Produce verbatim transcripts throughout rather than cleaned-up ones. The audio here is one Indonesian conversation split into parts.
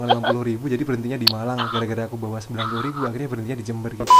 Lima puluh ribu jadi berhentinya di Malang, gara-gara aku bawa sembilan puluh ribu akhirnya berhentinya di Jember gitu.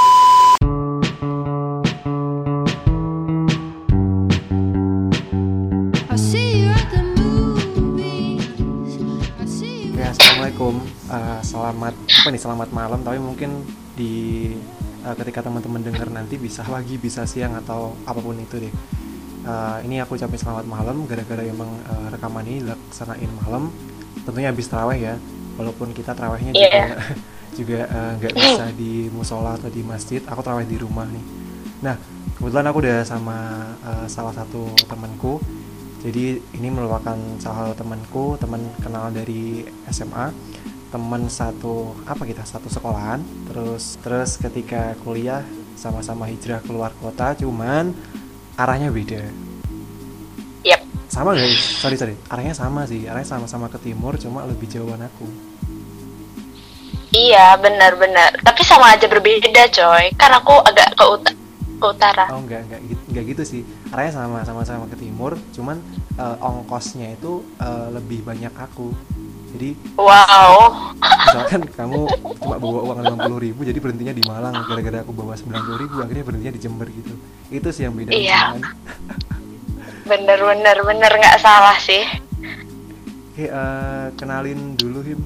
Ya, assalamualaikum. Uh, selamat apa nih selamat malam, tapi mungkin di uh, ketika teman-teman dengar nanti bisa pagi, bisa siang atau apapun itu deh. Uh, ini aku ucapin selamat malam gara-gara emang uh, rekaman ini dilaksanain malam, tentunya habis taraweh ya, walaupun kita tarawehnya juga Iya. juga nggak uh, bisa di musola atau di masjid. Aku taraweh di rumah nih. Nah, kebetulan aku udah sama uh, salah satu temanku. Jadi ini merupakan salah satu temanku, teman kenal dari S M A, teman satu apa kita satu sekolahan. Terus terus ketika kuliah sama-sama hijrah keluar kota, cuman arahnya beda. Yap. Sama guys, sorry sorry, arahnya sama sih, arahnya sama-sama ke timur, cuma lebih jauhan aku. Iya, benar-benar. Tapi sama aja berbeda, coy. Kan aku agak ke, uta- ke utara. Oh enggak enggak gitu, enggak gitu sih, arahnya sama sama-sama ke timur, cuman uh, ongkosnya itu uh, lebih banyak aku. Jadi Wow. misalkan kamu cuma bawa uang lima puluh ribu jadi berhentinya di Malang, gara-gara aku bawa sembilan puluh ribu akhirnya berhentinya di Jember gitu. Itu sih yang bedain Iya, cuman. bener-bener bener nggak salah sih. Oke, uh, kenalin dulu Him.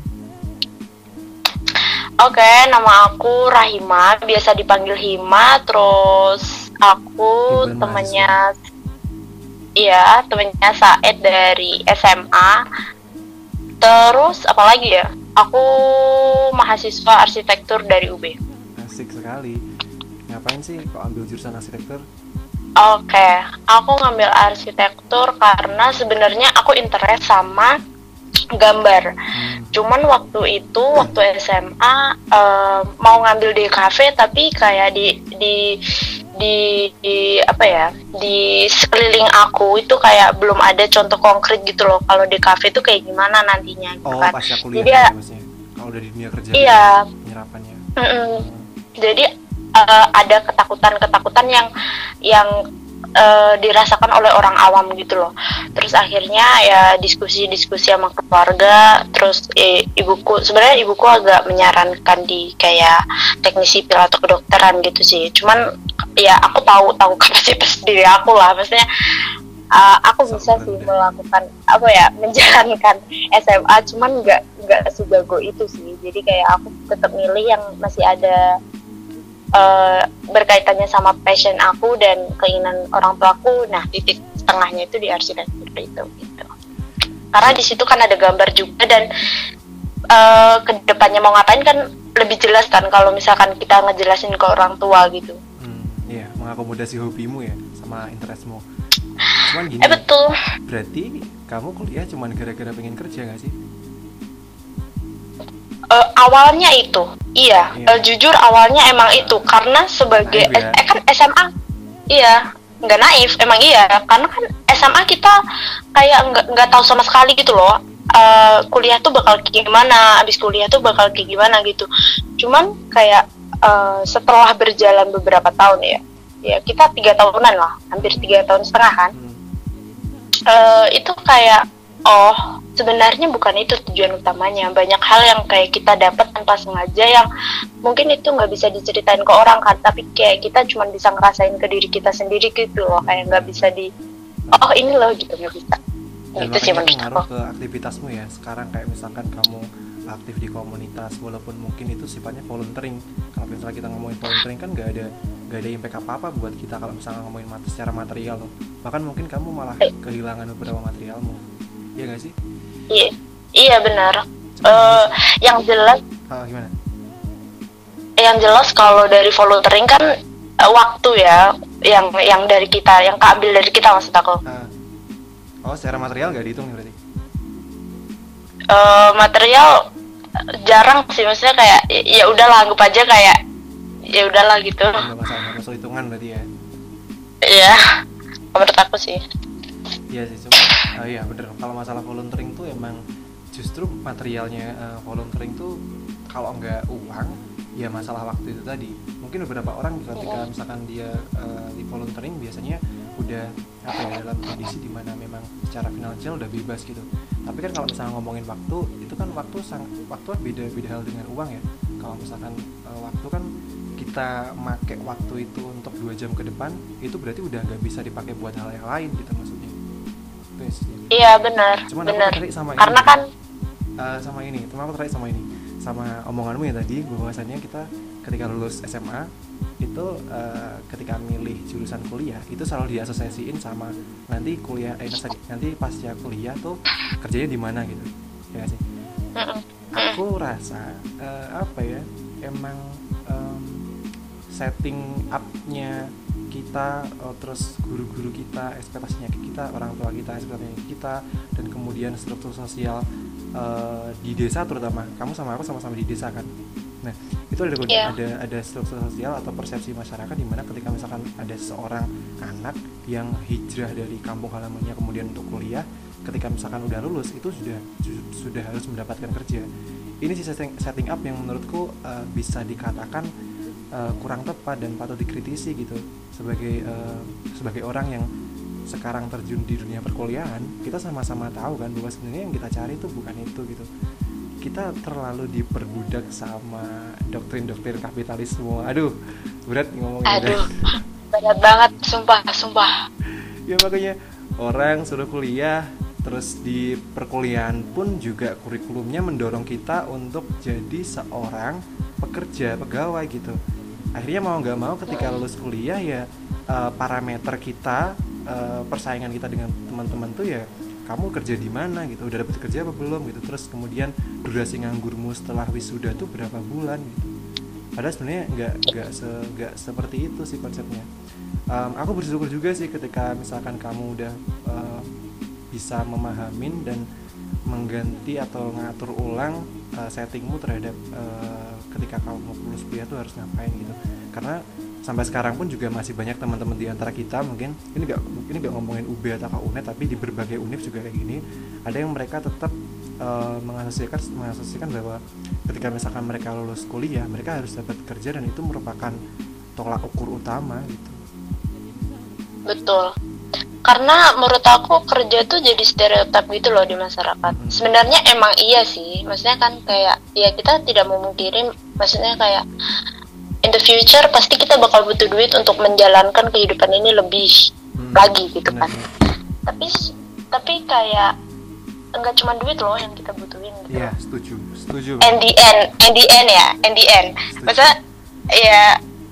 Oke, nama aku Rahima, biasa dipanggil Hima. Terus aku Himpunan temannya, mahasiswa. iya, temannya Saed dari S M A. Terus apa lagi ya? Aku mahasiswa arsitektur dari U B. Asik sekali. Ngapain sih kok ambil jurusan arsitektur? Oke, aku ngambil arsitektur karena sebenarnya aku interest sama gambar. Hmm. Cuman waktu itu waktu S M A uh, mau ngambil di kafe, tapi kayak di di di, di apa ya, di sekeliling aku itu kayak belum ada contoh konkret gitu loh kalau di kafe itu kayak gimana nantinya gitu Oh, kan. pasca kuliah Jadi ya ya, maksudnya. Kalau udah di dunia kerja iya, kan penyerapannya. mm-mm. Hmm. Jadi uh, ada ketakutan-ketakutan yang yang uh, dirasakan oleh orang awam gitu loh. Terus akhirnya ya diskusi-diskusi sama keluarga. Terus eh, ibuku, sebenarnya ibuku agak menyarankan di kayak teknik sipil atau kedokteran gitu sih. Cuman ya aku tahu tahu kapasitas diri aku lah. Maksudnya uh, aku bisa sih melakukan apa ya, menjalankan S M A, cuman nggak nggak sejago itu sih. Jadi kayak aku tetap milih yang masih ada uh, berkaitannya sama passion aku dan keinginan orang tuaku. Nah, titik setengahnya itu di arsitektur itu gitu. Karena di situ kan ada gambar juga, dan uh, kedepannya mau ngapain kan lebih jelas kan kalau misalkan kita ngejelasin ke orang tua gitu. Hmm, iya, mengakomodasi hobimu ya sama interestmu. Cuman gini, Eh betul. berarti kamu kuliah cuman gara-gara pengen kerja gak sih? Uh, awalnya itu, iya, Iya. uh, jujur awalnya emang itu karena sebagai Naif ya? eh kan S M A, iya, nggak naif, emang iya, karena kan S M A kita kayak nggak nggak tahu sama sekali gitu loh, uh, kuliah tuh bakal kayak gimana, abis kuliah tuh bakal kayak gimana gitu. Cuman kayak uh, setelah berjalan beberapa tahun ya, ya kita tiga tahunan lah, hampir tiga tahun setengah kan, Hmm. uh, itu kayak oh sebenarnya bukan itu tujuan utamanya. Banyak hal yang kayak kita dapat tanpa sengaja yang mungkin itu nggak bisa diceritain ke orang kan, tapi kayak kita cuma bisa ngerasain ke diri kita sendiri gitu loh, kayak nggak bisa di oh ini loh gitu, nggak bisa. Dan Itu sih makanya itu menurut aku. ngaruh ke aktivitasmu ya. Sekarang kayak misalkan kamu aktif di komunitas, walaupun mungkin itu sifatnya volunteering. Kalau misalnya kita ngomongin volunteering kan nggak ada nggak ada impact apa apa buat kita kalau misalnya ngomongin mat- secara material loh. Bahkan mungkin kamu malah kehilangan beberapa materialmu. Iya nggak sih? Iya, iya benar. Cuman gini Eh sih. yang jelas, Ah, gimana? yang jelas kalau dari volunteering kan eh, waktu ya, yang yang dari kita, yang keambil dari kita maksud aku. Ah, oh, secara material nggak dihitung nih berarti? Eh material jarang sih, maksudnya kayak ya udahlah, anggap aja kayak ya udahlah gitu. Oh, nggak masalah, nggak masuk hitungan berarti ya? Iya, menurut aku sih. Iya sih, cuma ah, iya bener. Kalau masalah volunteering tuh emang justru materialnya uh, volunteering tuh kalau nggak uang ya masalah waktu itu tadi. Mungkin beberapa orang ketika misalkan dia uh, di volunteering biasanya udah apa ya, dalam kondisi dimana memang secara finansial udah bebas gitu. Tapi kan kalau misalnya ngomongin waktu itu kan waktu sang waktu kan beda beda hal dengan uang ya. Kalau misalkan uh, waktu kan kita make waktu itu untuk dua jam ke depan, itu berarti udah nggak bisa dipakai buat hal yang lain gitu maksudnya. Iya benar. Cuman benar. aku tertarik sama Karena ini, kan uh, sama ini, teman aku tertarik sama ini, sama omonganmu ya tadi, bahwasannya kita ketika lulus S M A itu uh, ketika milih jurusan kuliah itu selalu diasosiasiin sama nanti kuliah eh nanti pasca kuliah tuh kerjanya di mana gitu, ya gak sih? Aku rasa uh, apa ya, emang um, setting up-nya kita, uh, terus guru-guru kita, ekspektasinya kita, orang tua kita, ekspektasinya kita, dan kemudian struktur sosial uh, di desa terutama. Kamu sama aku sama-sama di desa kan. Nah, itu ada yeah. ada ada struktur sosial atau persepsi masyarakat di mana ketika misalkan ada seorang anak yang hijrah dari kampung halamannya kemudian untuk kuliah, ketika misalkan udah lulus itu sudah sudah harus mendapatkan kerja. Ini sih setting, setting up yang menurutku uh, bisa dikatakan uh, kurang tepat dan patut dikritisi gitu. Sebagai uh, sebagai orang yang sekarang terjun di dunia perkuliahan, kita sama-sama tahu kan bahwa sebenarnya yang kita cari itu bukan itu gitu. Kita terlalu diperbudak sama doktrin-doktrin kapitalisme. Aduh, berat ngomongnya. Aduh, berat banget, sumpah, sumpah. Ya makanya orang suruh kuliah, terus di perkuliahan pun juga kurikulumnya mendorong kita untuk jadi seorang pekerja, pegawai gitu. Akhirnya mau nggak mau ketika lulus kuliah ya uh, parameter kita, uh, persaingan kita dengan teman-teman tuh ya kamu kerja di mana gitu, udah dapet kerja apa belum gitu, terus kemudian durasi nganggurmu setelah wisuda tuh berapa bulan gitu. Padahal sebenarnya nggak nggak se, nggak seperti itu sih konsepnya. Um, aku bersyukur juga sih ketika misalkan kamu udah uh, bisa memahamin dan mengganti atau ngatur ulang uh, settingmu terhadap uh, ketika kamu mau lulus kuliah tuh harus ngapain gitu. Karena sampai sekarang pun juga masih banyak teman-teman di antara kita, mungkin ini nggak ini nggak ngomongin U B atau U N E D, tapi di berbagai univ juga kayak gini, ada yang mereka tetap uh, mengasosiasikan mengasosiasikan bahwa ketika misalkan mereka lulus kuliah mereka harus dapat kerja dan itu merupakan tolak ukur utama gitu. Betul. Karena menurut aku kerja tuh jadi stereotip gitu loh di masyarakat. Hmm. Sebenarnya emang iya sih, maksudnya kan kayak ya kita tidak memungkiri, maksudnya kayak in the future pasti kita bakal butuh duit untuk menjalankan kehidupan ini lebih hmm, lagi gitu kan. Bener. Tapi tapi kayak enggak cuma duit loh yang kita butuhin gitu. Iya, setuju. Setuju. And the end, and the end ya, and the end. Maksudnya ya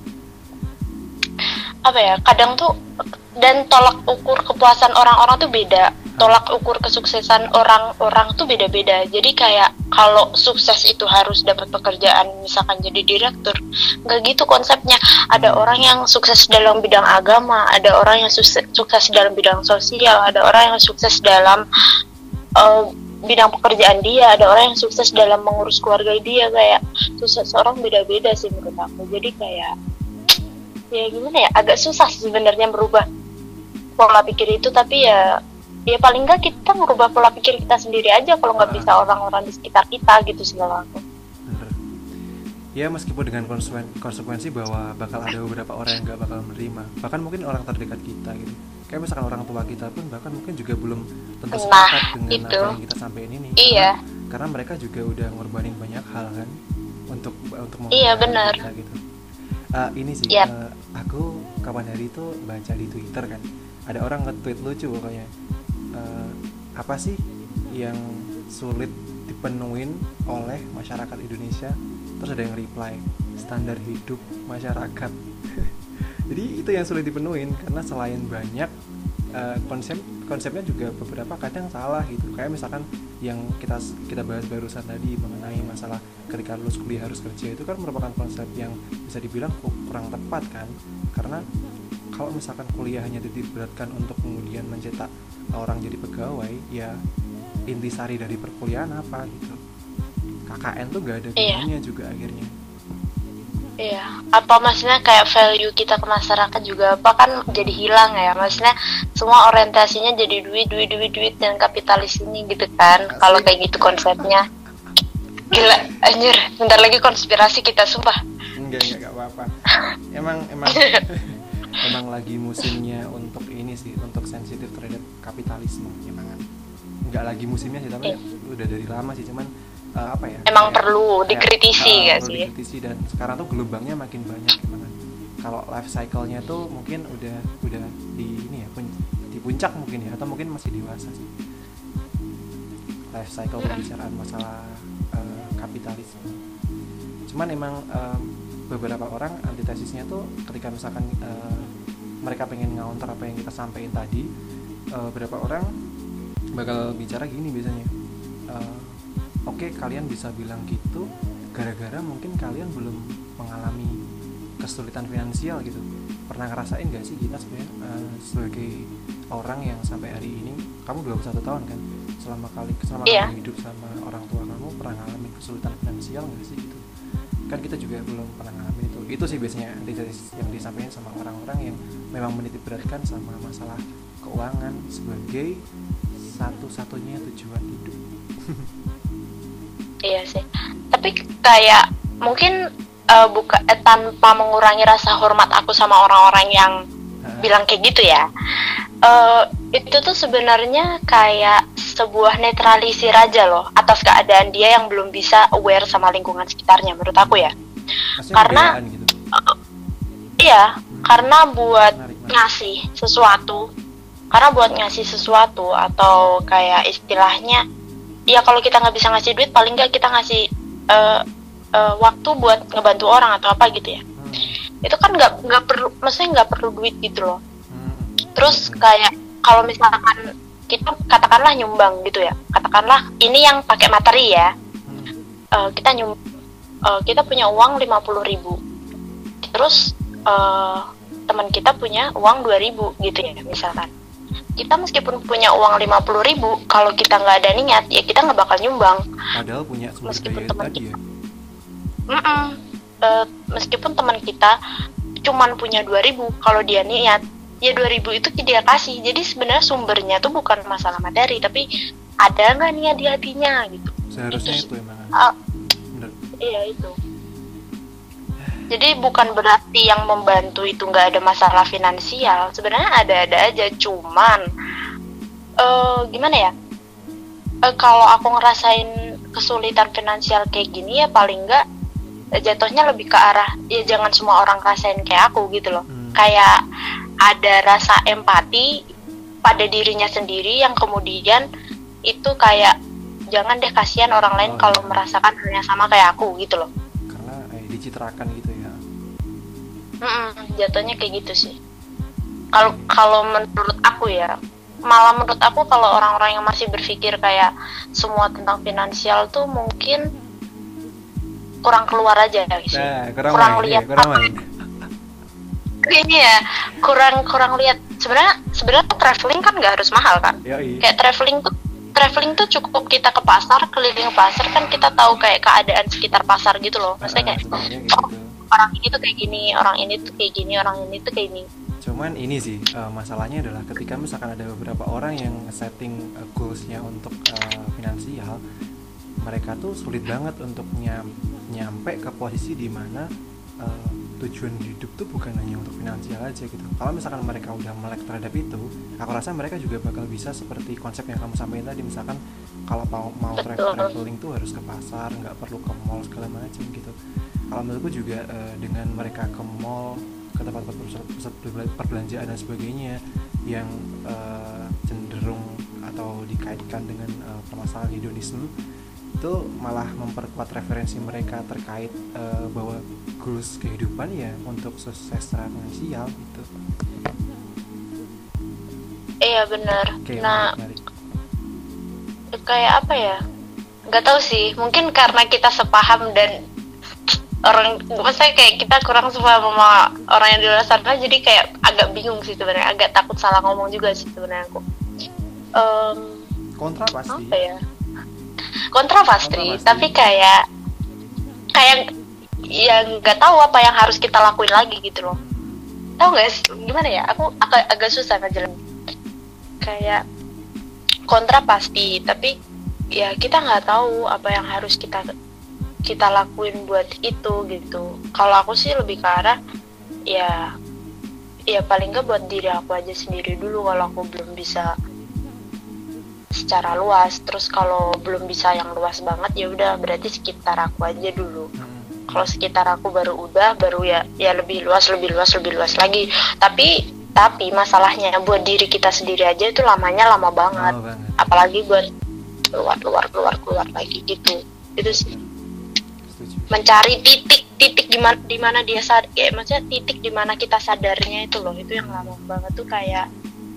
apa ya? Kadang tuh dan tolak ukur kepuasan orang-orang tuh beda. Tolak ukur kesuksesan orang-orang tuh beda-beda. Jadi kayak kalau sukses itu harus dapat pekerjaan misalkan jadi direktur, nggak gitu konsepnya. Ada orang yang sukses dalam bidang agama, ada orang yang sukses, sukses dalam bidang sosial, ada orang yang sukses dalam uh, bidang pekerjaan dia, ada orang yang sukses dalam mengurus keluarga dia. Kayak sukses orang beda-beda sih menurut aku. Jadi kayak ya gimana ya, agak susah sebenarnya merubah pola pikir itu, tapi ya ya paling nggak kita merubah pola pikir kita sendiri aja kalau nggak bisa orang-orang di sekitar kita gitu sih kalau aku. Bener. Ya meskipun dengan konsekuensi bahwa bakal ada beberapa orang yang nggak bakal menerima, bahkan mungkin orang terdekat kita gitu, kayak misalkan orang tua kita pun bahkan mungkin juga belum tentu sepakat nah, dengan itu. Apa yang kita sampaikan ini. Iya. Karena, karena mereka juga udah ngorbanin banyak hal kan untuk untuk iya benar kita gitu. Uh, ini sih yep. uh, aku kapan hari itu baca di Twitter kan, ada orang nge-tweet lucu pokoknya. Uh, apa sih yang sulit dipenuhin oleh masyarakat Indonesia? Terus ada yang reply, standar hidup masyarakat. Jadi itu yang sulit dipenuhin karena selain banyak uh, konsep konsepnya juga beberapa kadang salah gitu. Kayak misalkan yang kita kita bahas barusan tadi mengenai masalah ketika lulus kuliah harus kerja, itu kan merupakan konsep yang bisa dibilang kurang tepat kan, karena kalau misalkan kuliah hanya diberatkan untuk kemudian mencetak orang jadi pegawai, ya intisari dari perkuliahan apa gitu. K K N tuh gak ada gunanya iya. juga akhirnya. Iya, apa maksudnya kayak value kita ke masyarakat juga apa kan jadi hilang ya, maksudnya semua orientasinya jadi duit, duit, duit, duit dan kapitalis ini gitu kan, kalau kayak gitu konsepnya. Gila, anjir, bentar lagi konspirasi kita sumpah. Enggak, enggak, enggak apa-apa. Emang, emang emang lagi musimnya untuk ini sih, untuk sensitif terhadap kapitalisme emang. Enggak lagi musimnya sih, tapi eh. udah dari lama sih, cuman uh, apa ya? Emang kayak, perlu kayak, dikritisi uh, gak perlu sih? dikritisi, dan sekarang tuh gelombangnya makin banyak gimana? Kalau life cycle-nya tuh mungkin udah udah di ini ya, pun, di puncak mungkin ya, atau mungkin masih dewasa sih. Life cycle pembicaraan masalah uh, kapitalisme. Cuman emang um, beberapa orang antitesisnya tuh ketika misalkan uh, mereka pengen counter apa yang kita sampaikan tadi, uh, beberapa orang bakal bicara gini biasanya, uh, oke okay, kalian bisa bilang gitu gara-gara mungkin kalian belum mengalami kesulitan finansial gitu. Pernah ngerasain gak sih kita sebenarnya uh, sebagai orang yang sampai hari ini, kamu dua puluh satu tahun kan, selama kali selama Iya. kamu hidup sama orang tua kamu pernah ngalamin kesulitan finansial gak sih gitu? Kan kita juga belum pernah ngalamin itu. Itu sih biasanya yang disampaikan sama orang-orang yang memang menitik beratkan sama masalah keuangan sebagai satu-satunya tujuan hidup. Iya sih. Tapi kayak mungkin uh, buka eh, tanpa mengurangi rasa hormat aku sama orang-orang yang Hah? bilang kayak gitu ya. Uh, itu tuh sebenarnya kayak sebuah netralisir aja loh atas keadaan dia yang belum bisa aware sama lingkungan sekitarnya, menurut aku ya. Maksudnya Karena pembelaan gitu. uh, iya, Hmm, karena buat menarik, menarik. ngasih sesuatu, karena buat ngasih sesuatu atau kayak istilahnya, ya kalau kita nggak bisa ngasih duit, paling nggak kita ngasih uh, uh, waktu buat ngebantu orang atau apa gitu ya. Hmm, Itu kan nggak nggak perlu, maksudnya nggak perlu duit gitu loh. hmm, Terus hmm, kayak kalau misalkan kita katakanlah nyumbang gitu ya, katakanlah ini yang pakai materi ya, hmm, uh, kita nyum uh, kita punya uang lima puluh ribu, terus uh, teman kita punya uang dua ribu gitu ya misalkan. Kita meskipun punya uang lima puluh ribu, kalau kita nggak ada niat ya kita nggak bakal nyumbang. padahal punya sumber Meskipun daya teman tadi ya. Mm-mm. Uh, meskipun teman kita cuman punya dua ribu, kalau dia niat ya dua ribu itu dia kasih. Jadi sebenarnya sumbernya tuh bukan masalah materi, tapi ada nggak niat di hatinya gitu. Seharusnya Itu- itu emang. Ah, Bener. iya itu. Jadi bukan berarti yang membantu itu nggak ada masalah finansial. Sebenarnya ada-ada aja, cuman eh gimana ya? Eh, kalau aku ngerasain kesulitan finansial kayak gini ya paling nggak eh, jatuhnya lebih ke arah ya jangan semua orang rasain kayak aku gitu loh. Hmm. Kayak ada rasa empati pada dirinya sendiri yang kemudian itu kayak jangan deh, kasihan orang lain Oh, kalau iya. merasakan hal yang sama kayak aku gitu loh. Karena eh, dicitrakan gitu ya. Mm-mm, jatuhnya kayak gitu sih. Kalau kalau menurut aku ya, malah menurut aku kalau orang-orang yang masih berpikir kayak semua tentang finansial tuh mungkin kurang keluar aja sih. Nah, kurang, Kurang main, lihat iya, kurang apa- main. Kayaknya ya kurang kurang lihat. Sebenarnya sebenarnya traveling kan nggak harus mahal kan. Yoi. Kayak traveling tuh traveling tuh cukup kita ke pasar, keliling pasar kan kita tahu kayak keadaan sekitar pasar gitu loh. Maksudnya kayak Ah, sebenarnya oh, gitu. orang ini tuh kayak gini, orang ini tuh kayak gini, orang ini tuh kayak gini. Cuman ini sih eh, masalahnya adalah ketika misalkan ada beberapa orang yang setting eh, goalsnya untuk eh, finansial, mereka tuh sulit banget untuk nyam, nyampe ke posisi di mana eh, tujuan hidup tuh bukan hanya untuk finansial aja gitu. Kalau misalkan mereka udah melek terhadap itu, aku rasa mereka juga bakal bisa seperti konsep yang kamu sampaikan tadi, misalkan kalau mau mau tra- Betul. traveling tuh harus ke pasar, nggak perlu ke mall segala macam gitu. Kalau menurutku juga eh, dengan mereka ke mall, ke tempat-tempat pusat, pusat perbelanjaan dan sebagainya yang eh, cenderung atau dikaitkan dengan eh, permasalahan hedonisme, itu malah memperkuat referensi mereka terkait eh, bahwa goals kehidupan ya untuk sukses secara finansial gitu. Iya benar. Oke, Nah menarik, menarik. kayak apa ya? Nggak tahu sih. Mungkin karena kita sepaham dan orang, maksudnya kayak kita kurang sepaham sama orang yang di luar sana, jadi kayak agak bingung sih sebenarnya, agak takut salah ngomong juga sih sebenarnya aku. Em, Kontra pasti. apa ya? Kontra pasti, Kontra pasti. tapi kayak kayak ya nggak tahu apa yang harus kita lakuin lagi gitu loh. Tahu nggak sih gimana ya? Aku agak agak susah ngejelasin. Kayak kontra pasti, tapi ya kita nggak tahu apa yang harus kita kita lakuin buat itu gitu. Kalau aku sih lebih ke arah ya ya paling nggak buat diri aku aja sendiri dulu. Kalau aku belum bisa secara luas. Terus kalau belum bisa yang luas banget ya udah berarti sekitar aku aja dulu. Hmm. Kalau sekitar aku baru udah baru ya ya lebih luas lebih luas lebih luas lagi. Tapi tapi masalahnya buat diri kita sendiri aja itu lamanya lama banget. Oh, banget. Apalagi buat keluar keluar keluar keluar lagi gitu. Itu sih. Setuju. Mencari titik titik gimana di mana dia sad kayak maksudnya titik di mana kita sadarnya itu loh, itu yang lama banget tuh kayak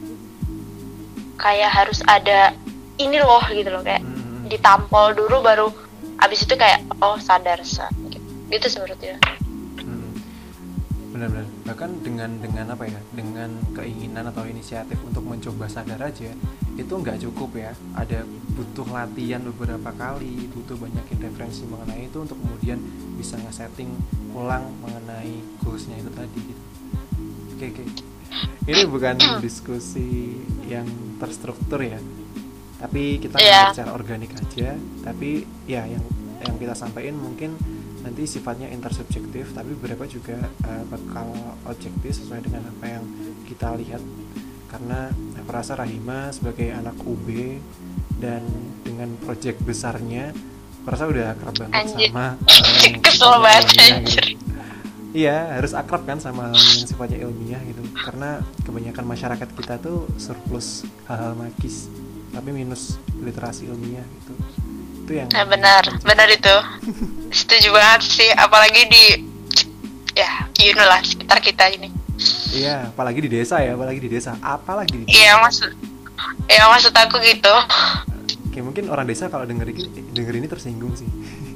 kayak harus ada ini loh gitu loh, kayak Hmm. ditampol dulu baru abis itu kayak oh sadar sa gitu sih menurutnya. Hmm. Benar-benar. Bahkan dengan dengan apa ya, dengan keinginan atau inisiatif untuk mencoba sadar aja itu nggak cukup ya, ada butuh latihan beberapa kali, butuh banyakin referensi mengenai itu untuk kemudian bisa nge-setting ulang mengenai goalsnya itu tadi gitu. Oke oke, ini bukan diskusi yang terstruktur ya, tapi kita Iya. ngomong secara organik aja. Tapi ya yang yang kita sampaikan mungkin nanti sifatnya intersubjektif, tapi beberapa juga uh, bakal objektif sesuai dengan apa yang kita lihat. Karena aku rasa Rahima sebagai anak U B dan dengan proyek besarnya, aku rasa udah akrab banget Anjir. sama hal yang Kesel sifatnya banget, ilmiah anjir. gitu. Iya, harus akrab kan sama hal yang sifatnya ilmiah gitu. Karena kebanyakan masyarakat kita tuh surplus hal-hal magis, tapi minus literasi ilmiah gitu. Itu yang Nah, benar benar itu. Setuju banget sih, apalagi di ya you know lah sekitar kita ini. Iya, apalagi di desa ya, apalagi di desa, apalagi di desa. Iya maksud ya maksud aku gitu. Kayak mungkin orang desa kalau denger ini, denger ini tersinggung sih.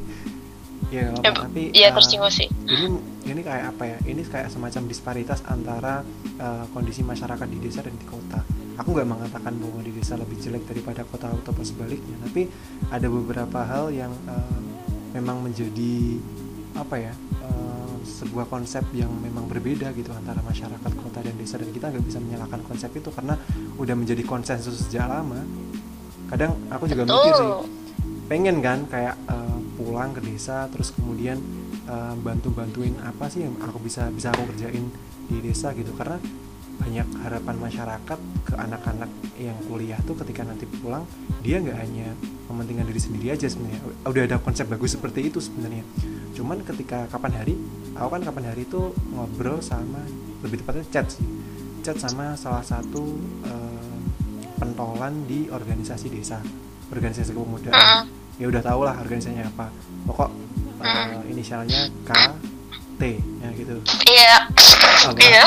Ya, nggak Ya, apa-apa, tapi iya uh, tersinggung sih. ini ini kayak apa ya? Ini kayak semacam disparitas antara uh, kondisi masyarakat di desa dan di kota. Aku nggak mengatakan bahwa di desa lebih jelek daripada kota atau sebaliknya, tapi ada beberapa hal yang uh, memang menjadi apa ya? Uh, sebuah konsep yang memang berbeda gitu antara masyarakat kota dan desa, dan kita nggak bisa menyalahkan konsep itu karena udah menjadi konsensus sejak lama. Kadang aku juga Betul. mikir sih, pengen kan kayak uh, pulang ke desa terus kemudian uh, bantu-bantuin apa sih yang aku bisa bisa aku kerjain di desa gitu, karena banyak harapan masyarakat ke anak-anak yang kuliah tuh ketika nanti pulang dia nggak hanya mementingkan diri sendiri aja sebenarnya. Udah ada konsep bagus seperti itu sebenarnya, cuman ketika kapan hari aku kan kapan hari itu ngobrol sama, lebih tepatnya chat sih chat sama salah satu uh, pentolan di organisasi desa, organisasi kepemudaan. Ya udah tau lah organisasinya apa, pokok uh, inisialnya K T ya gitu. Iya. Apa? Iya.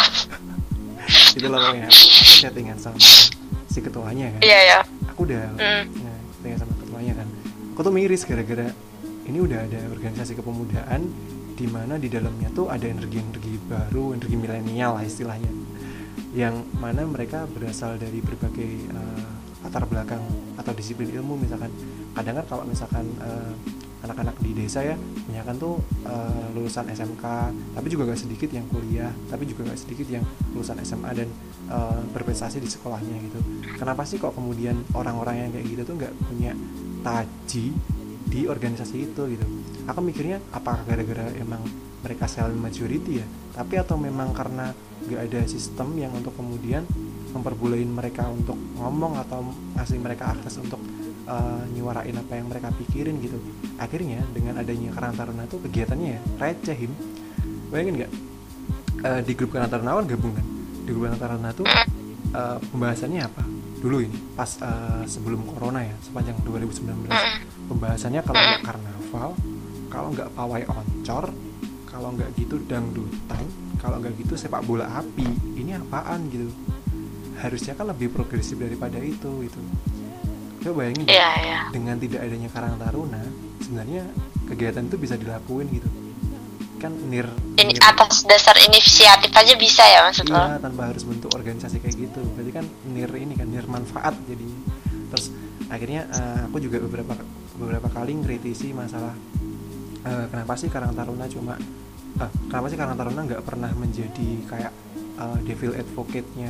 Itu loh pokoknya aku chattingan sama si ketuanya kan. Iya ya. Aku udah Mm. ya, chattingan sama ketuanya kan. Aku tuh miris gara-gara ini udah ada organisasi kepemudaan di mana di dalamnya tuh ada energi-energi baru, energi milenial lah istilahnya, yang mana mereka berasal dari berbagai uh, latar belakang atau disiplin ilmu. Misalkan kadang kan kalau misalkan uh, anak-anak di desa ya kebanyakan tuh uh, lulusan S M K, tapi juga gak sedikit yang kuliah, tapi juga gak sedikit yang lulusan S M A dan uh, berprestasi di sekolahnya gitu. Kenapa sih kok kemudian orang-orang yang kayak gitu tuh gak punya taji di organisasi itu gitu? Aku mikirnya apakah gara-gara emang mereka silent majority ya, tapi atau memang karena gak ada sistem yang untuk kemudian memperbolehin mereka untuk ngomong atau ngasih mereka akses untuk uh, nyuarain apa yang mereka pikirin gitu. Akhirnya dengan adanya Karang Taruna tuh kegiatannya ya receh, Him. Bayangin gak? Uh, di grup Karang Taruna kan gabung kan? Di grup Karang Taruna tuh uh, pembahasannya apa? Dulu ini pas uh, sebelum corona ya, sepanjang dua ribu sembilan belas. Pembahasannya kalau nggak karnaval, kalau nggak pawai oncor, kalau nggak gitu dangdutan, kalau nggak gitu sepak bola api. Ini apaan gitu? Harusnya kan lebih progresif daripada itu gitu. Coba bayangin deh, Iya, iya. dengan tidak adanya Karang Taruna, sebenarnya kegiatan itu bisa dilakuin gitu. Kan nir, Ini nir atas dasar inisiatif aja bisa ya maksud lo? iya, tanpa harus bentuk organisasi kayak gitu. Berarti kan nir ini kan nir manfaat jadinya. Terus akhirnya uh, aku juga beberapa beberapa kali ngkritisi masalah uh, kenapa sih Karang Taruna cuma uh, kenapa sih Karang Taruna nggak pernah menjadi kayak uh, devil advocate-nya.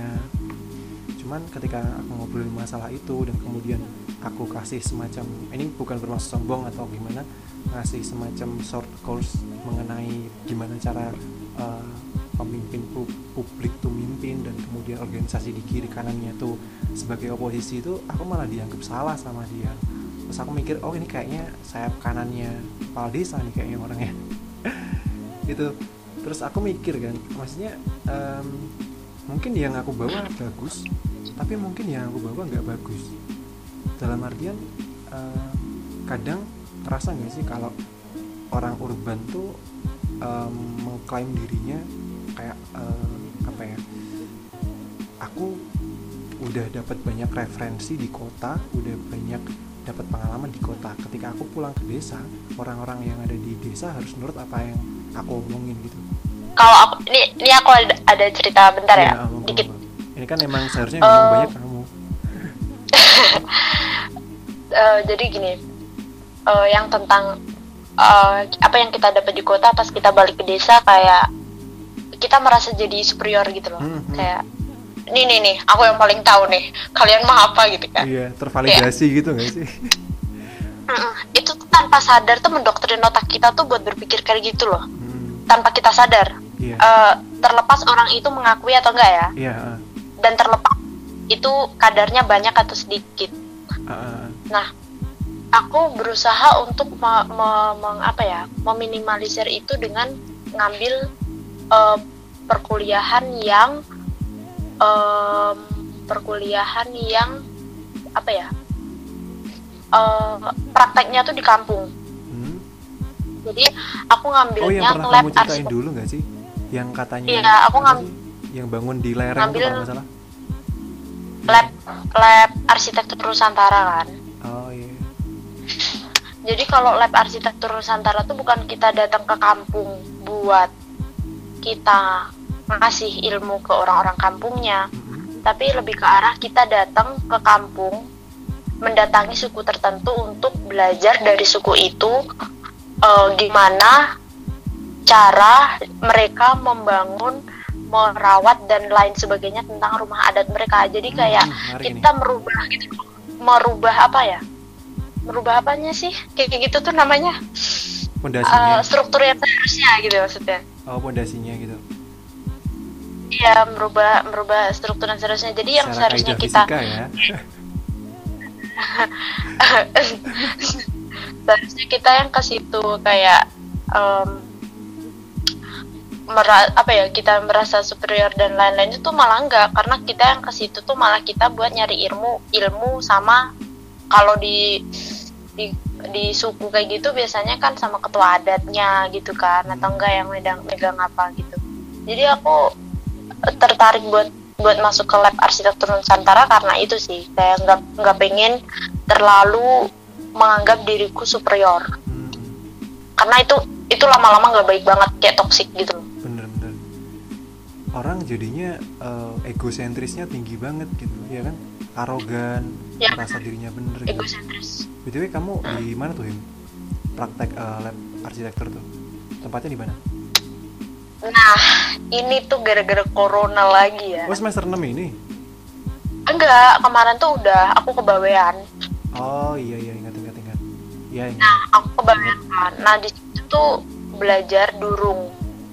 Cuman ketika aku ngobrolin masalah itu dan kemudian aku kasih semacam, ini bukan bermaksud sombong atau gimana, ngasih semacam short course mengenai gimana cara uh, pemimpin pu- publik tuh mimpin, dan kemudian organisasi di kiri kanannya tuh sebagai oposisi, itu aku malah dianggap salah sama dia. Terus aku mikir, oh ini kayaknya sayap kanannya kepala desa nih kayaknya orangnya. Gitu. Terus aku mikir kan, maksudnya um, mungkin yang aku bawa bagus, tapi mungkin yang aku bawa nggak bagus. Dalam artian uh, kadang terasa nggak sih kalau orang urban tuh um, mengklaim dirinya kayak uh, apa ya? Aku udah dapat banyak referensi di kota, udah banyak dapat pengalaman di kota. Ketika aku pulang ke desa, orang-orang yang ada di desa harus nurut apa yang aku omongin gitu. Kalau aku ini ini aku ada, ada cerita bentar ya, ya ngomong, dikit. Ngomong. Ini kan emang seharusnya ngomong uh, banyak kamu. uh, jadi gini, uh, yang tentang uh, apa yang kita dapat di kota pas kita balik ke desa, kayak kita merasa jadi superior gitu loh. Hmm, hmm. Kayak nih nih nih, aku yang paling tahu nih, kalian mah apa gitu kan? Iya, tervalidasi kayak, gitu nggak sih? Itu tuh tanpa sadar tuh mendoktrin otak kita tuh buat berpikir kayak gitu loh, hmm. tanpa kita sadar. Yeah. Uh, terlepas orang itu mengakui atau enggak ya, yeah, uh. dan terlepas itu kadarnya banyak atau sedikit. Uh. Nah, aku berusaha untuk me- me- meng- apa ya, meminimalisir itu dengan ngambil uh, perkuliahan yang um, perkuliahan yang apa ya, uh, prakteknya tuh di kampung. Hmm. Jadi aku ngambilnya oh, yang pernah lab kamu ceritain arsitek- dulu nggak sih? Yang katanya iya, aku ngam- yang bangun di lereng ngambil itu kalau nggak salah. Lab lab arsitektur Nusantara kan. Oh iya. Jadi kalau lab arsitektur Nusantara tuh bukan kita datang ke kampung buat kita ngasih ilmu ke orang-orang kampungnya, mm-hmm. tapi lebih ke arah kita datang ke kampung, mendatangi suku tertentu untuk belajar dari suku itu uh, gimana cara mereka membangun, merawat dan lain sebagainya tentang rumah adat mereka. Jadi kayak hmm, kita ini. merubah gitu, merubah apa ya? Merubah apanya sih? Kayak gitu tuh namanya. Pondasinya. Uh, struktur yang seharusnya gitu maksudnya. Oh, pondasinya gitu. Iya, merubah merubah struktur yang seharusnya. Jadi yang secara seharusnya kita ya. seharusnya kita yang ke situ kayak um, Mera, apa ya kita merasa superior dan lain-lain itu malah enggak, karena kita yang ke situ tuh malah kita buat nyari ilmu ilmu sama kalau di di di suku kayak gitu biasanya kan sama ketua adatnya gitu kan, atau enggak yang megang megang apa gitu. Jadi aku tertarik buat buat masuk ke lab arsitektur Nusantara karena itu sih, kayak nggak nggak pengen terlalu menganggap diriku superior, hmm. karena itu itu lama-lama nggak baik banget, kayak toksik gitu. Bener-bener orang jadinya uh, egosentrisnya tinggi banget gitu ya kan, arogan, ya, merasa dirinya bener egosentris gitu. B T W kamu hmm. di mana tuh Him? Praktek uh, lab arsitektur tuh tempatnya di mana? Nah ini tuh gara-gara corona lagi ya. Oh semester enam ini? Enggak, kemarin tuh udah aku kebawean. Oh iya iya ingat ingat ingat. Iya ingat. Nah aku kebawean kan. Nah di situ tuh belajar durung.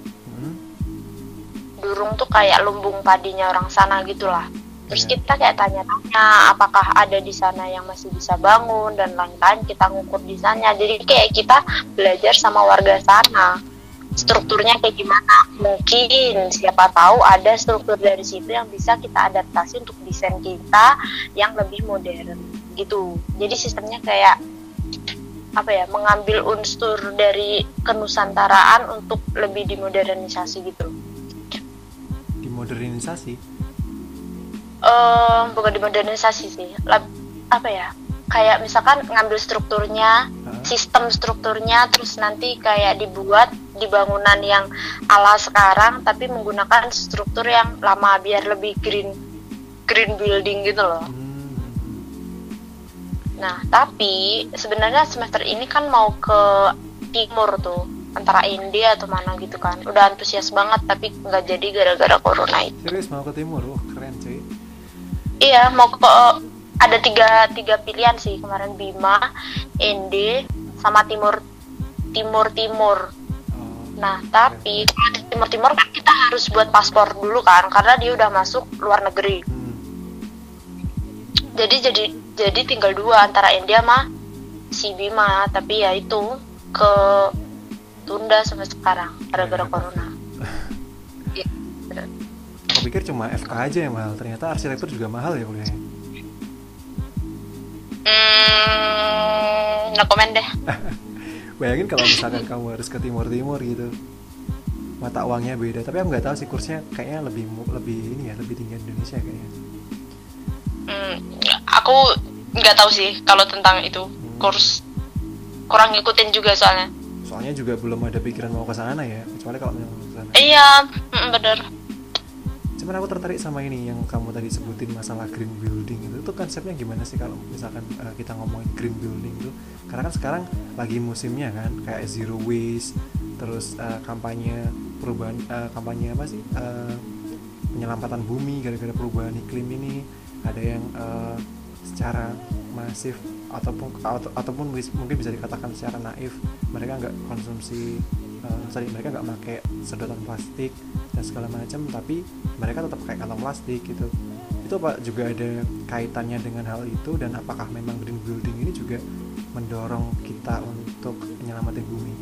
Durung tuh kayak lumbung padinya orang sana gitulah. Terus yeah. kita kayak tanya-tanya apakah ada di sana yang masih bisa bangun dan lain-lain, kita ngukur di sana. Jadi kayak kita belajar sama warga sana. Strukturnya kayak gimana? Mungkin siapa tahu ada struktur dari situ yang bisa kita adaptasi untuk desain kita yang lebih modern gitu. Jadi sistemnya kayak apa ya? Mengambil unsur dari kenusantaraan untuk lebih dimodernisasi gitu. Modernisasi? Uh, bukan dimodernisasi sih, Lab, apa ya? Kayak misalkan ngambil strukturnya, huh? sistem strukturnya, terus nanti kayak dibuat di bangunan yang ala sekarang, tapi menggunakan struktur yang lama biar lebih green, green building gitu loh. Hmm. Nah, tapi sebenarnya semester ini kan mau ke timur tuh. Antara India atau mana gitu kan, udah antusias banget tapi nggak jadi gara-gara corona itu. Serius mau ke timur, wah keren cuy. Iya mau ke, ada tiga tiga pilihan sih kemarin, Bima, Ende, sama timur timur timur. Oh, nah tapi kalau Timur Timur kan kita harus buat paspor dulu kan, karena dia udah masuk luar negeri. Hmm. Jadi jadi jadi tinggal dua antara India sama si Bima, tapi ya itu ke tunda sampai sekarang gara-gara Ya. corona. Ya, bener. Aku pikir cuma F K aja yang mahal, ternyata arsitektur juga mahal ya kuliahnya. Hmm, no comment deh. Bayangin kalau misalkan kamu harus ke Timur Timur gitu, mata uangnya beda. Tapi aku nggak tahu sih kursnya kayaknya lebih lebih ini ya, lebih tinggi di Indonesia kayaknya. Hmm, aku nggak tahu sih kalau tentang itu Hmm. kurs, kurang ngikutin juga soalnya. Soalnya juga belum ada pikiran mau ke sana ya, kecuali kalau memang ke sana. Iya, mm, bener. Cuman aku tertarik sama ini yang kamu tadi sebutin masalah green building itu. Itu konsepnya gimana sih kalau misalkan uh, kita ngomongin green building itu? Karena kan sekarang lagi musimnya kan, kayak zero waste, terus uh, kampanye perubahan, uh, kampanye apa sih? Uh, penyelamatan bumi gara-gara perubahan iklim ini. Ada yang uh, secara masif ataupun atau, ataupun mungkin bisa dikatakan secara naif, mereka nggak konsumsi uh, sorry mereka nggak pakai sedotan plastik dan segala macam, tapi mereka tetap pakai kantong plastik gitu. Itu apa juga ada kaitannya dengan hal itu, dan apakah memang green building ini juga mendorong kita untuk menyelamatin bumi?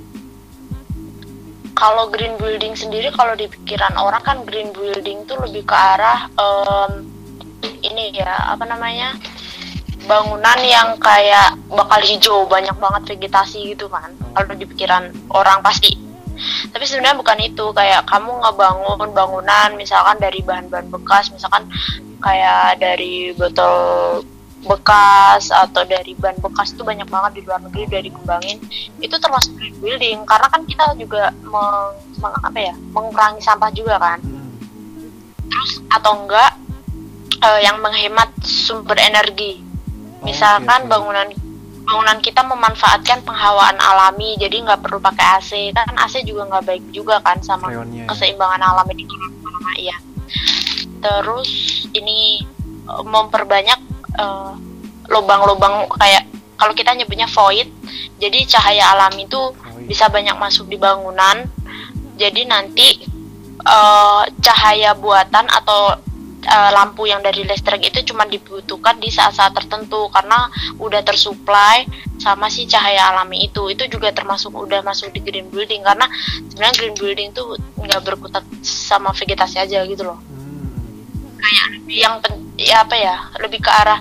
Kalau green building sendiri, kalau di pikiran orang kan green building tuh lebih ke arah um, ini ya, apa namanya, bangunan yang kayak bakal hijau, banyak banget vegetasi gitu kan. Kalau di pikiran orang pasti. Tapi sebenarnya bukan itu. Kayak kamu ngebangun bangunan misalkan dari bahan-bahan bekas, misalkan kayak dari botol bekas atau dari ban bekas, itu banyak banget di luar negeri udah dikembangin. Itu termasuk green building karena kan kita juga meng, meng, apa ya, mengurangi sampah juga kan. Terus atau enggak uh, yang menghemat sumber energi. Misalkan okay, okay. bangunan bangunan kita memanfaatkan penghawaan alami, jadi nggak perlu pakai A C. Kan A C juga nggak baik juga kan sama Freonnya, keseimbangan alam ini. Iya. Terus ini uh, memperbanyak uh, lubang-lubang, kayak kalau kita nyebutnya void. Jadi cahaya alami itu void. Bisa banyak masuk di bangunan. Jadi nanti uh, cahaya buatan atau uh, lampu yang dari listrik itu cuma dibutuhkan di saat-saat tertentu karena udah tersuplai sama si cahaya alami itu. Itu juga termasuk udah masuk di green building, karena sebenarnya green building tuh nggak berkutat sama vegetasi aja gitu loh. Hmm. Kayak lebih yang pen, ya apa ya, lebih ke arah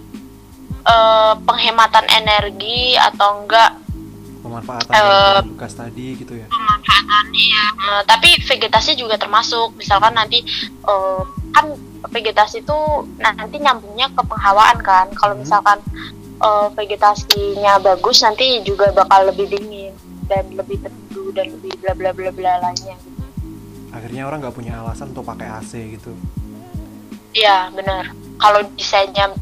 uh, penghematan energi atau enggak pemanfaatan uh, bahan bekas tadi gitu ya. pemanfaatan ya. Uh, tapi vegetasi juga termasuk. Misalkan nanti uh, kan vegetasi itu nanti nyambungnya ke penghawaan kan. Kalau Hmm. misalkan uh, vegetasinya bagus, nanti juga bakal lebih dingin dan lebih teduh dan lebih bla bla bla bla lainnya. Akhirnya orang nggak punya alasan untuk pakai A C gitu. Iya benar. Kalau desainnya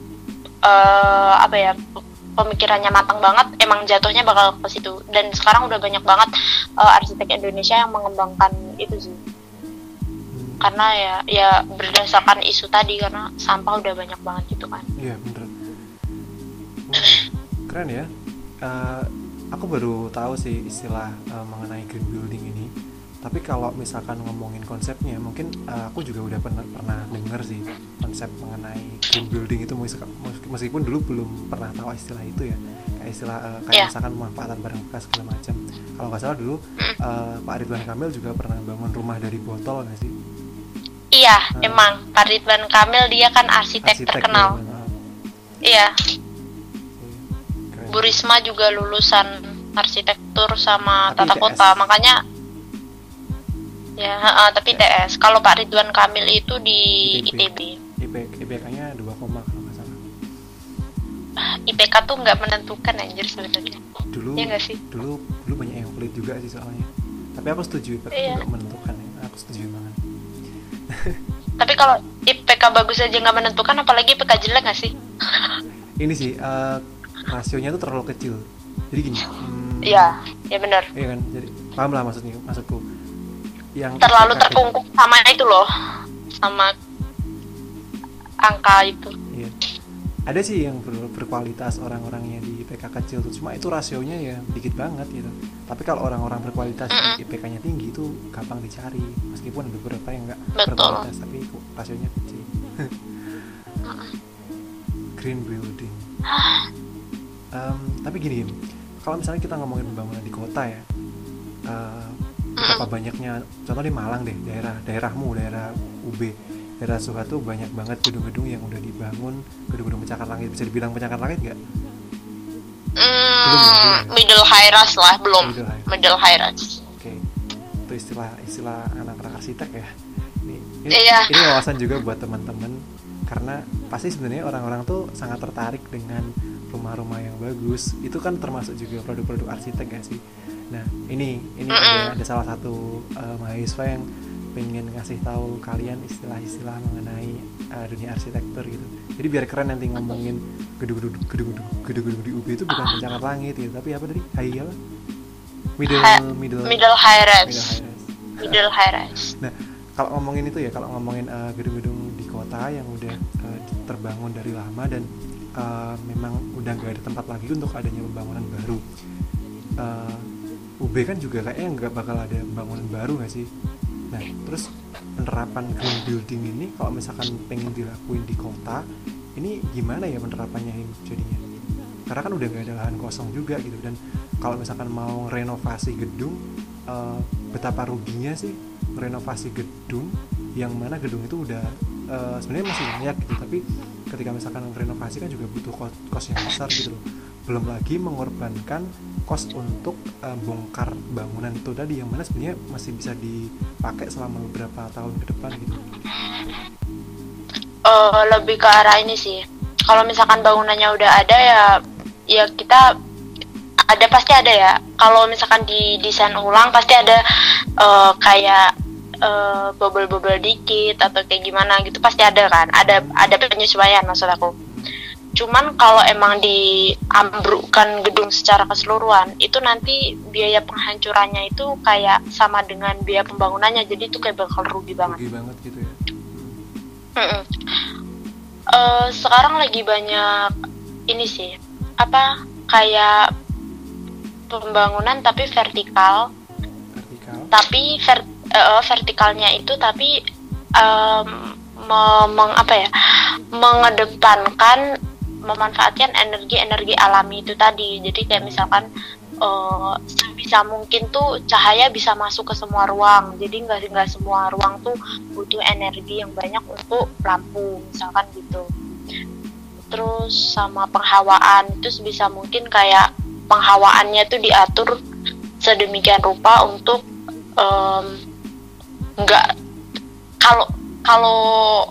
uh, apa ya, pemikirannya matang banget, emang jatuhnya bakal ke situ. Dan sekarang udah banyak banget uh, arsitek Indonesia yang mengembangkan itu sih. Hmm. Karena ya ya berdasarkan isu tadi, karena sampah udah banyak banget gitu kan. Iya bener. Hmm, keren ya. Uh, aku baru tahu sih istilah uh, mengenai green building ini. Tapi kalau misalkan ngomongin konsepnya, mungkin uh, aku juga udah pernah pernah dengar sih konsep mengenai green building itu, meskipun dulu belum pernah tahu istilah itu ya. Kayak istilah uh, kayak Yeah. misalkan pemanfaatan barang bekas segala macam. Kalau nggak salah dulu uh, Pak Ridwan Kamil juga pernah bangun rumah dari botol nggak sih? Iya, Hmm. emang Pak Ridwan Kamil dia kan arsitek, Arsitek terkenal. ya, uh, Iya, keren. Bu Risma juga lulusan arsitektur sama Tapi tata I T S. kota, makanya ya, uh, tapi T S. Kalau Pak Ridwan Kamil itu di I T B. I P K-nya dua koma kalau nggak salah. I P K tuh nggak menentukan anjir sebenarnya. Dulu Iya nggak sih? dulu dulu banyak yang pelit juga sih soalnya. Tapi aku setuju I P K Iya. nggak menentukan ya. Aku setuju banget. Tapi kalau I P K bagus aja nggak menentukan, apalagi I P K jelek nggak sih? Ini sih uh, rasionya tuh terlalu kecil. Jadi gini. hmm, Iya, ya benar. Iya kan. Jadi paham lah maksudnya, maksudku. Yang Terlalu I P K terkungkung sama itu loh, sama angka itu. Iya. ada sih yang ber, berkualitas orang-orangnya di I P K kecil tuh, cuma itu rasionya ya dikit banget gitu. Tapi kalau orang-orang berkualitas I P K-nya tinggi itu gampang dicari, meskipun ada beberapa yang nggak berkualitas tapi rasionya kecil. Green building. Um, tapi gini, kalau misalnya kita ngomongin pembangunan di kota ya, uh, betapa banyaknya, contoh di Malang deh, daerah daerahmu, daerah U B, daerah Suka tuh banyak banget gedung-gedung yang udah dibangun, gedung-gedung pencakar langit. Bisa dibilang pencakar langit nggak? Mm, belum, ya, belum ya? Middle high rise lah, belum. Middle high, middle high rise. Oke, okay. Itu istilah istilah anak-anak arsitek ya. Ini, ini, iya. ini wawasan juga buat teman-teman, karena pasti sebenarnya orang-orang tuh sangat tertarik dengan rumah-rumah yang bagus. Itu kan termasuk juga produk-produk arsitek gak sih? Nah, ini ini ada, ada salah satu uh, mahasiswa yang pengen ngasih tahu kalian istilah-istilah mengenai uh, dunia arsitektur gitu. Jadi biar keren nanti ngomongin gedung-gedung gedung-gedung gedung-gedung di U B itu bukan pencakar langit gitu, tapi apa tadi? High apa? Middle ha- middle middle high rise. Middle high rise. Middle high rise. Nah, kalau ngomongin itu ya, kalau ngomongin uh, gedung-gedung di kota yang udah uh, terbangun dari lama dan uh, memang udah nggak ada tempat lagi untuk adanya pembangunan baru. Uh, U B kan juga kayaknya nggak bakal ada pembangunan baru nggak sih? Nah, terus penerapan green building ini kalau misalkan pengen dilakuin di kota, ini gimana ya penerapannya ini jadinya? Karena kan udah nggak ada lahan kosong juga gitu, dan kalau misalkan mau renovasi gedung, uh, betapa ruginya sih renovasi gedung yang mana gedung itu udah uh, sebenarnya masih layak gitu, tapi ketika misalkan renovasi kan juga butuh kos yang besar gitu loh. Belum lagi mengorbankan kos untuk uh, bongkar bangunan itu tadi, yang mana sebenarnya masih bisa dipakai selama beberapa tahun ke depan gitu. Uh, lebih ke arah ini sih. Kalau misalkan bangunannya udah ada ya, ya kita ada pasti ada ya. Kalau misalkan didesain ulang pasti ada uh, kayak uh, bobol-bobol dikit atau kayak gimana gitu, pasti ada kan. Ada ada penyesuaian maksud aku. Cuman kalau emang diambrukkan gedung secara keseluruhan, itu nanti biaya penghancurannya itu kayak sama dengan biaya pembangunannya, jadi itu kayak bakal rugi banget. Rugi banget gitu ya. Hmm. Uh, sekarang lagi banyak ini sih, apa kayak pembangunan tapi vertikal. Vertikal. Tapi ver, uh, vertikalnya itu tapi um, meng apa ya, mengedepankan memanfaatkan energi-energi alami itu tadi. Jadi kayak misalkan uh, sebisa mungkin tuh cahaya bisa masuk ke semua ruang. Jadi nggak nggak semua ruang tuh butuh energi yang banyak untuk lampu misalkan gitu. Terus sama penghawaan itu sebisa mungkin kayak penghawaannya tuh diatur sedemikian rupa untuk um, nggak kalau kalau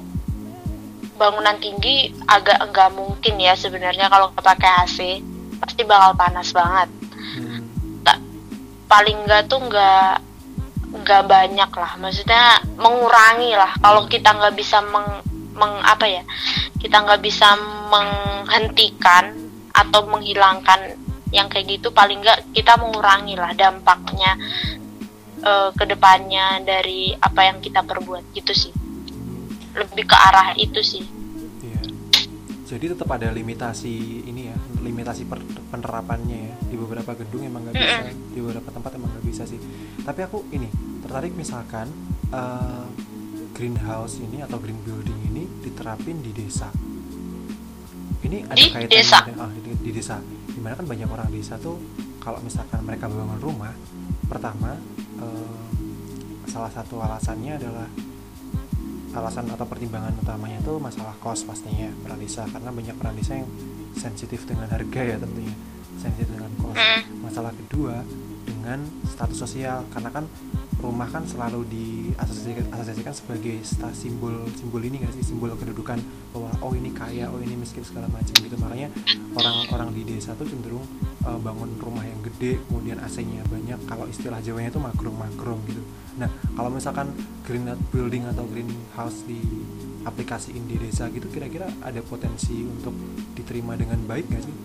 bangunan tinggi agak enggak mungkin ya sebenarnya kalau pakai A C, pasti bakal panas banget. Hmm. Tak, paling enggak tuh enggak enggak banyak lah, maksudnya mengurangi lah. Kalau kita nggak bisa meng, meng apa ya, kita nggak bisa menghentikan atau menghilangkan yang kayak gitu, paling enggak kita mengurangi lah dampaknya uh, ke depannya dari apa yang kita perbuat gitu sih. Lebih ke arah itu sih. Iya. Jadi tetap ada limitasi ini ya, limitasi per- penerapannya ya. Di beberapa gedung emang nggak bisa, mm-hmm. di beberapa tempat emang nggak bisa sih. Tapi aku ini tertarik misalkan uh, greenhouse ini atau green building ini diterapin di desa. Ini ada di kaitannya desa. dengan ah, di, di desa. Dimana kan banyak orang desa tuh kalau misalkan mereka bangun rumah, pertama uh, salah satu alasannya adalah alasan atau pertimbangan utamanya itu masalah kos pastinya orang desa, karena banyak orang desa yang sensitif dengan harga ya tentunya, sensitif dengan kos. Masalah kedua dengan status sosial, karena kan rumah kan selalu diasosiasikan sebagai simbol simbol ini nggak sih, simbol kedudukan bahwa oh ini kaya, oh ini miskin segala macam gitu. Makanya orang-orang di desa tuh cenderung uh, bangun rumah yang gede, kemudian A C-nya banyak, kalau istilah Jawanya itu makrum-makrum gitu. Nah, kalau misalkan green building atau greenhouse di aplikasiin di desa gitu, kira-kira ada potensi untuk diterima dengan baik nggak sih?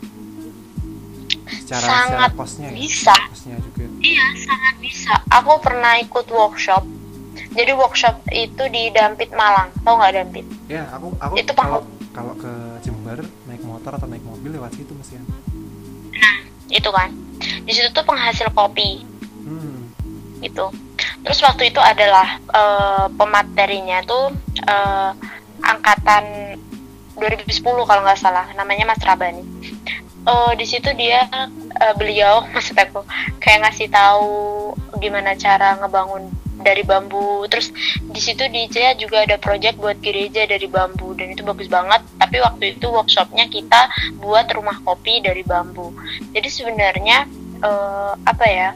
Secara, sangat secara kosnya bisa. Ya, kosnya juga. Iya, sangat bisa. Aku pernah ikut workshop. Jadi workshop itu di Dampit Malang. Tahu nggak Dampit? Ya, aku aku itu kalau kalau ke Jember naik motor atau naik mobil lewat situ Mas ya. Nah itu kan, di situ tuh penghasil kopi. Hmm. Gitu. Terus waktu itu adalah uh, pematerinya tuh uh, angkatan dua ribu sepuluh kalau nggak salah, namanya Mas Rabani. Uh, di situ dia uh, beliau maksud aku kayak ngasih tahu gimana cara ngebangun dari bambu. Terus di situ di I C E A juga ada project buat gereja dari bambu dan itu bagus banget. Tapi waktu itu workshopnya kita buat rumah kopi dari bambu. Jadi sebenarnya uh, apa ya?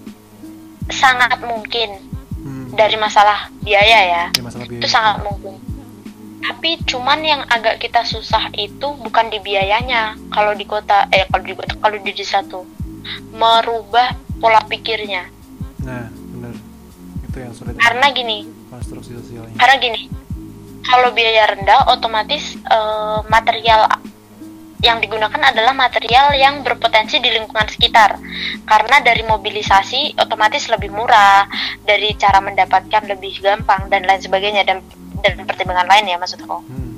sangat mungkin hmm. dari masalah biaya ya, ya masalah biaya. Itu sangat mungkin. Tapi cuman yang agak kita susah itu bukan di biayanya. Kalau di kota, eh kalau di kota, kalau di desa tuh merubah pola pikirnya. Nah, benar. Itu yang sulit. Karena gini. Konstruksi sosialnya. Karena gini. Kalau biaya rendah, otomatis uh, material yang digunakan adalah material yang berpotensi di lingkungan sekitar. Karena dari mobilisasi otomatis lebih murah, dari cara mendapatkan lebih gampang dan lain sebagainya, dan dan pertimbangan lain ya maksud aku. Hmm.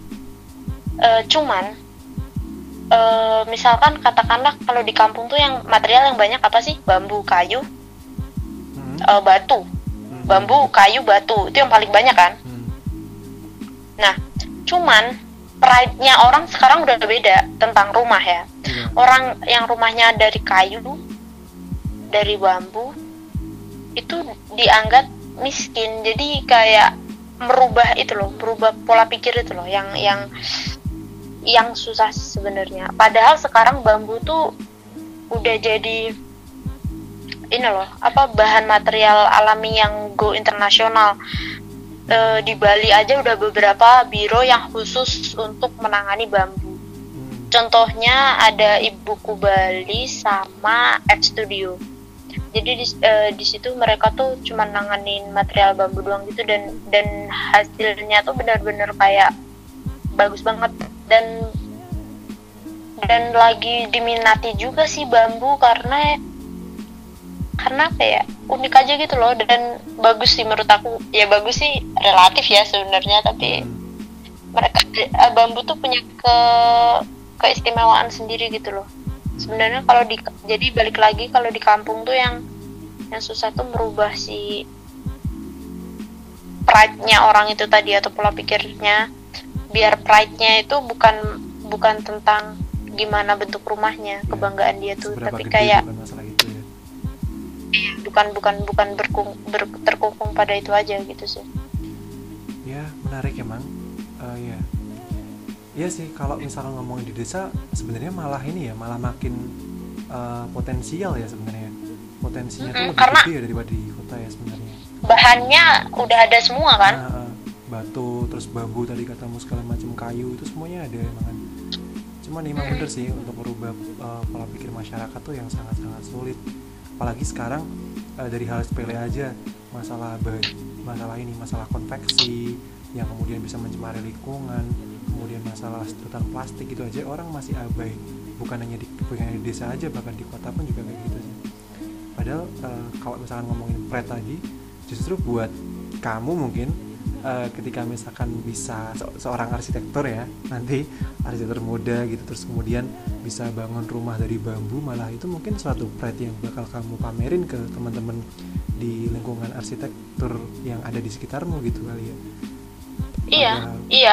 E, cuman e, misalkan katakanlah kalau di kampung tuh yang material yang banyak apa sih? Bambu, kayu, hmm. e, batu. Hmm. Bambu, kayu, batu. Itu yang paling banyak kan? Hmm. Nah, cuman pride-nya orang sekarang udah beda tentang rumah ya. Yeah. Orang yang rumahnya dari kayu, dari bambu, itu dianggap miskin. Jadi kayak merubah itu loh, merubah pola pikir itu loh, yang yang yang susah sebenarnya. Padahal sekarang bambu tuh udah jadi ini loh, apa bahan material alami yang go internasional. E, di Bali aja udah beberapa biro yang khusus untuk menangani bambu. Hmm. Contohnya ada Ibuku Bali sama F Studio. Jadi di, e, di situ mereka tuh cuma nanganin material bambu doang gitu, dan dan hasilnya tuh benar-benar kayak bagus banget, dan dan lagi diminati juga sih bambu karena karena apa ya, unik aja gitu loh, dan bagus sih menurut aku. Ya bagus sih relatif ya sebenarnya, tapi mereka bambu tuh punya ke keistimewaan sendiri gitu loh sebenarnya. Kalau di jadi balik lagi, kalau di kampung tuh yang yang susah tuh merubah si pride-nya orang itu tadi, atau pola pikirnya, biar pride-nya itu bukan bukan tentang gimana bentuk rumahnya, kebanggaan dia tuh, seberapa tapi kayak Iya, bukan bukan bukan berkung, ber, terkungkung pada itu aja gitu sih. Ya menarik emang. Uh, ya, iya sih kalau misalnya ngomongin di desa sebenarnya malah ini ya, malah makin uh, potensial ya sebenarnya. Potensinya mm-hmm, tuh lebih gede ya daripada di kota ya sebenarnya. Bahannya udah ada semua kan? Nah, uh, batu, terus bambu tadi katamu, segala macam kayu itu semuanya ada emang kan. Cuman emang mm-hmm. bener sih untuk merubah uh, pola pikir masyarakat tuh yang sangat-sangat sulit. Apalagi sekarang uh, dari hal sepele aja, masalah bahan, masalah ini, masalah konveksi yang kemudian bisa mencemari lingkungan, kemudian masalah sedotan plastik itu aja orang masih abai. Bukan hanya di, bukan hanya di desa aja, bahkan di kota pun juga kayak gitu sih. Padahal uh, kalau misalkan ngomongin pride tadi, justru buat kamu mungkin uh, ketika misalkan bisa se- seorang arsitektur ya, nanti arsitektur muda gitu, terus kemudian bisa bangun rumah dari bambu, malah itu mungkin suatu pride yang bakal kamu pamerin ke teman-teman di lingkungan arsitektur yang ada di sekitarmu gitu kali ya. Iya, Padahal, iya.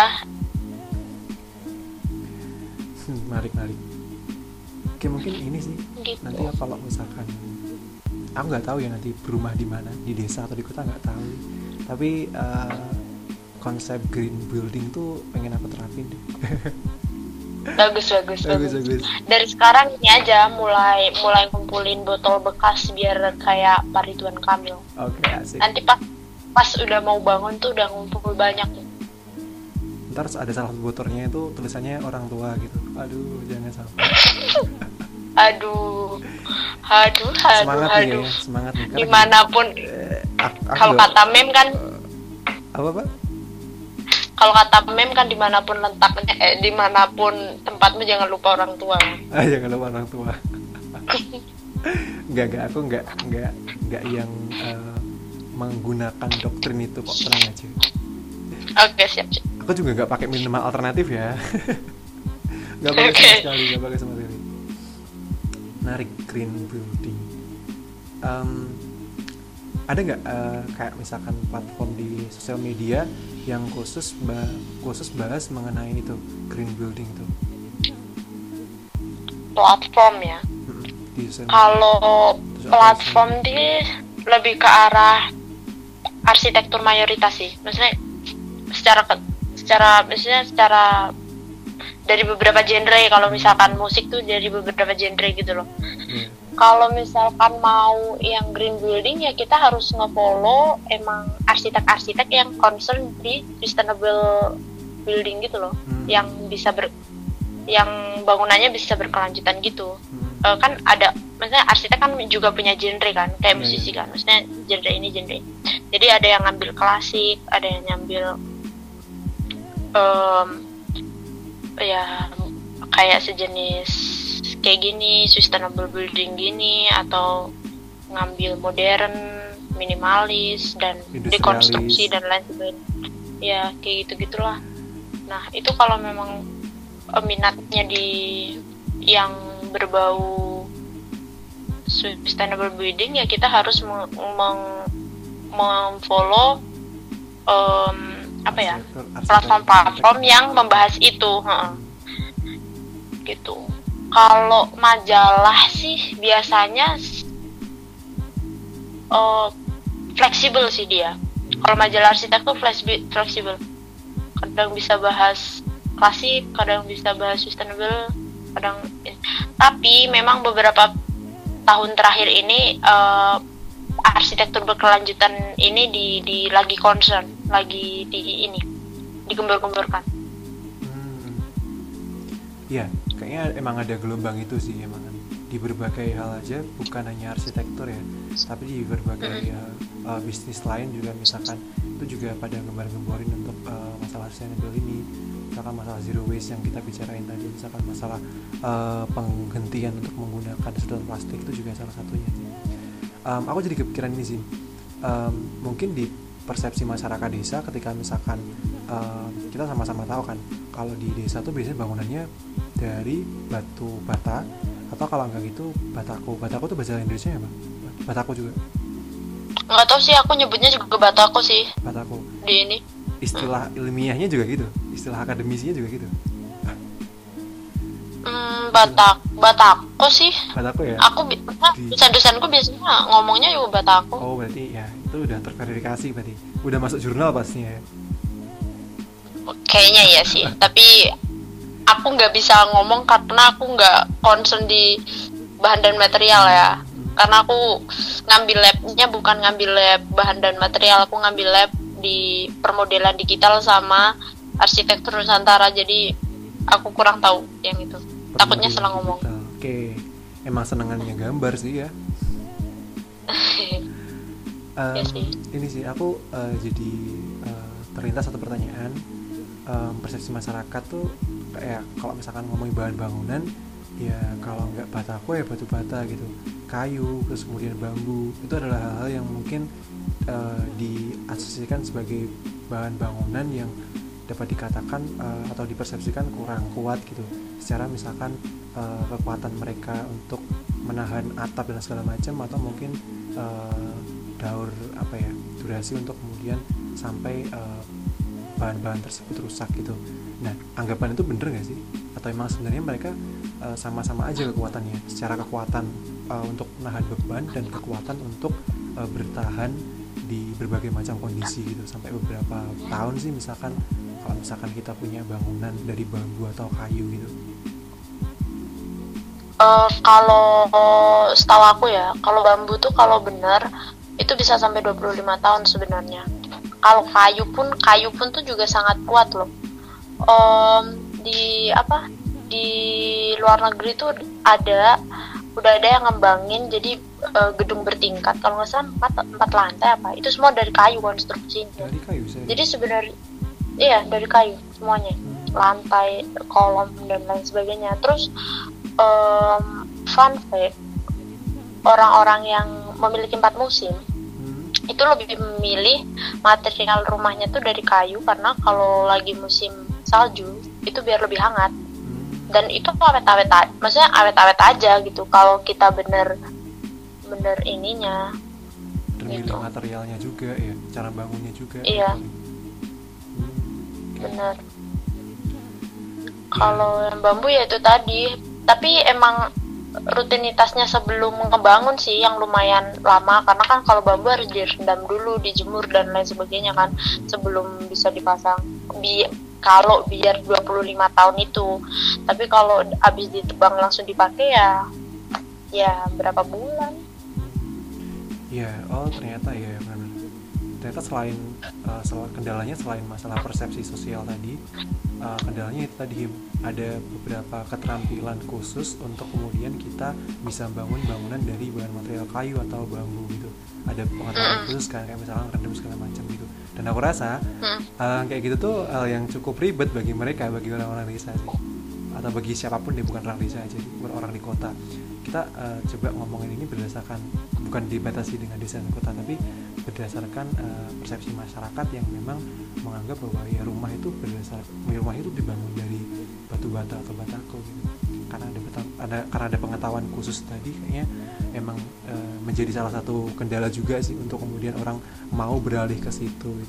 Hmm, menarik-menarik. Oke, mungkin ini sih gitu. Nanti ya kalau misalkan aku nggak tahu ya nanti berumah di mana, di desa atau di kota nggak tahu. Tapi uh, konsep green building tuh pengen aku terapin deh. bagus, bagus, bagus, bagus. Dari sekarang ini aja mulai mulai kumpulin botol bekas biar kayak Pak Ridwan Kamil. Oke, okay, asik. Nanti pas pas udah mau bangun tuh udah ngumpul banyak. Ntar ada salah satu botolnya itu tulisannya orang tua gitu. Aduh, jangan sampai. aduh, aduh, aduh, semangat aduh. Nih, ya, semangat nih. Dimanapun. Eh, ak- kalau kata meme kan. Apa pak? Kalau kata meme kan dimanapun letaknya, eh dimanapun tempatmu jangan lupa orang tua. Ah, jangan lupa orang tua. Enggak, enggak, aku enggak, enggak, enggak yang uh, menggunakan doktrin itu kok, tenang aja. Oke, siap, siap. Aku juga nggak pakai minimal alternatif ya. Nggak pakai sama Oke. sekali, nggak pakai sama sekali. Menarik, green building. Em, ada nggak eh, kayak misalkan platform di sosial media yang khusus ba- khusus bahas mengenai itu green building itu? Platform ya. Mm-mm, di sosial media. Kalau Terus apa platform sih? di lebih ke arah arsitektur mayoritas sih. Maksudnya secara ke- secara maksudnya secara dari beberapa genre, kalau misalkan musik tuh dari beberapa genre gitu loh. Iya. Kalau misalkan mau yang green building ya kita harus nge-follow emang arsitek-arsitek yang concern di sustainable building gitu loh, Hmm. yang bisa ber yang bangunannya bisa berkelanjutan gitu. Hmm. Eh, kan ada, maksudnya arsitek kan juga punya genre kan, kayak Iya, musisi iya. kan, maksudnya genre ini genre ini. Jadi ada yang ngambil klasik, ada yang ngambil em, ya kayak sejenis kayak gini, sustainable building gini, atau ngambil modern, minimalis, dan Industrialis. dekonstruksi dan lain sebagainya. Ya kayak gitu gitulah. Nah itu kalau memang eh, minatnya di yang berbau sustainable building ya kita harus meng- meng- memfollow em, apa ya Arsitektur- arsitek- platform-platform arsitek. yang membahas itu, heeh, gitu. Kalau majalah sih biasanya eh, fleksibel sih dia. Kalau majalah arsitek tuh flexi- fleksibel. Kadang bisa bahas klasik, kadang bisa bahas sustainable, kadang. Tapi memang beberapa tahun terakhir ini eh, arsitektur berkelanjutan ini di, di lagi concern, lagi di ini digembor-gemborkan. Hmm. Ya, kayaknya emang ada gelombang itu sih emang di berbagai hal aja, bukan hanya arsitektur ya, tapi di berbagai uh, uh, bisnis lain juga misalkan itu juga pada gembar-gemborin untuk uh, masalah sustainable ini, misalkan masalah zero waste yang kita bicarain tadi, misalkan masalah uh, penghentian untuk menggunakan sedotan plastik itu juga salah satunya sih. Um, aku jadi kepikiran ini sih, um, mungkin di persepsi masyarakat desa ketika misalkan uh, kita sama-sama tahu kan kalau di desa tuh biasanya bangunannya dari batu bata, atau kalau enggak gitu bataku. Bataku tuh bahasa Indonesia apa? Bataku juga. Nggak tahu sih, aku nyebutnya juga batako sih Bataku. di ini. Istilah ilmiahnya juga gitu. Istilah akademisinya juga gitu. Hmm, batak batako sih. Bataku ya. Aku bi- Di- dosen-dosenku biasanya ngomongnya juga batako. Oh, berarti ya itu udah terverifikasi berarti. Udah masuk jurnal pastinya ya. Kayaknya ya sih, tapi aku nggak bisa ngomong karena aku nggak concern di bahan dan material ya. Karena aku ngambil labnya bukan ngambil lab bahan dan material, aku ngambil lab di permodelan digital sama arsitektur Nusantara. Jadi aku kurang tahu yang itu. Takutnya salah ngomong. Digital. Oke. Emang senengannya gambar sih ya. Um, Iya sih. Ini sih aku uh, jadi uh, terlintas satu pertanyaan. Um, persepsi masyarakat tuh kayak kalau misalkan ngomongin bahan bangunan, ya kalau nggak batako ya batu bata gitu, kayu, terus kemudian bambu, itu adalah hal-hal yang mungkin uh, diasosiasikan sebagai bahan bangunan yang dapat dikatakan uh, atau dipersepsikan kurang kuat gitu, secara misalkan uh, kekuatan mereka untuk menahan atap dan segala macam, atau mungkin uh, daur apa ya durasi untuk kemudian sampai uh, bahan-bahan tersebut rusak gitu. Nah, anggapan itu bener nggak sih? Atau emang sebenarnya mereka uh, sama-sama aja kekuatannya, secara kekuatan uh, untuk menahan beban dan kekuatan untuk uh, bertahan di berbagai macam kondisi gitu sampai beberapa tahun sih, misalkan kalau misalkan kita punya bangunan dari bambu atau kayu gitu. Eh, kalau setahu aku ya, kalau bambu tuh kalau benar itu bisa sampai dua puluh lima tahun sebenarnya. Kalau kayu pun, kayu pun tuh juga sangat kuat loh. Em, di apa? Di luar negeri tuh ada, udah ada yang ngembangin jadi eh, gedung bertingkat. Kalau nggak salah empat, empat lantai apa? Itu semua dari kayu konstruksinya. Dari kayu saya. Jadi sebenarnya iya dari kayu semuanya, lantai, kolom dan lain sebagainya. Terus um, fun fact, orang-orang yang memiliki empat musim Hmm. itu lebih memilih material rumahnya tuh dari kayu, karena kalau lagi musim salju itu biar lebih hangat. Hmm. Dan itu awet-awet aja, maksudnya awet-awet aja gitu kalau kita bener bener ininya Termilih gitu. materialnya juga ya, cara bangunnya juga. Iya. Hmm. Bener. Kalau yang bambu ya itu tadi, tapi emang rutinitasnya sebelum ngebangun sih yang lumayan lama, karena kan kalau bambu harus direndam dulu, dijemur dan lain sebagainya kan sebelum bisa dipasang. Bi kalau biar dua puluh lima tahun itu. Tapi kalau habis ditebang langsung dipakai ya ya berapa bulan. Ya, oh ternyata ya benar. Ternyata selain uh, sel- kendalanya selain masalah persepsi sosial tadi, uh, kendalanya itu tadi ada beberapa keterampilan khusus untuk kemudian kita bisa bangun bangunan dari bahan material kayu atau bambu gitu. Ada pengetahuan Mm-mm. khusus kan, kayak misalnya rendam segala macam gitu. Dan aku rasa Mm. uh, kayak gitu tuh hal yang cukup ribet bagi mereka, bagi orang-orang desa sih, atau bagi siapapun deh, bukan orang desa aja, bukan orang di kota. Kita uh, coba ngomongin ini berdasarkan, bukan dibatasi dengan desa dan kota, tapi berdasarkan uh, persepsi masyarakat yang memang menganggap bahwa ya rumah itu berdasar rumah itu dibangun dari batu bata atau batako gitu. Karena ada, ada karena ada pengetahuan khusus tadi, kayaknya emang uh, menjadi salah satu kendala juga sih untuk kemudian orang mau beralih ke situ gitu.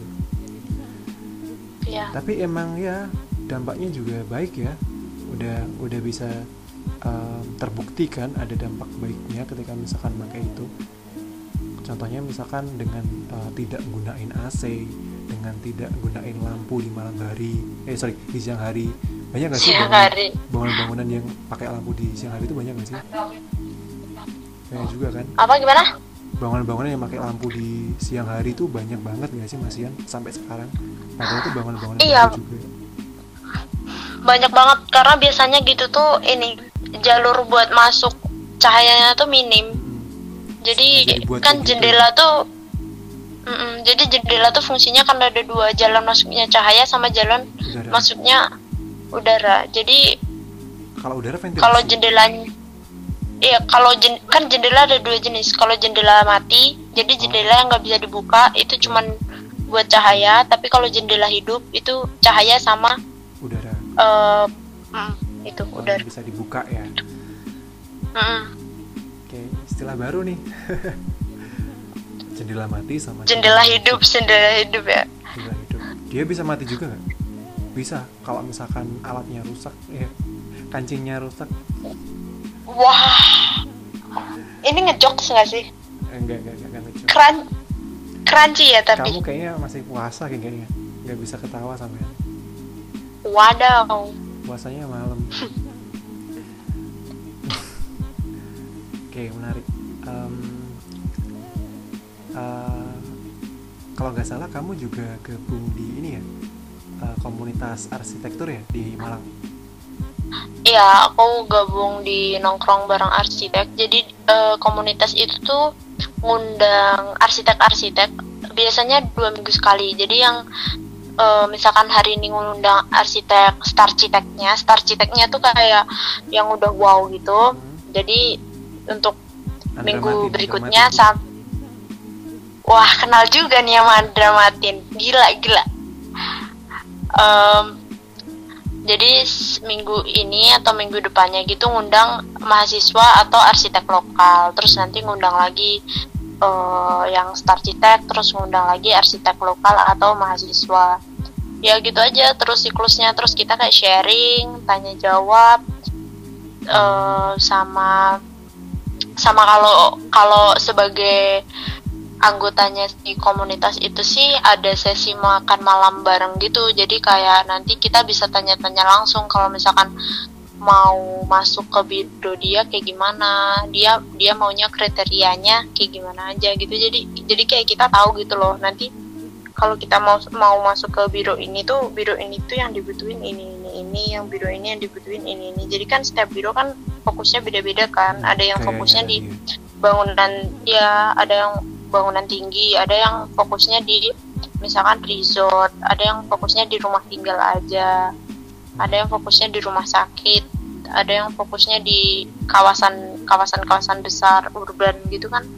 Ya. Tapi emang ya dampaknya juga baik ya, udah udah bisa um, terbukti kan ada dampak baiknya ketika misalkan pakai itu. Contohnya misalkan dengan uh, tidak gunain A C, dengan tidak gunain lampu di malam hari, eh sorry di siang hari. Banyak nggak sih Siang bangunan, hari. bangunan-bangunan yang pakai lampu di siang hari itu banyak nggak sih? Banyak juga kan. Apa gimana? Bangunan-bangunan yang pakai lampu di siang hari itu banyak banget nggak sih Masian sampai sekarang? Padahal itu bangunan-bangunan Iya. baru juga. Banyak banget, karena biasanya gitu tuh ini jalur buat masuk cahayanya tuh minim. Hmm. Jadi Jadi buat kan kayak gitu. jendela tuh mm-mm, jadi jendela tuh fungsinya kan ada dua, jalan masuknya cahaya sama jalan Udara. masuknya udara. Jadi Kalau udara ventilasi. kalau jendelanya iya, kalau jen, kan jendela ada dua jenis. Kalau jendela mati, jadi jendela yang nggak bisa dibuka itu cuman buat cahaya. Tapi kalau jendela hidup itu cahaya sama udara. uh, mm, itu Oh, udara. bisa dibuka ya. Mm-mm. Oke, istilah baru nih. Jendela mati sama Jendela hidup, jendela hidup ya. jendela hidup. Dia bisa mati juga nggak? Bisa. Kalau misalkan alatnya rusak, ya, kancingnya rusak. Wah, ini ngejokes nggak sih? Eh, enggak, enggak, enggak, enggak lucu. Keren, crunchy ya tapi. Kamu kayaknya masih puasa kayaknya. Nggak bisa ketawa sampai. Wadaw. Puasanya malam. Oke, menarik. Um, uh, kalau nggak salah kamu juga gabung di ini ya, uh, komunitas arsitektur ya di Malang. Iya, aku gabung di nongkrong bareng arsitek. Jadi eh, komunitas itu tuh ngundang arsitek-arsitek. Biasanya dua minggu sekali. Jadi yang eh, misalkan hari ini ngundang arsitek, starchiteknya, starchiteknya tuh kayak yang udah wow gitu. Hmm. Jadi untuk Andra minggu Matin, berikutnya Andra Matin. sam wah, kenal juga nih sama Andra Matin. Gila, gila. Em, jadi s- minggu ini atau minggu depannya gitu ngundang mahasiswa atau arsitek lokal. Terus nanti ngundang lagi eh, yang starchitek, terus ngundang lagi arsitek lokal atau mahasiswa. Ya gitu aja terus siklusnya. Terus kita kayak sharing, tanya jawab, eh, sama sama kalau kalau sebagai anggotanya di komunitas itu sih ada sesi makan malam bareng gitu. Jadi kayak nanti kita bisa tanya-tanya langsung kalau misalkan mau masuk ke biro dia kayak gimana, dia dia maunya kriterianya kayak gimana aja gitu. Jadi jadi kayak kita tahu gitu loh nanti kalau kita mau mau masuk ke biro ini tuh, biro ini tuh yang dibutuhin ini ini ini, yang biro ini yang dibutuhin ini ini. Jadi kan setiap biro kan fokusnya beda-beda kan. Ada yang Kayaknya fokusnya ada, di iya. bangunan, ya ada yang bangunan tinggi, ada yang fokusnya di misalkan resort, ada yang fokusnya di rumah tinggal aja, ada yang fokusnya di rumah sakit, ada yang fokusnya di kawasan kawasan kawasan besar urban gitu kan.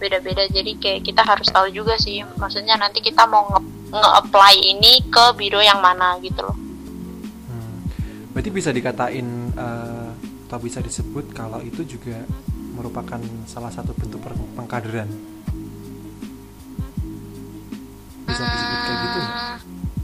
beda-beda. Jadi kayak kita harus tahu juga sih, maksudnya nanti kita mau nge- nge-apply ini ke biro yang mana gitu loh. Hmm. Berarti bisa dikatain uh, atau bisa disebut kalau itu juga merupakan salah satu bentuk pengkaderan. Bisa disebut kayak gitu nggak?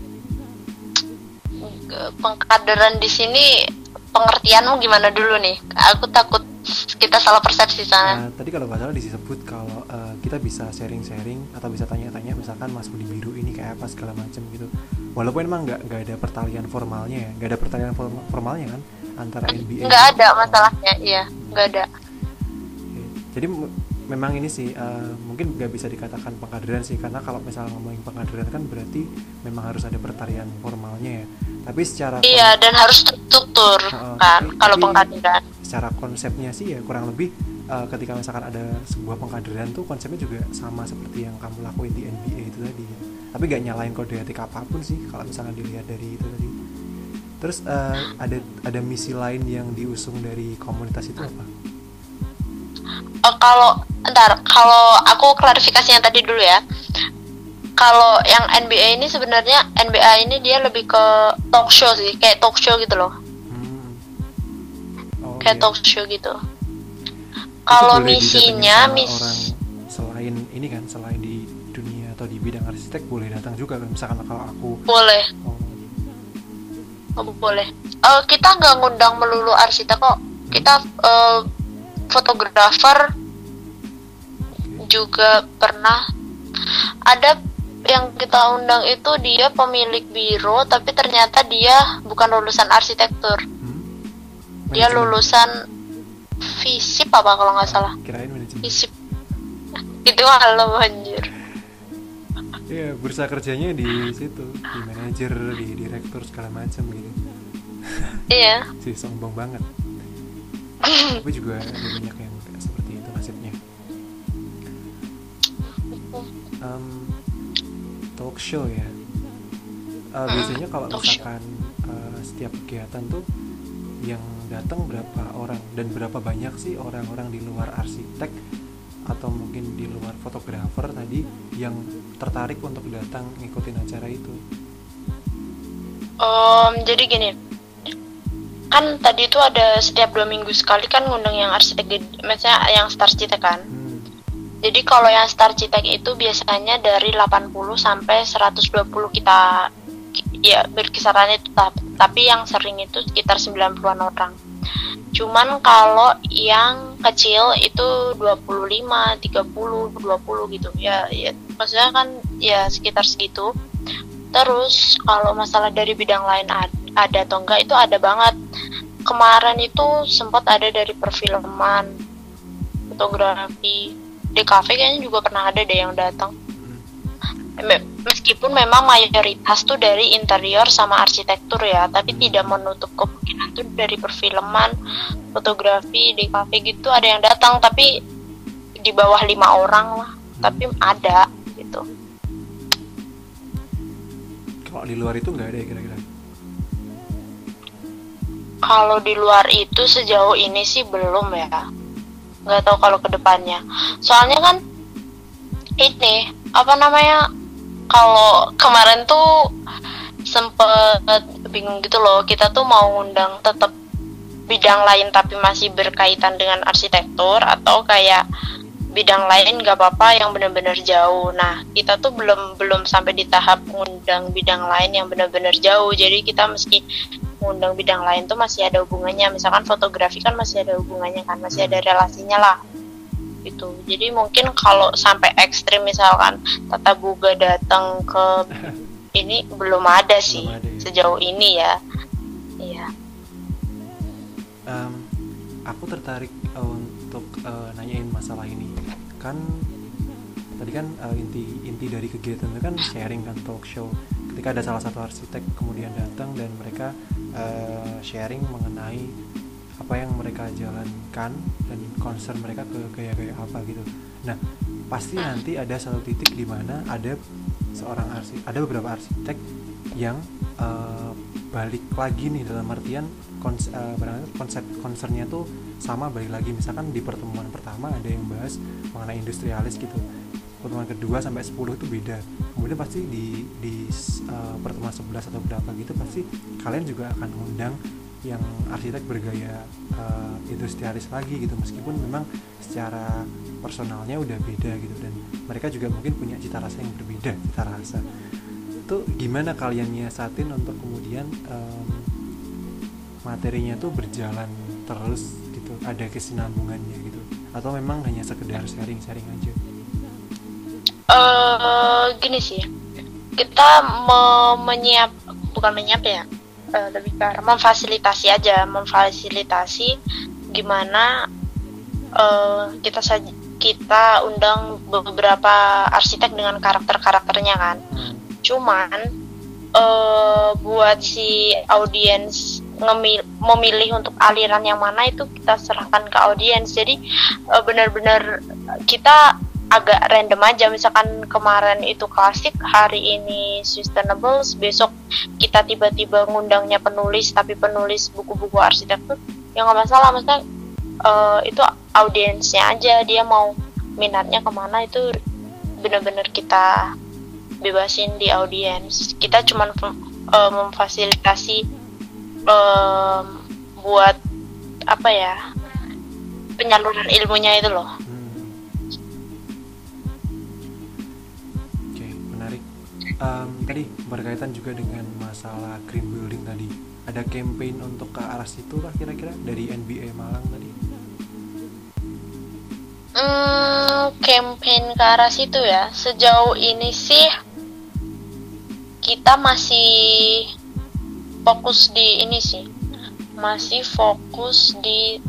Pengkaderan di sini pengertianmu gimana dulu nih? Aku takut kita salah persepsi sana. Nah, tadi kalau nggak salah disebut kalau uh, kita bisa sharing-sharing atau bisa tanya-tanya, misalkan Mas di biru ini kayak apa segala macam gitu. Walaupun emang nggak nggak ada pertalian formalnya ya, nggak ada pertalian form- formalnya kan antara N B A. Nggak ada masalahnya, iya nggak ada. Oke. Jadi m- memang ini sih uh, mungkin nggak bisa dikatakan pengkaderan sih, karena kalau misalnya ngomongin pengkaderan kan berarti memang harus ada pertalian formalnya ya. Tapi secara iya kon- dan harus terstruktur uh, kan tapi, kalau tapi pengkaderan. Secara konsepnya sih ya kurang lebih uh, ketika misalkan ada sebuah pengkaderan tuh konsepnya juga sama seperti yang kamu lakuin di N B A itu tadi. Tapi nggak nyalain kode etik apapun sih kalau misalkan dilihat dari itu tadi. Terus uh, ada ada misi lain yang diusung dari komunitas itu apa? Oh, kalau ntar kalau aku klarifikasi yang tadi dulu ya. Kalau yang N B A ini sebenarnya N B A ini dia lebih ke talk show sih, kayak talk show gitu loh. Hmm. Oh, kayak iya. talk show gitu. Kalau boleh misinya didatengin sama mis orang selain ini kan, selain di dunia atau di bidang arsitek boleh datang juga kan, misalkan kalau aku boleh, oh, oh, boleh. Eh, kita nggak ngundang melulu arsitek kok. Kita eh, fotografer juga pernah. Ada yang kita undang itu dia pemilik biro, tapi ternyata dia bukan lulusan arsitektur. hmm? Dia Manajemen. lulusan FISIP apa kalau nggak salah. Kirain manajemen. FISIP. Itu halo anjir. Iya, bursa kerjanya di situ, di manajer, di direktur segala macam gitu. Iya. Sih sombong banget. Tapi juga ada banyak yang kayak seperti itu nasibnya. Um, talk show ya. Uh, biasanya kalau talk show. misalkan uh, setiap kegiatan tuh yang datang berapa orang dan berapa banyak sih orang-orang di luar arsitek atau mungkin di luar fotografer tadi yang tertarik untuk datang ngikutin acara itu? Um, jadi gini, kan tadi itu ada setiap dua minggu sekali kan ngundang yang arsitek, misalnya yang star arsitek kan. Hmm. Jadi kalau yang star arsitek itu biasanya dari delapan puluh sampai seratus dua puluh kita, ya berkisarannya itu, tapi yang sering itu sekitar sembilan puluhan orang. Cuman kalau yang kecil itu dua puluh lima, tiga puluh, dua puluh gitu. Ya, ya maksudnya kan ya sekitar segitu. Terus kalau masalah dari bidang lain ada, ada atau enggak itu ada banget. Kemarin itu sempat ada dari perfilman, fotografi, D K V kayaknya juga pernah ada deh yang datang. Meskipun memang mayoritas tuh dari interior sama arsitektur ya, tapi tidak menutup kemungkinan tuh dari perfilman, fotografi, D K V gitu ada yang datang, tapi di bawah lima orang lah, tapi ada gitu. Kalau di luar itu nggak ada ya kira-kira? Kalau di luar itu sejauh ini sih belum ya, nggak tahu kalau kedepannya. Soalnya kan ini apa namanya, kalau kemarin tuh sempet bingung gitu loh, kita tuh mau ngundang tetap bidang lain tapi masih berkaitan dengan arsitektur atau kayak bidang lain nggak apa-apa yang benar-benar jauh. Nah kita tuh belum belum sampai di tahap ngundang bidang lain yang benar-benar jauh, jadi kita meski ngundang bidang lain tuh masih ada hubungannya. Misalkan fotografi kan masih ada hubungannya kan, masih ada relasinya lah gitu. Jadi mungkin kalau sampai ekstrim misalkan Tata Boga datang ke ini belum ada sih, Belum ada ya. sejauh ini ya. Iya. Um, aku tertarik uh, untuk uh, nanyain masalah ini. Kan tadi kan uh, inti inti dari kegiatan itu kan sharing kan, talk show. Ketika ada salah satu arsitek kemudian datang dan mereka uh, sharing mengenai apa yang mereka jalankan dan concern mereka ke gaya-gaya apa gitu. Nah, pasti nanti ada satu titik di mana ada seorang arsitek, ada beberapa arsitek yang uh, balik lagi nih, dalam artian kons- uh, konsep concernnya tuh sama balik lagi, misalkan di pertemuan pertama ada yang bahas mengenai industrialis gitu, pertemuan kedua sampai sepuluh itu beda, kemudian pasti di di uh, pertemuan sebelas atau berapa gitu pasti kalian juga akan undang yang arsitek bergaya uh, industrialis lagi gitu, meskipun memang secara personalnya udah beda gitu, dan mereka juga mungkin punya cita rasa yang berbeda, cita rasa itu gimana kalian nyiasatin untuk kemudian um, materinya tuh berjalan terus gitu, ada kesinambungannya gitu, atau memang hanya sekedar sharing-sharing aja? Uh, gini sih, kita me- menyiap bukan menyiap ya, uh, lebih ke arah memfasilitasi aja, memfasilitasi gimana uh, kita saja kita undang beberapa arsitek dengan karakter-karakternya kan. Hmm. Cuman uh, buat si audiens ngemil- memilih untuk aliran yang mana itu kita serahkan ke audiens. Jadi uh, benar-benar kita agak random aja, misalkan kemarin itu klasik, hari ini sustainable, besok kita tiba-tiba ngundangnya penulis tapi penulis buku-buku arsitektur, ya nggak masalah, maksudnya uh, itu audiensnya aja, dia mau minatnya kemana itu benar-benar kita bebasin di audiens. Kita cuma uh, memfasilitasi uh, buat apa ya, penyaluran ilmunya itu loh. Um, tadi berkaitan juga dengan masalah green building tadi, ada campaign untuk ke arah situ kah kira-kira dari N B A Malang tadi? Hmm, campaign ke arah situ ya, sejauh ini sih kita masih fokus di ini sih, masih fokus di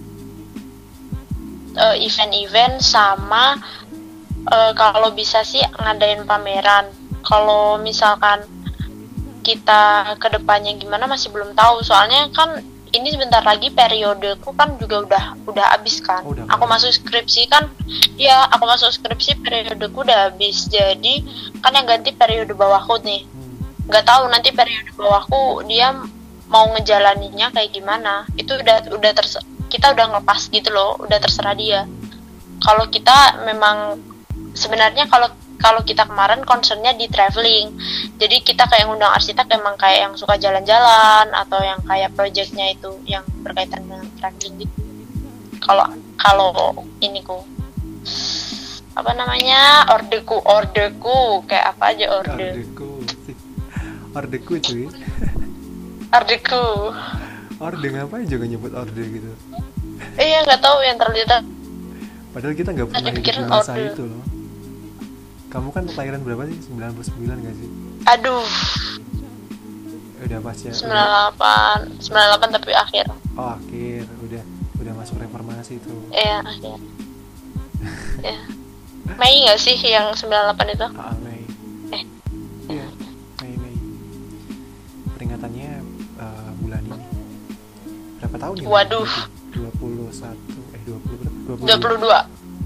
uh, event-event sama uh, kalau bisa sih ngadain pameran. Kalau misalkan kita kedepannya gimana masih belum tahu, soalnya kan ini sebentar lagi periodeku kan juga udah udah habis kan. Oh, aku masuk skripsi kan, ya aku masuk skripsi periodeku udah habis, jadi kan yang ganti periode bawahku nih. Nggak tahu nanti periode bawahku dia mau ngejalaninya kayak gimana. Itu udah udah terse- kita udah ngelepas gitu loh, udah terserah dia. Kalau kita memang sebenarnya kalau kalau kita kemarin concernnya di traveling, jadi kita kayak ngundang arsitek emang kayak yang suka jalan-jalan atau yang kayak projectnya itu yang berkaitan dengan traveling gitu. Kalau kalau ini ku apa namanya, ordeku ordeku kayak apa aja orde ordeku ordeku cuy ordeku orde ngapain juga nyebut orde gitu? Iya nggak tahu yang terlihat. Padahal kita nggak pernah hidup di masa orde itu loh. Kamu kan kelahiran berapa sih? sembilan puluh sembilan gak sih? Aduh. Udah pas ya. sembilan puluh delapan sembilan puluh delapan tapi akhir. Oh, akhir. Udah udah masuk reformasi itu. Iya, akhir. Ya. Mei enggak sih yang sembilan puluh delapan itu? Ah, Mei. Eh. Iya. Mei Mei. Peringatannya uh, bulan ini. Berapa tahun ya? Waduh. dua puluh satu eh dua puluh berapa? dua puluh dua. dua puluh dua.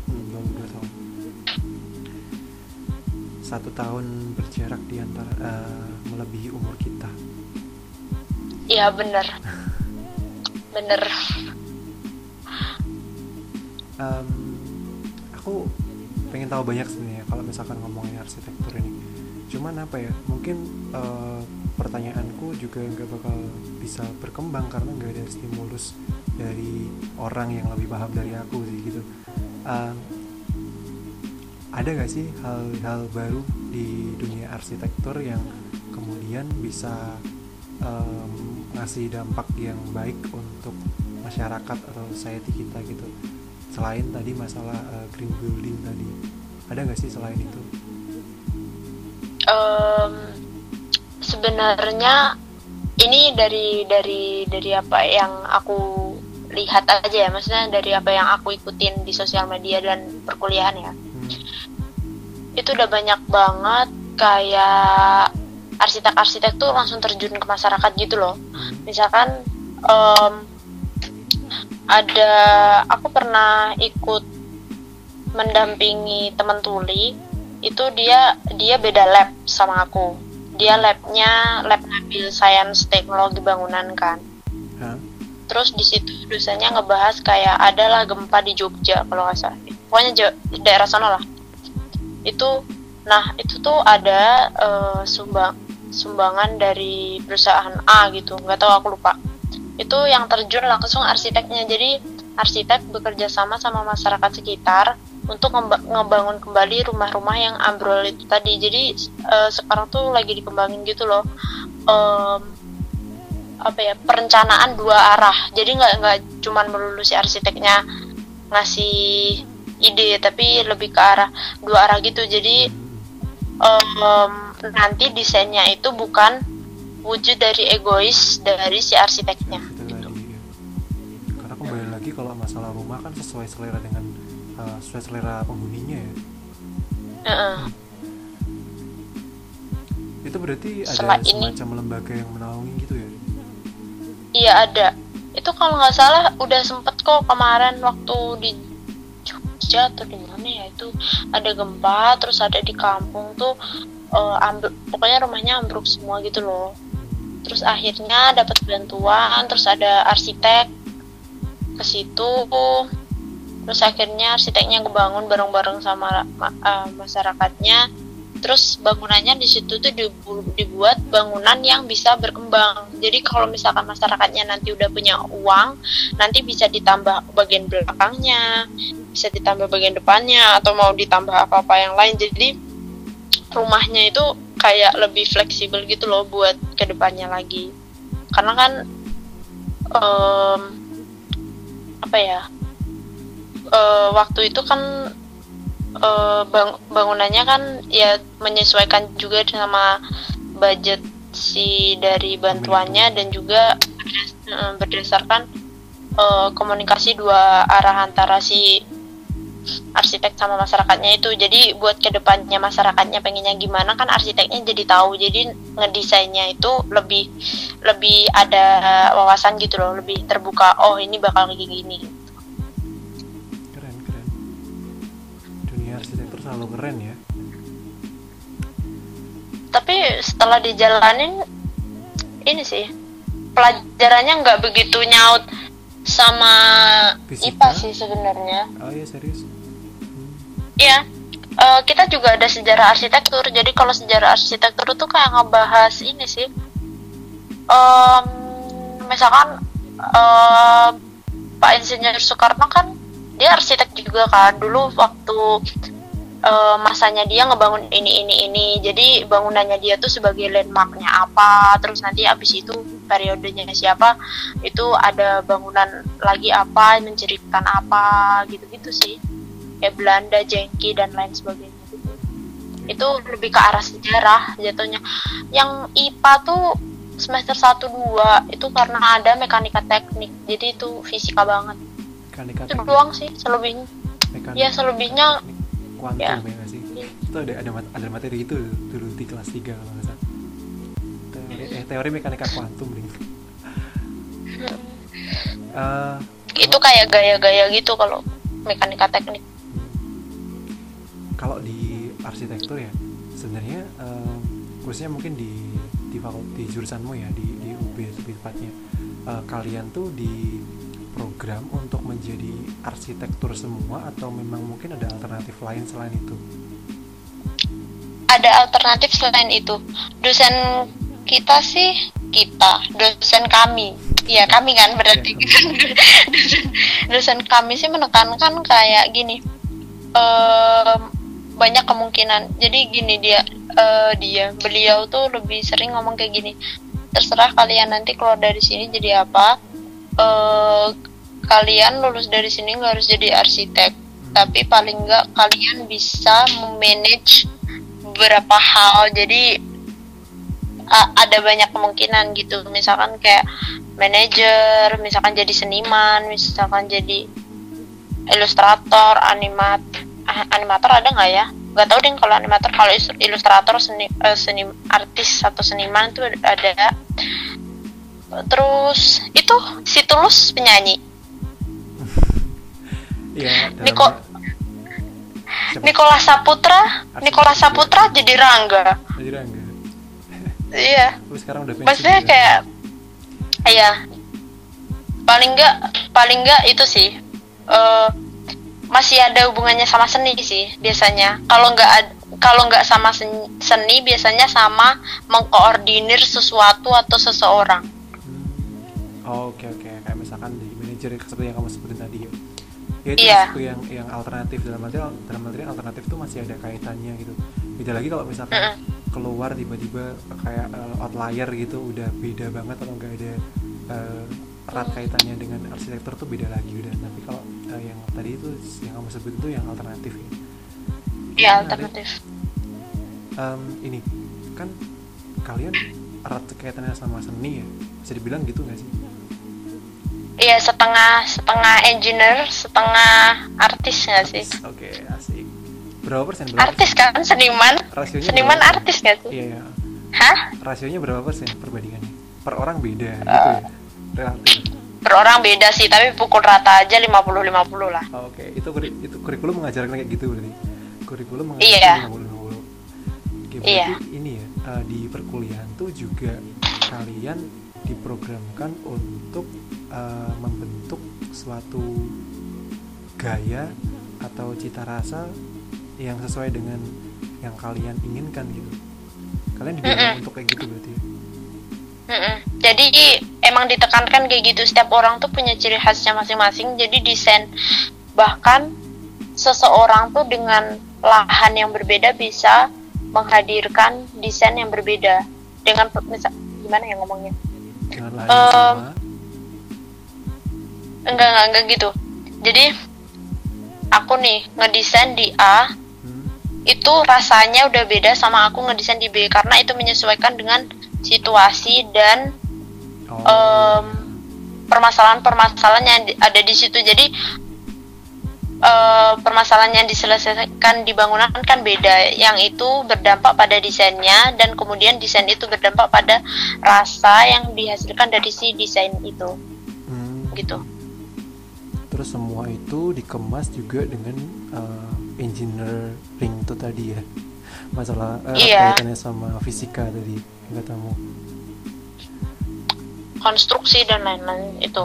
Satu tahun berjarak di antara uh, melebihi umur kita. Iya bener. Bener. Um, aku pengen tahu banyak sebenarnya kalau misalkan ngomongin arsitektur ini. Cuman apa ya? Mungkin uh, pertanyaanku juga nggak bakal bisa berkembang karena nggak ada stimulus dari orang yang lebih paham dari aku sih gitu. Um, Ada gak sih hal-hal baru di dunia arsitektur yang kemudian bisa um, ngasih dampak yang baik untuk masyarakat atau society kita gitu, selain tadi masalah uh, green building tadi? Ada gak sih selain itu? Um, sebenarnya ini dari dari dari apa yang aku lihat aja ya, maksudnya dari apa yang aku ikutin di sosial media dan perkuliahan ya. Itu udah banyak banget kayak arsitek-arsitek tuh langsung terjun ke masyarakat gitu loh. Misalkan um, ada, aku pernah ikut mendampingi teman tuli, itu dia dia beda lab sama aku. Dia labnya lab ngambil sains teknologi bangunan kan. Huh? Terus di situ dosennya ngebahas kayak adalah gempa di Jogja kalau nggak salah, pokoknya Jo- daerah sana lah itu. Nah itu tuh ada uh, sumbang sumbangan dari perusahaan A gitu, nggak tahu, aku lupa. Itu yang terjun langsung arsiteknya. Jadi arsitek bekerja sama sama masyarakat sekitar untuk ngemba- ngebangun kembali rumah-rumah yang ambrol itu tadi. Jadi uh, sekarang tuh lagi dikembangin gitu loh, um, apa ya, perencanaan dua arah. Jadi nggak nggak cuman melulu si arsiteknya ngasih ide, tapi lebih ke arah dua arah gitu. Jadi um, nanti desainnya itu bukan wujud dari egois dari si arsiteknya Gitu gitu. tadi ya. Karena kembali lagi kalau masalah rumah kan sesuai selera dengan uh, sesuai selera penghuninya ya. Uh-uh. Itu berarti ada Setelah ini- semacam lembaga yang menaungi gitu ya. Iya ada. Itu kalau nggak salah udah sempet kok kemarin waktu di Jogja atau di mana ya, itu ada gempa, terus ada di kampung tuh uh, ambruk, pokoknya rumahnya ambruk semua gitu loh. Terus akhirnya dapat bantuan, terus ada arsitek ke situ, terus akhirnya arsiteknya ngebangun bareng-bareng sama ma- uh, masyarakatnya. Terus bangunannya di situ tuh dibu- dibuat bangunan yang bisa berkembang. Jadi kalau misalkan masyarakatnya nanti udah punya uang, nanti bisa ditambah bagian belakangnya, bisa ditambah bagian depannya, atau mau ditambah apa-apa yang lain. Jadi rumahnya itu kayak lebih fleksibel gitu loh buat kedepannya lagi. Karena kan um, apa ya, uh, waktu itu kan Uh, bang- bangunannya kan ya menyesuaikan juga sama budget si dari bantuannya, dan juga berdas- uh, berdasarkan uh, komunikasi dua arah antara si arsitek sama masyarakatnya itu. Jadi buat kedepannya masyarakatnya pengennya gimana kan arsiteknya jadi tahu, jadi ngedesainnya itu lebih lebih ada wawasan gitu loh, lebih terbuka. Oh ini bakal kayak gini. Keren keren. Dunia arsitektur selalu keren ya. Tapi setelah dijalanin ini sih pelajarannya nggak begitu nyaut sama I P A Fisika? sih sebenarnya. Oh iya serius. Iya, eh, kita juga ada sejarah arsitektur. Jadi kalau sejarah arsitektur itu kayak ngebahas ini sih. Em, misalkan em, Pak Insinyur Soekarno kan dia arsitek juga kan. Dulu waktu eh, masanya dia ngebangun ini ini ini. Jadi bangunannya dia tuh sebagai landmarknya apa. Terus nanti abis itu periodenya siapa, itu ada bangunan lagi apa, menceritakan apa, gitu-gitu sih. Kayak Belanda, Jengki dan lain sebagainya gitu. Itu lebih ke arah sejarah jatuhnya. Yang I P A tuh semester satu dua itu karena ada mekanika teknik. Jadi itu fisika banget. Mekanika Itu teknik. doang sih selebihnya. Mekanika Ya selebihnya teknik kuantum ya. ya nggak sih? Itu ada ada mat- ada materi itu dulu di kelas tiga kalau nggak salah. Teori, eh teori mekanika kuantum nih. Eh, itu kayak gaya-gaya gitu kalau mekanika teknik. kalau di arsitektur ya sebenarnya eh, khususnya mungkin di di fakultas di jurusanmu ya di di U B lebih tepatnya, eh, kalian tuh di program untuk menjadi arsitektur semua atau memang mungkin ada alternatif lain selain itu? Ada alternatif selain itu. Dosen kita sih kita dosen kami ya kami kan berarti Ya, kan dosen, dosen kami sih menekankan kayak gini, em, banyak kemungkinan. Jadi gini dia eh, dia beliau tuh lebih sering ngomong kayak gini, terserah kalian nanti keluar dari sini jadi apa. Eh, kalian lulus dari sini nggak harus jadi arsitek, tapi paling nggak kalian bisa memanage beberapa hal. Jadi a- ada banyak kemungkinan gitu, misalkan kayak manajer, misalkan jadi seniman, misalkan jadi ilustrator, animat ah, animator ada nggak ya, nggak tahu deh kalau animator. Kalau is- ilustrator seni, eh, seni artis atau seniman tuh ada. Terus itu si Tulus penyanyi, Iya, dalam- Niko siapa? Nicholas Saputra Nicholas Saputra jadi Rangga. Jadi Rangga. Iya, Tapi sekarang udah pensiun maksudnya juga. kayak iya paling enggak paling enggak itu sih uh, masih ada hubungannya sama seni sih biasanya. Kalau enggak ad, kalau enggak sama seni, seni biasanya sama mengkoordinir sesuatu atau seseorang. Hmm. Oh, oke oke kayak misalkan di manajer seperti yang kamu sebutin tadi ya. Ya itu Iya. masukku yang yang alternatif dalam arti dalam arti alternatif itu masih ada kaitannya gitu. Beda lagi kalau misalkan Mm-mm. keluar tiba-tiba kayak uh, outlier gitu udah beda banget atau enggak ada uh, erat kaitannya dengan arsitektur tuh beda lagi udah. Tapi kalau uh, yang tadi itu yang kamu sebut itu yang alternatif ya. Iya, Menarik. alternatif. Um, ini kan kalian erat kaitannya sama seni ya, bisa dibilang gitu nggak sih? Iya, setengah setengah engineer, setengah artis nggak sih? Oke, asik. Berapa persen? Berapa Artis kan, seniman. Rasionya Seniman berapa? artis nggak sih? Iya, iya. Hah? Rasionya berapa persen perbandingannya? Per orang beda gitu ya? Relatif. Per orang beda sih, tapi pukul rata aja lima puluh lima puluh lah. Oh, oke, itu kuri- itu kurikulum mengajarkan kayak gitu berarti. Kurikulum Iya. mengajarkan lima puluh lima puluh. Oke, berarti Iya. ini ya uh, di perkuliahan tuh juga kalian diprogramkan untuk uh, membentuk suatu gaya atau cita rasa yang sesuai dengan yang kalian inginkan gitu. Kalian dibilang Mm-mm. untuk kayak gitu berarti. Ya? Mm-mm. Jadi emang ditekankan kayak gitu, setiap orang tuh punya ciri khasnya masing-masing. Jadi desain, bahkan seseorang tuh dengan lahan yang berbeda bisa menghadirkan desain yang berbeda dengan misal gimana ya ngomongnya? Dengan lahan Um, yang sama. Enggak enggak enggak gitu. Jadi aku nih ngedesain di A, Hmm. itu rasanya udah beda sama aku ngedesain di B karena itu menyesuaikan dengan situasi dan Oh. um, permasalahan-permasalahan yang di- ada di situ. Jadi uh, permasalahan yang diselesaikan di bangunan kan beda. Yang itu berdampak pada desainnya dan kemudian desain itu berdampak pada rasa yang dihasilkan dari si desain itu. Hmm. Gitu. Terus semua itu dikemas juga dengan uh, engineering itu tadi ya, masalah uh, Iya. kaitannya sama fisika tadi nggak tahu. Konstruksi dan lain-lain itu.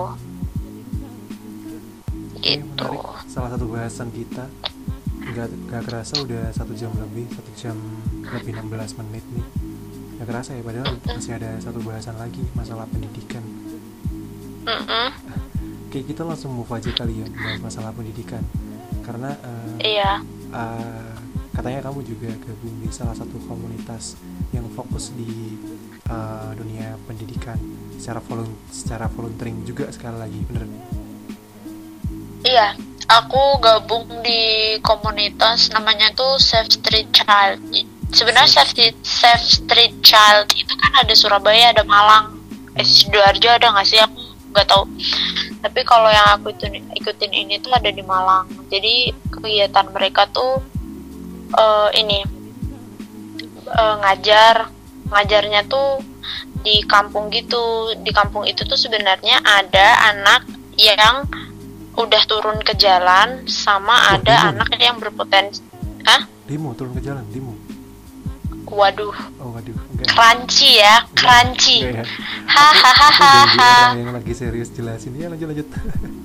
Oke, Gitu. menarik. Salah satu bahasan kita nggak nggak kerasa udah satu jam lebih, satu jam lebih enam belas menit nih. Nggak kerasa ya, padahal masih ada satu bahasan lagi masalah pendidikan. Mm-mm. Oke, kita langsung move aja kali ya bahas masalah pendidikan karena uh, Iya. uh, katanya kamu juga gabung di salah satu komunitas yang fokus di uh, dunia pendidikan secara volun secara volunteering juga sekali lagi, bener? Iya, aku gabung di komunitas namanya tuh Safe Street Child. Sebenarnya Safe Street, Safe Street Child itu kan ada Surabaya, ada Malang, eh Sidoarjo ada nggak sih? Aku nggak tahu. Tapi kalau yang aku itu, ikutin ini tuh ada di Malang. Jadi kegiatan mereka tuh uh, ini uh, ngajar, ngajarnya tuh di kampung gitu. Di kampung itu tuh sebenarnya ada anak yang udah turun ke jalan sama Oh, ada demo. anak yang berpotensi. Hah? Demo, turun ke jalan, demo. Waduh, Oh waduh, enggak. crunchy ya, crunchy. Enggak ya. Aku, aku Hahaha. dari orang yang lagi serius jelasin ya, lanjut lanjut.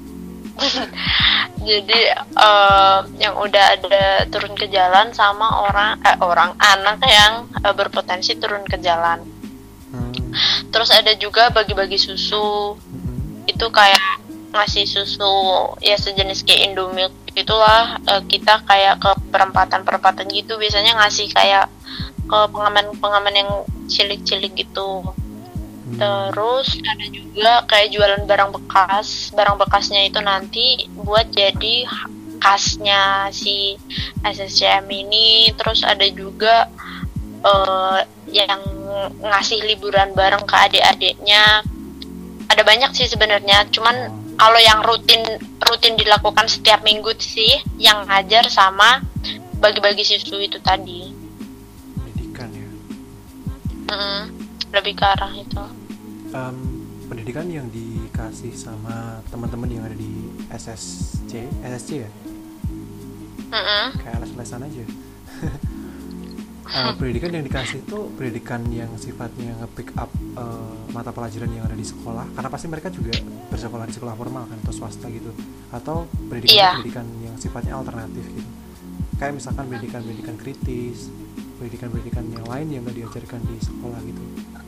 Jadi eh, yang udah ada turun ke jalan sama orang eh, orang anak yang eh, berpotensi turun ke jalan. Hmm. Terus ada juga bagi-bagi susu. Mm-mm. Itu kayak ngasih susu ya sejenis kayak Indomilk gitulah. Eh, kita kayak ke perempatan-perempatan gitu biasanya ngasih kayak ke pengamen-pengamen yang cilik-cilik gitu. Hmm. Terus ada juga kayak jualan barang bekas. Barang bekasnya itu nanti buat jadi khasnya si S S C M ini. Terus ada juga eh, yang ngasih liburan bareng ke adik-adiknya. Ada banyak sih sebenarnya. Cuman Oh. kalau yang rutin rutin dilakukan setiap minggu sih yang ngajar sama bagi-bagi susu itu tadi. Pendidikan ya. Mm, lebih ke arah itu. Em, pendidikan yang dikasih sama teman-teman yang ada di S S C, S S C ya, Mm-mm. kayak les-lesan aja. uh, pendidikan yang dikasih itu pendidikan yang sifatnya nge-pick up uh, mata pelajaran yang ada di sekolah, karena pasti mereka juga bersekolah di sekolah formal kan atau swasta gitu, atau pendidikan Iya. pendidikan yang sifatnya alternatif gitu, kayak misalkan pendidikan-pendidikan kritis, pendidikan-pendidikan yang lain yang nggak diajarkan di sekolah gitu.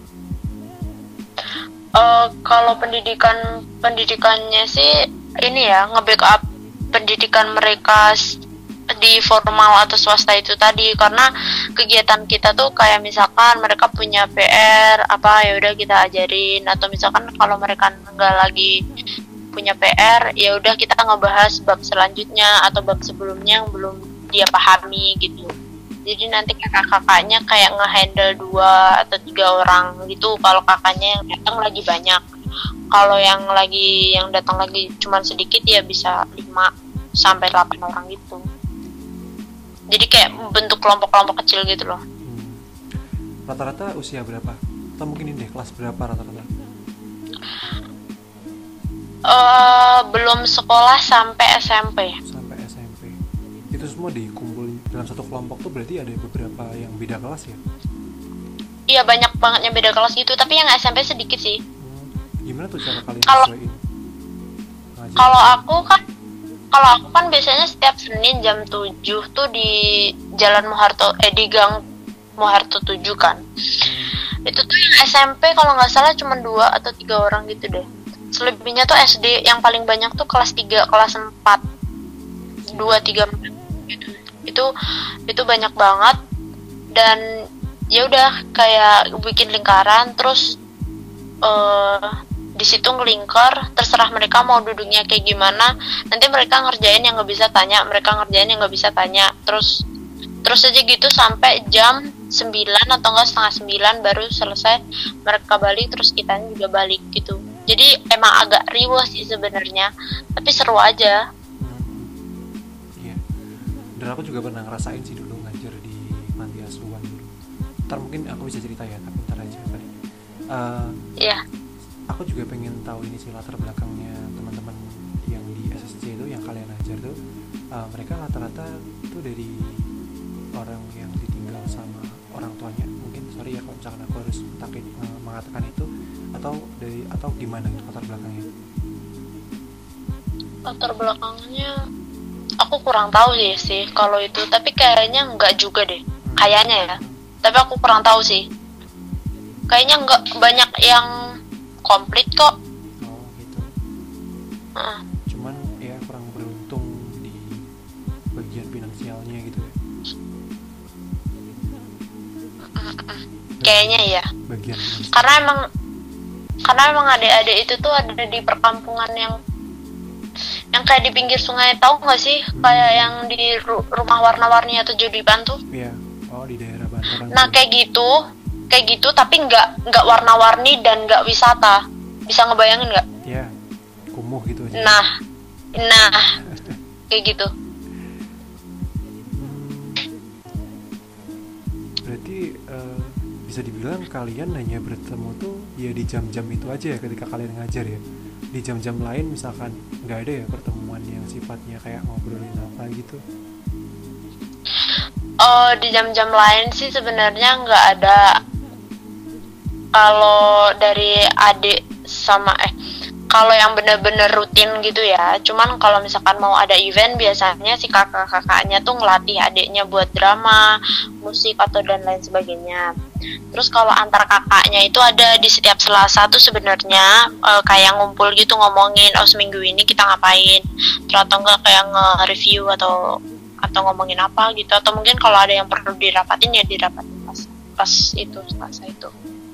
Eh, kalau pendidikan pendidikannya sih ini ya nge-backup pendidikan mereka s- di formal atau swasta itu tadi, karena kegiatan kita tuh kayak misalkan mereka punya P R apa ya udah kita ajarin, atau misalkan kalau mereka nggak lagi punya P R ya udah kita ngebahas bab selanjutnya atau bab sebelumnya yang belum dia pahami gitu. Jadi nanti kakak-kakaknya kayak ngehandle dua atau tiga orang gitu kalau kakaknya yang datang lagi banyak. Kalau yang lagi yang datang lagi cuma sedikit ya bisa lima sampai delapan orang gitu. Jadi kayak bentuk kelompok-kelompok kecil gitu loh. Hmm. Rata-rata usia berapa? Atau mungkin ini deh, kelas berapa rata-rata? Eh belum sekolah sampai S M P. Sampai S M P. Itu semua dikumpulin dalam satu kelompok tuh berarti ada beberapa yang beda kelas ya? Iya banyak banget yang beda kelas gitu, tapi yang S M P sedikit sih. Hmm. Gimana tuh cara kalian Kalau sesuaiin? Ngajar? kalau aku kan kalau aku kan biasanya setiap Senin jam tujuh tuh di Jalan Moharto eh di Gang Moharto tujuh kan. Itu tuh yang S M P kalau nggak salah cuma dua atau tiga orang gitu deh. Selebihnya tuh S D yang paling banyak tuh kelas tiga, kelas empat, dua, tiga, empat gitu. Itu itu banyak banget, dan ya udah kayak bikin lingkaran terus eh di situ ngelingkar, terserah mereka mau duduknya kayak gimana. Nanti mereka ngerjain yang nggak bisa tanya, mereka ngerjain yang nggak bisa tanya, terus terus aja gitu sampai jam sembilan atau enggak setengah sembilan baru selesai, mereka balik terus kita juga balik gitu. Jadi emang agak riweh sih sebenarnya, tapi seru aja. Hmm. Iya. Dan aku juga pernah ngerasain sih dulu ngajar di panti asuhan dulu. Ntar mungkin aku bisa cerita ya, tapi ntar aja kali. Uh, Iya. aku juga pengen tahu ini sih latar belakangnya teman-teman yang di S S C itu yang kalian ajar tuh. Uh, mereka rata-rata tuh dari orang yang ditinggal sama orang tuanya, mungkin sorry ya kalau misalkan aku harus takin, uh, mengatakan itu, atau dari atau gimana gitu latar belakangnya? Latar belakangnya aku kurang tahu sih sih kalau itu, tapi kayaknya enggak juga deh. Kayaknya ya. Tapi aku kurang tahu sih. Kayaknya enggak banyak yang komplit kok. Oh gitu. Heeh. Cuman ya kurang beruntung di bagian finansialnya gitu ya. Kayaknya ya. Bagian finansial. Karena emang karena emang adik-adik itu tuh ada di perkampungan yang yang kayak di pinggir sungai, tahu nggak sih? Kayak yang di ru- rumah warna-warni atau Jodipan tuh. Iya. Oh di daerah Bantaran. Nah kayak gitu, kayak gitu tapi nggak nggak warna-warni dan nggak wisata. Bisa ngebayangin nggak? Ya kumuh gitu aja. Nah, nah kayak gitu. Hmm, berarti uh, bisa dibilang kalian hanya bertemu tuh ya di jam-jam itu aja ya ketika kalian ngajar ya. Di jam-jam lain misalkan nggak ada ya pertemuan yang sifatnya kayak ngobrolin apa gitu. Oh di jam-jam lain sih sebenarnya nggak ada. Kalau dari adik sama eh kalau yang bener-bener rutin gitu ya, cuman kalau misalkan mau ada event biasanya si kakak-kakaknya tuh ngelatih adiknya buat drama, musik atau dan lain sebagainya. Terus kalau antar kakaknya itu ada di setiap Selasa tuh sebenarnya e, kayak ngumpul gitu ngomongin oh seminggu ini kita ngapain, terus atau enggak kayak nge-review atau atau ngomongin apa gitu, atau mungkin kalau ada yang perlu dirapatin ya dirapatin pas pas itu Selasa itu.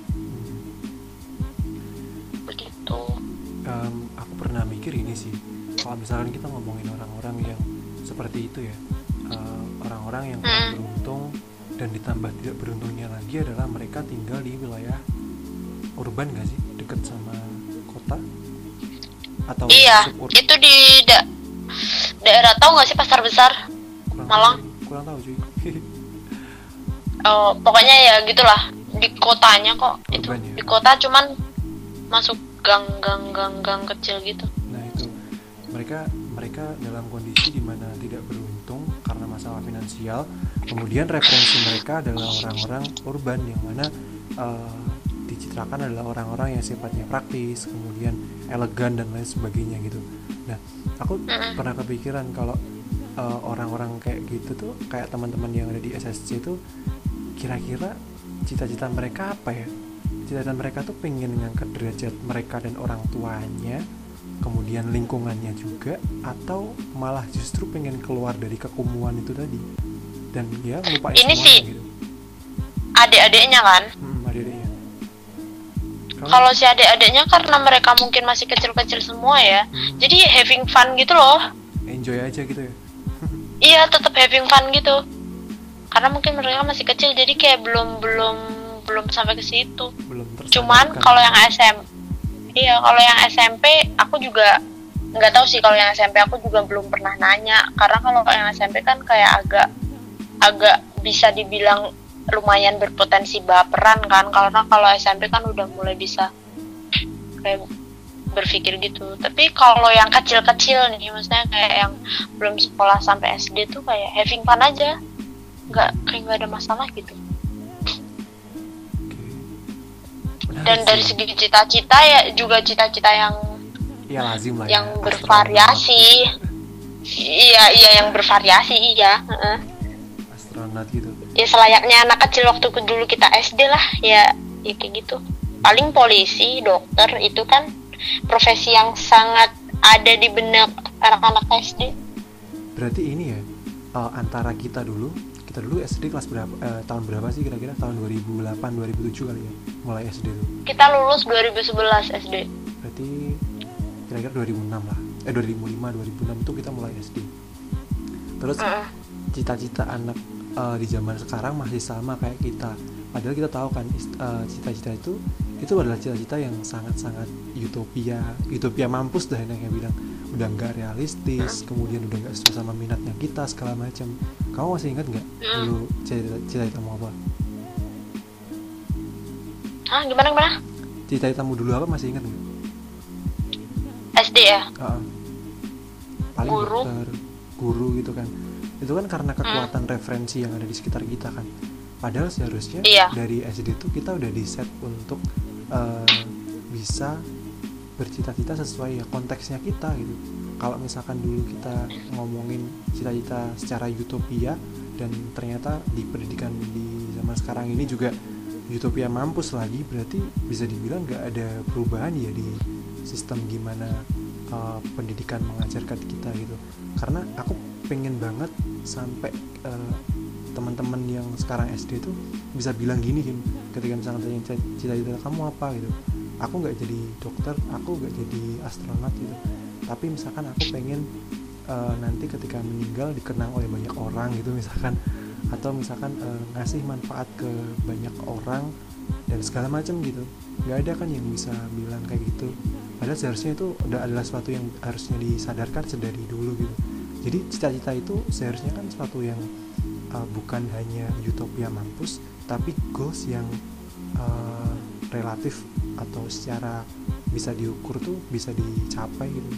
Begitu. Um, aku pernah mikir ini sih, kalau misalkan kita ngomongin orang-orang yang seperti itu ya, uh, orang-orang yang kurang Hmm. beruntung dan ditambah tidak beruntungnya lagi adalah mereka tinggal di wilayah urban gak sih, deket sama kota atau Iya, suburb? itu di da- daerah tahu nggak sih Pasar Besar Kurang Malang? tahu, kurang tahu cuy. Oh, pokoknya ya gitulah di kotanya kok itu Urban ya? di kota cuman masuk gang-gang gang-gang kecil gitu. Nah itu mereka mereka dalam kondisi dimana tidak beruntung karena masalah finansial, Kemudian referensi mereka adalah orang-orang urban yang mana uh, dicitrakan adalah orang-orang yang sifatnya praktis, kemudian elegan dan lain sebagainya gitu. Nah, aku pernah kepikiran kalau uh, orang-orang kayak gitu tuh, kayak teman-teman yang ada di S S C tuh, kira-kira cita-cita mereka apa ya? Cita-cita mereka tuh pengen ngangkat derajat mereka dan orang tuanya, kemudian lingkungannya juga, atau malah justru pengen keluar dari kekumuan itu tadi dan ya lupain ini semuanya sih gitu. Adik-adiknya kan, Hmm, adik-adiknya. Kalau kalau si adik-adiknya karena mereka mungkin masih kecil-kecil semua ya, hmm, jadi having fun gitu loh. enjoy aja gitu ya. Iya, tetap having fun gitu. Karena mungkin mereka masih kecil, jadi kayak belum belum belum sampai ke situ. Belum Cuman tersadarkan. kalau yang S M, iya kalau yang S M P aku juga nggak tahu sih. Kalau yang S M P aku juga belum pernah nanya. Karena kalau yang S M P kan kayak agak agak bisa dibilang lumayan berpotensi baperan kan. Karena kalau S M P kan udah mulai bisa kayak berpikir gitu. Tapi kalau yang kecil-kecil nih, maksudnya kayak yang belum sekolah sampai S D tuh kayak having fun aja, nggak kayak nggak ada masalah gitu. Menarik Dan dari sih. segi cita-cita ya juga cita-cita yang Ya lazim lah yang ya, bervariasi. Iya iya yang bervariasi iya. Heeh. astronot gitu. Ya selayaknya anak kecil waktu ke- dulu kita S D lah ya, ya kayak gitu. Paling polisi, dokter itu kan profesi yang sangat ada di benak anak-anak S D. Berarti ini ya, uh, antara kita dulu, kita dulu S D kelas berapa, eh, tahun berapa sih kira-kira? Tahun dua ribu delapan, dua ribu tujuh kali ya, mulai S D tuh. Kita lulus dua ribu sebelas S D. Berarti kira-kira dua ribu enam lah, eh dua ribu lima, dua ribu enam itu kita mulai S D. Terus Heeh. cita-cita anak uh, di zaman sekarang masih sama kayak kita. Padahal kita tahu kan ist- uh, cita-cita itu itu adalah cita-cita yang sangat-sangat utopia, utopia mampus dah yang bilang. Udah nggak realistis, kemudian udah nggak sesuai sama minatnya kita segala macam. Kamu masih ingat nggak dulu cita-citamu apa? Hah, gimana gimana? Cita-citamu dulu apa, masih ingat nggak? S D ya? Uh, paling Guru. dokter, guru gitu kan. Itu kan karena kekuatan referensi yang ada di sekitar kita kan. Padahal seharusnya Iya. dari S D itu kita udah di set untuk uh, bisa bercita-cita sesuai ya konteksnya kita gitu. Kalau misalkan dulu kita ngomongin cita-cita secara utopia, dan ternyata di pendidikan di zaman sekarang ini juga utopia mampus lagi, berarti bisa dibilang nggak ada perubahan ya di sistem gimana uh, pendidikan mengajarkan kita gitu. Karena aku pengen banget sampai uh, teman-teman yang sekarang S D tuh bisa bilang gini kan, ketika misalkan tanya cita-cita kamu apa gitu, aku nggak jadi dokter, aku nggak jadi astronot gitu, tapi misalkan aku pengen uh, nanti ketika meninggal dikenang oleh banyak orang gitu misalkan, atau misalkan uh, ngasih manfaat ke banyak orang dan segala macam gitu. Nggak ada kan yang bisa bilang kayak gitu, padahal seharusnya itu udah adalah sesuatu yang harusnya disadarkan sedari dulu gitu. Jadi cita-cita itu seharusnya kan sesuatu yang uh, bukan hanya utopia mampus, tapi goals yang uh, relatif atau secara bisa diukur tuh bisa dicapai gitu.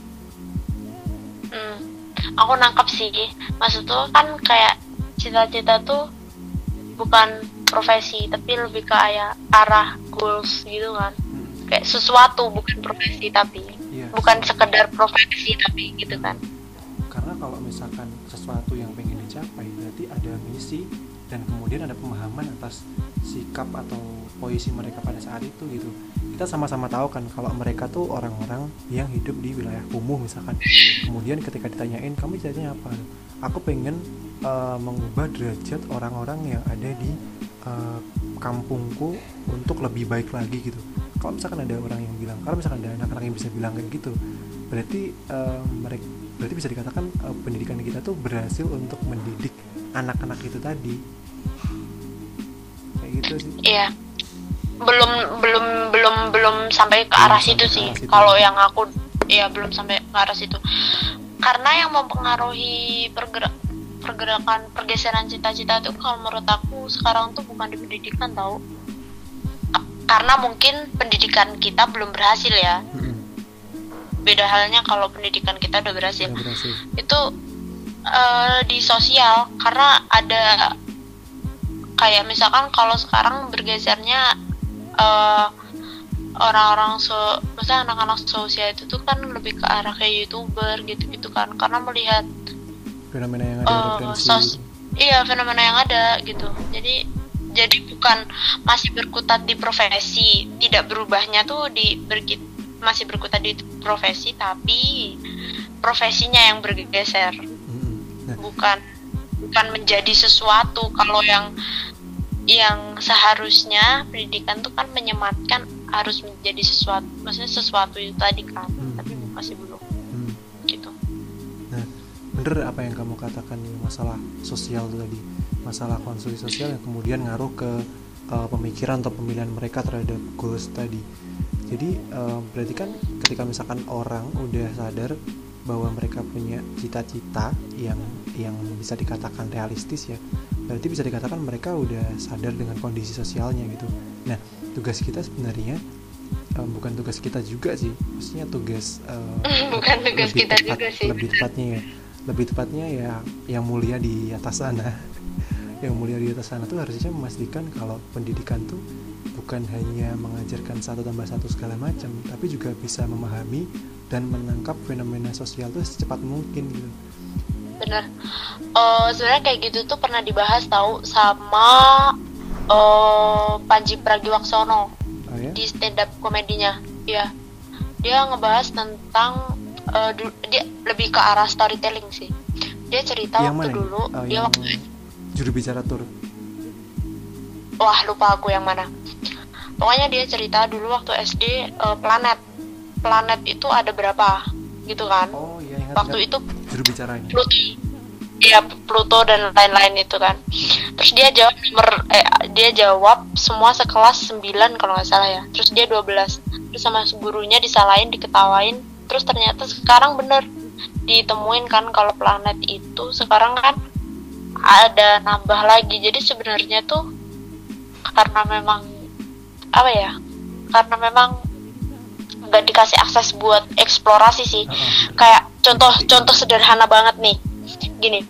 Hmm, aku nangkap sih. Maksud tuh kan kayak cita-cita tuh bukan profesi, tapi lebih ke kayak arah goals gitu kan. Hmm. Kayak sesuatu, bukan profesi tapi Iya. bukan sekedar profesi tapi gitu kan. Karena kalau misalkan sesuatu yang pengen dicapai, berarti ada misi dan kemudian ada pemahaman atas sikap atau posisi mereka pada saat itu gitu. Kita sama-sama tahu kan kalau mereka tuh orang-orang yang hidup di wilayah kumuh misalkan. Kemudian ketika ditanyain, kamu cita-citanya apa? Aku pengen uh, mengubah derajat orang-orang yang ada di uh, kampungku untuk lebih baik lagi gitu. Kalau misalkan ada orang yang bilang, kalau misalkan ada anak-anak yang bisa bilang kayak gitu, berarti uh, mereka berarti bisa dikatakan uh, pendidikan kita tuh berhasil untuk mendidik anak-anak itu tadi. Kayak gitu sih. Iya. Belum belum belum belum sampai ke arah situ sih. Kalau yang aku ya belum sampai ke arah situ. Karena yang mempengaruhi pergerak pergerakan pergeseran cita-cita itu kalau menurut aku sekarang tuh bukan di pendidikan tau. Karena mungkin pendidikan kita belum berhasil ya. Mm-mm. Beda halnya kalau pendidikan kita udah berhasil. Udah berhasil. Itu uh, di sosial, karena ada kayak misalkan kalau sekarang bergesernya uh, orang-orang so, maksudnya anak-anak seusia itu tuh kan lebih ke arah kayak YouTuber gitu-gitu kan, karena melihat fenomena yang ada uh, referensi. sos- iya fenomena yang ada gitu. Jadi jadi bukan masih berkutat di profesi, tidak berubahnya tuh di bergi, masih berkutat di profesi, tapi profesinya yang bergeser. Hmm. Nah, bukan bukan menjadi sesuatu. Kalau yang yang seharusnya pendidikan tuh kan menyematkan harus menjadi sesuatu, maksudnya sesuatu itu tadi kan, Hmm. tapi masih belum hmm. gitu. Nah, bener apa yang kamu katakan nih, masalah sosial itu tadi, masalah konstruksi sosial yang kemudian ngaruh ke uh, pemikiran atau pemilihan mereka terhadap goals tadi. Jadi uh, berarti kan ketika misalkan orang udah sadar bahwa mereka punya cita-cita yang yang bisa dikatakan realistis ya, berarti bisa dikatakan mereka udah sadar dengan kondisi sosialnya gitu. Nah, tugas kita sebenarnya um, bukan tugas kita juga sih, maksudnya tugas uh, bukan tugas lebih kita tepat, juga sih. lebih tepatnya ya, lebih tepatnya ya yang mulia di atas sana. Yang mulia di atas sana tuh harusnya memastikan kalau pendidikan tuh bukan hanya mengajarkan satu tambah satu segala macam, tapi juga bisa memahami dan menangkap fenomena sosial tuh secepat mungkin gitu. Bener. Uh, sebenarnya kayak gitu tuh pernah dibahas tahu sama uh, Panji Pragiwaksono Oh ya? di stand up komedinya. Iya. Dia ngebahas tentang uh, du- dia lebih ke arah storytelling sih. Dia cerita Yang waktu mana dulu nih? Oh, dia yang waktu juru bicara tur. wah lupa aku yang mana. Pokoknya dia cerita dulu waktu S D uh, planet planet itu ada berapa gitu kan. Oh iya, ingat, Waktu ingat. itu Juru bicaranya. Pluto, ya Pluto dan lain-lain itu kan. Terus dia jawab nomor eh dia jawab semua sekelas sembilan kalau nggak salah ya. Terus dia dua belas. Terus sama gurunya disalahin, diketawain. Terus ternyata sekarang bener ditemuin kan kalau planet itu sekarang kan ada nambah lagi. Jadi sebenarnya tuh karena memang apa ya? Karena memang nggak dikasih akses buat eksplorasi sih. Uh-uh. Kayak contoh contoh sederhana banget nih, gini,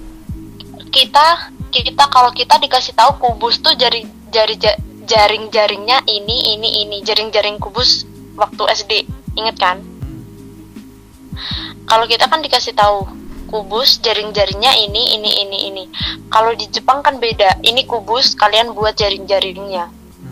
kita kita kalau kita dikasih tahu kubus tuh jari jari jaring jaringnya ini ini ini jaring jaring kubus waktu S D, inget kan? Kalau kita kan dikasih tahu kubus jaring jaringnya ini ini ini ini. Kalau di Jepang kan beda, ini kubus kalian buat jaring jaringnya.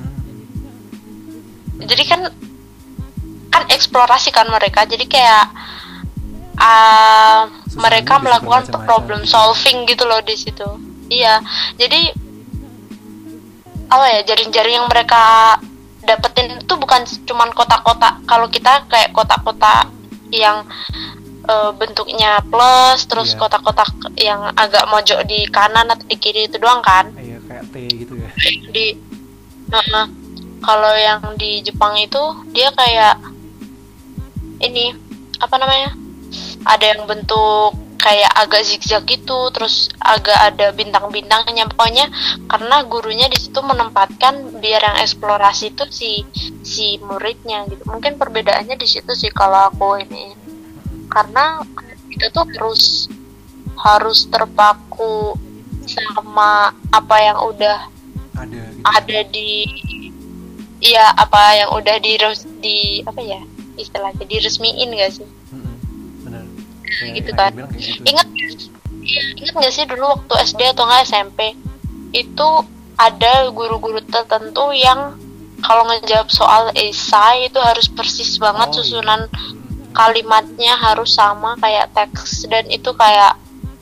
Jadi kan kan eksplorasi kan mereka, jadi kayak uh, mereka melakukan problem solving gitu loh di situ. Iya, jadi apa ya, jaring-jaring yang mereka dapetin itu bukan cuman kotak-kotak. Kalau kita kayak kotak-kotak yang uh, bentuknya plus, terus yeah. kotak-kotak yang agak mojok di kanan atau di kiri itu doang kan? Iya, kayak T gitu ya. Di, nah, kalau yang di Jepang itu dia kayak ini apa namanya, ada yang bentuk kayak agak zigzag gitu, terus agak ada bintang-bintangnya pokoknya, karena gurunya di situ menempatkan biar yang eksplorasi itu si si muridnya gitu. Mungkin perbedaannya di situ sih kalau aku ini, karena kita tuh harus harus terpaku sama apa yang udah ada gitu. ada di iya apa yang udah di di apa ya istilahnya diresmiin gak sih? Mm-mm, benar. Kayak gitu kan. Gitu. Ingat, ya, ingat gak sih dulu waktu S D atau nggak S M P itu ada guru-guru tertentu yang kalau ngejawab soal esai itu harus persis banget, oh, susunan iya. kalimatnya harus sama kayak teks, dan itu kayak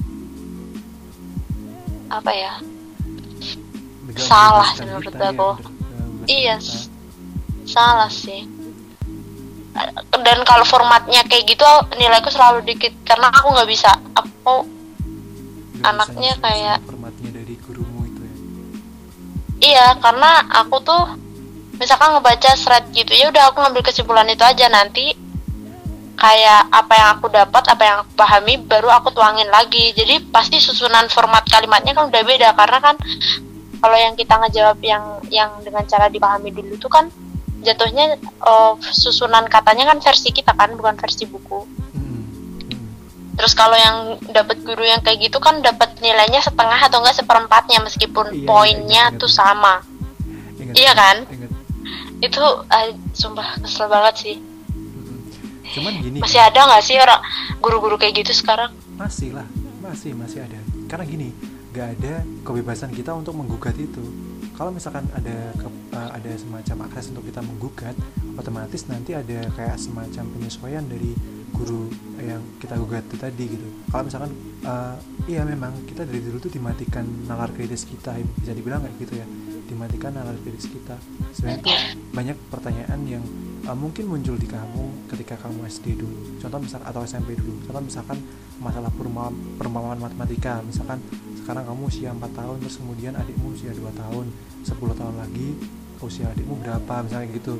apa ya? Bega salah sih menurut kita, aku. Ya, iya, kita. Salah sih. Dan kalau formatnya kayak gitu nilaiku selalu dikit karena aku nggak bisa, aku gak anaknya bisa kayak formatnya dari gurumu itu ya. Iya, karena aku tuh misalkan ngebaca thread gitu, ya udah aku ngambil kesimpulan itu aja, nanti kayak apa yang aku dapat, apa yang aku pahami baru aku tuangin lagi. Jadi pasti susunan format kalimatnya kan udah beda, karena kan kalau yang kita ngejawab yang yang dengan cara dipahami dulu tuh kan jatuhnya uh, susunan katanya kan versi kita kan, bukan versi buku. Hmm. Hmm. Terus kalau yang dapat guru yang kayak gitu kan dapat nilainya setengah atau enggak seperempatnya meskipun Iya, poinnya ingat, ingat, tuh ingat. sama. Ingat, Iya kan? ingat. Itu uh, sumpah kesel banget sih. Mm-mm. Cuman gini Masih kan, ada nggak sih orang guru-guru kayak gitu sekarang? masih lah, masih masih ada. Karena gini, nggak ada kebebasan kita untuk menggugat itu. Kalau misalkan ada ke, uh, ada semacam akses untuk kita menggugat, otomatis nanti ada kayak semacam penyesuaian dari guru yang kita gugat itu tadi gitu. Kalau misalkan uh, iya memang kita dari dulu tuh dimatikan nalar kritis kita, bisa dibilang kayak gitu ya, dimatikan nalar kritis kita. Sebenarnya tuh banyak pertanyaan yang uh, mungkin muncul di kamu ketika kamu S D dulu, contoh misal atau S M P dulu. Contoh misalkan masalah perumpamaan matematika, misalkan sekarang kamu usia empat tahun, terus kemudian adikmu usia dua tahun, sepuluh tahun lagi usia adikmu berapa, misalnya gitu.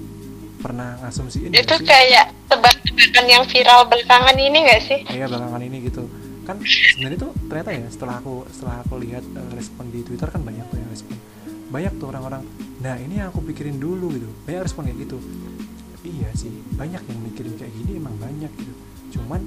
Pernah ngasumsiin Itu sih? kayak tebak-tebakan yang viral belakangan ini nggak sih? Iya, belakangan ini gitu kan. Sebenarnya tuh ternyata ya, setelah aku setelah aku lihat uh, respon di Twitter kan banyak tuh yang respon, banyak tuh orang-orang, nah ini yang aku pikirin dulu gitu, banyak respon kayak gitu. Iya sih, banyak yang mikirin kayak gini, emang banyak gitu. Cuman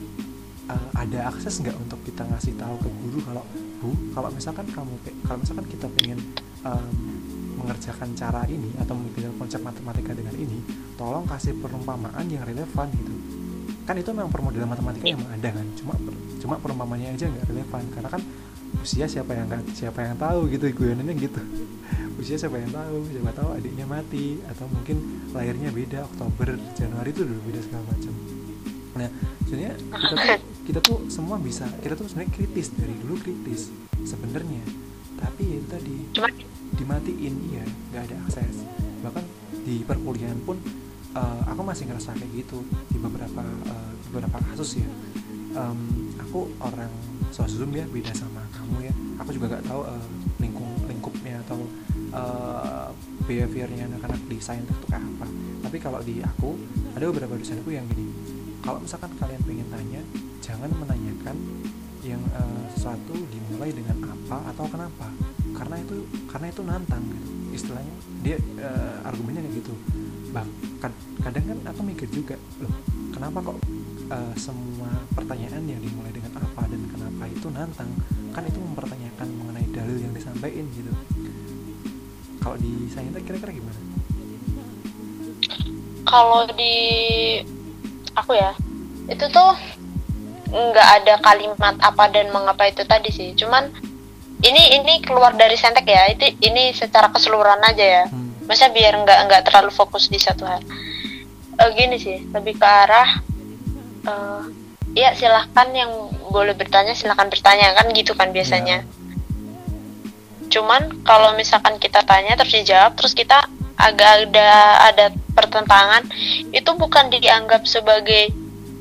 uh, ada akses nggak untuk kita ngasih tahu ke guru kalau bu, kalau misalkan kamu kalau misalkan kita pengen um, mengerjakan cara ini atau mengambil konsep matematika dengan ini, tolong kasih perumpamaan yang relevan gitu. Kan itu memang permodalan matematika yang ada kan, cuma cuma perumpamannya aja nggak relevan, karena kan usia siapa yang nggak siapa yang tahu gitu, guyonannya gitu. Usia siapa yang tahu, siapa tahu adiknya mati atau mungkin lahirnya beda, Oktober Januari itu udah beda segala macam. Nah sebenarnya kita tuh kita tuh semua bisa, kita tuh sebenarnya kritis, dari dulu kritis sebenarnya, tapi itu tadi Cuma dimatiin, iya nggak ada akses. Bahkan di perkuliahan pun uh, aku masih ngerasa kayak gitu di beberapa uh, beberapa kasus ya. Um, aku orang sosum ya, beda sama kamu ya. Aku juga nggak tahu uh, lingkung lingkupnya atau uh, behaviornya anak-anak di sains itu kayak apa. Tapi kalau di aku ada beberapa dosenku yang gini, kalau misalkan kalian pengen tanya, jangan menanyakan yang uh, sesuatu dimulai dengan apa atau kenapa, karena itu karena itu nantang gitu. Istilahnya dia uh, argumennya kayak gitu. Bahkan kadang kan aku mikir juga, loh kenapa kok uh, semua pertanyaan yang dimulai dengan apa dan kenapa itu nantang, kan itu mempertanyakan mengenai dalil yang disampaikan gitu. Kalau di saintek kira-kira gimana? kalau di aku ya, itu tuh nggak ada kalimat apa dan mengapa itu tadi sih. Cuman ini ini keluar dari saintek ya, itu ini secara keseluruhan aja ya. Hmm. Masa biar nggak nggak terlalu fokus di satu hal. Uh, gini sih, lebih ke arah uh, ya silahkan yang boleh bertanya silahkan bertanya kan gitu kan biasanya. Ya. Cuman kalau misalkan kita tanya terus dijawab terus kita agak ada ada pertentangan, itu bukan dianggap sebagai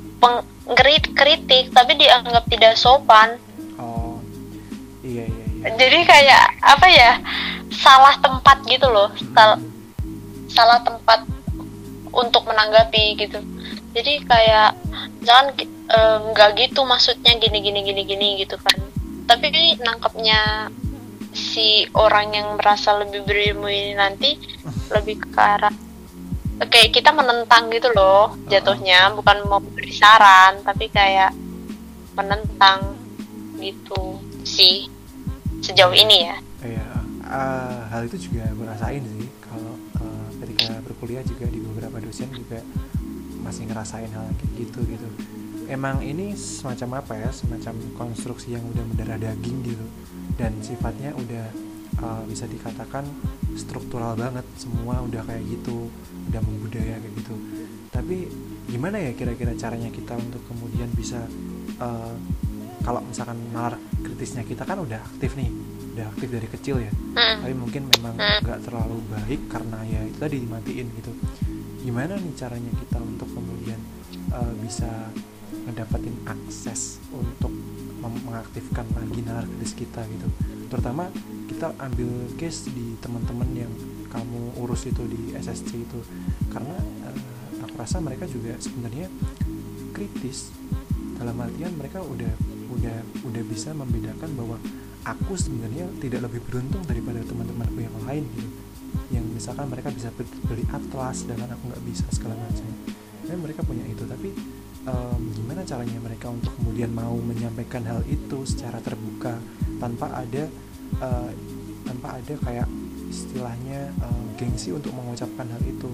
pengkritik tapi dianggap tidak sopan. Oh iya iya iya. Jadi kayak apa ya, salah tempat gitu loh, Sal- salah tempat untuk menanggapi gitu. Jadi kayak jangan nggak e, gitu maksudnya gini gini gini gini gitu kan. Tapi nangkapnya si orang yang merasa lebih berilmu ini nanti lebih ke arah kayak kita menentang gitu loh jatuhnya, bukan mau beri saran tapi kayak menentang gitu sih sejauh ini ya. Iya, uh, hal itu juga gue rasain sih kalau uh, ketika berkuliah juga di beberapa dosen juga masih ngerasain hal kayak gitu gitu. Emang ini semacam apa ya, semacam konstruksi yang udah mendarah daging gitu, dan sifatnya udah uh, bisa dikatakan struktural banget, semua udah kayak gitu, udah membudaya kayak gitu. Tapi gimana ya kira-kira caranya kita untuk kemudian bisa uh, kalau misalkan nalar kritisnya kita kan udah aktif nih, udah aktif dari kecil ya, hmm. tapi mungkin memang nggak terlalu baik karena ya itu tadi dimatiin gitu. Gimana nih caranya kita untuk kemudian uh, bisa ngedapetin akses untuk mem- mengaktifkan lagi nalar kritis kita gitu. Terutama kita ambil case di teman-teman yang kamu urus itu di S S C itu, karena uh, aku rasa mereka juga sebenarnya kritis dalam artian mereka udah udah udah bisa membedakan bahwa aku sebenarnya tidak lebih beruntung daripada teman-temanku yang lain gitu, yang misalkan mereka bisa beli atlas sedangkan aku nggak bisa segala macam. Dan mereka punya itu, tapi um, gimana caranya mereka untuk kemudian mau menyampaikan hal itu secara terbuka tanpa ada uh, tanpa ada kayak istilahnya uh, gengsi untuk mengucapkan hal itu.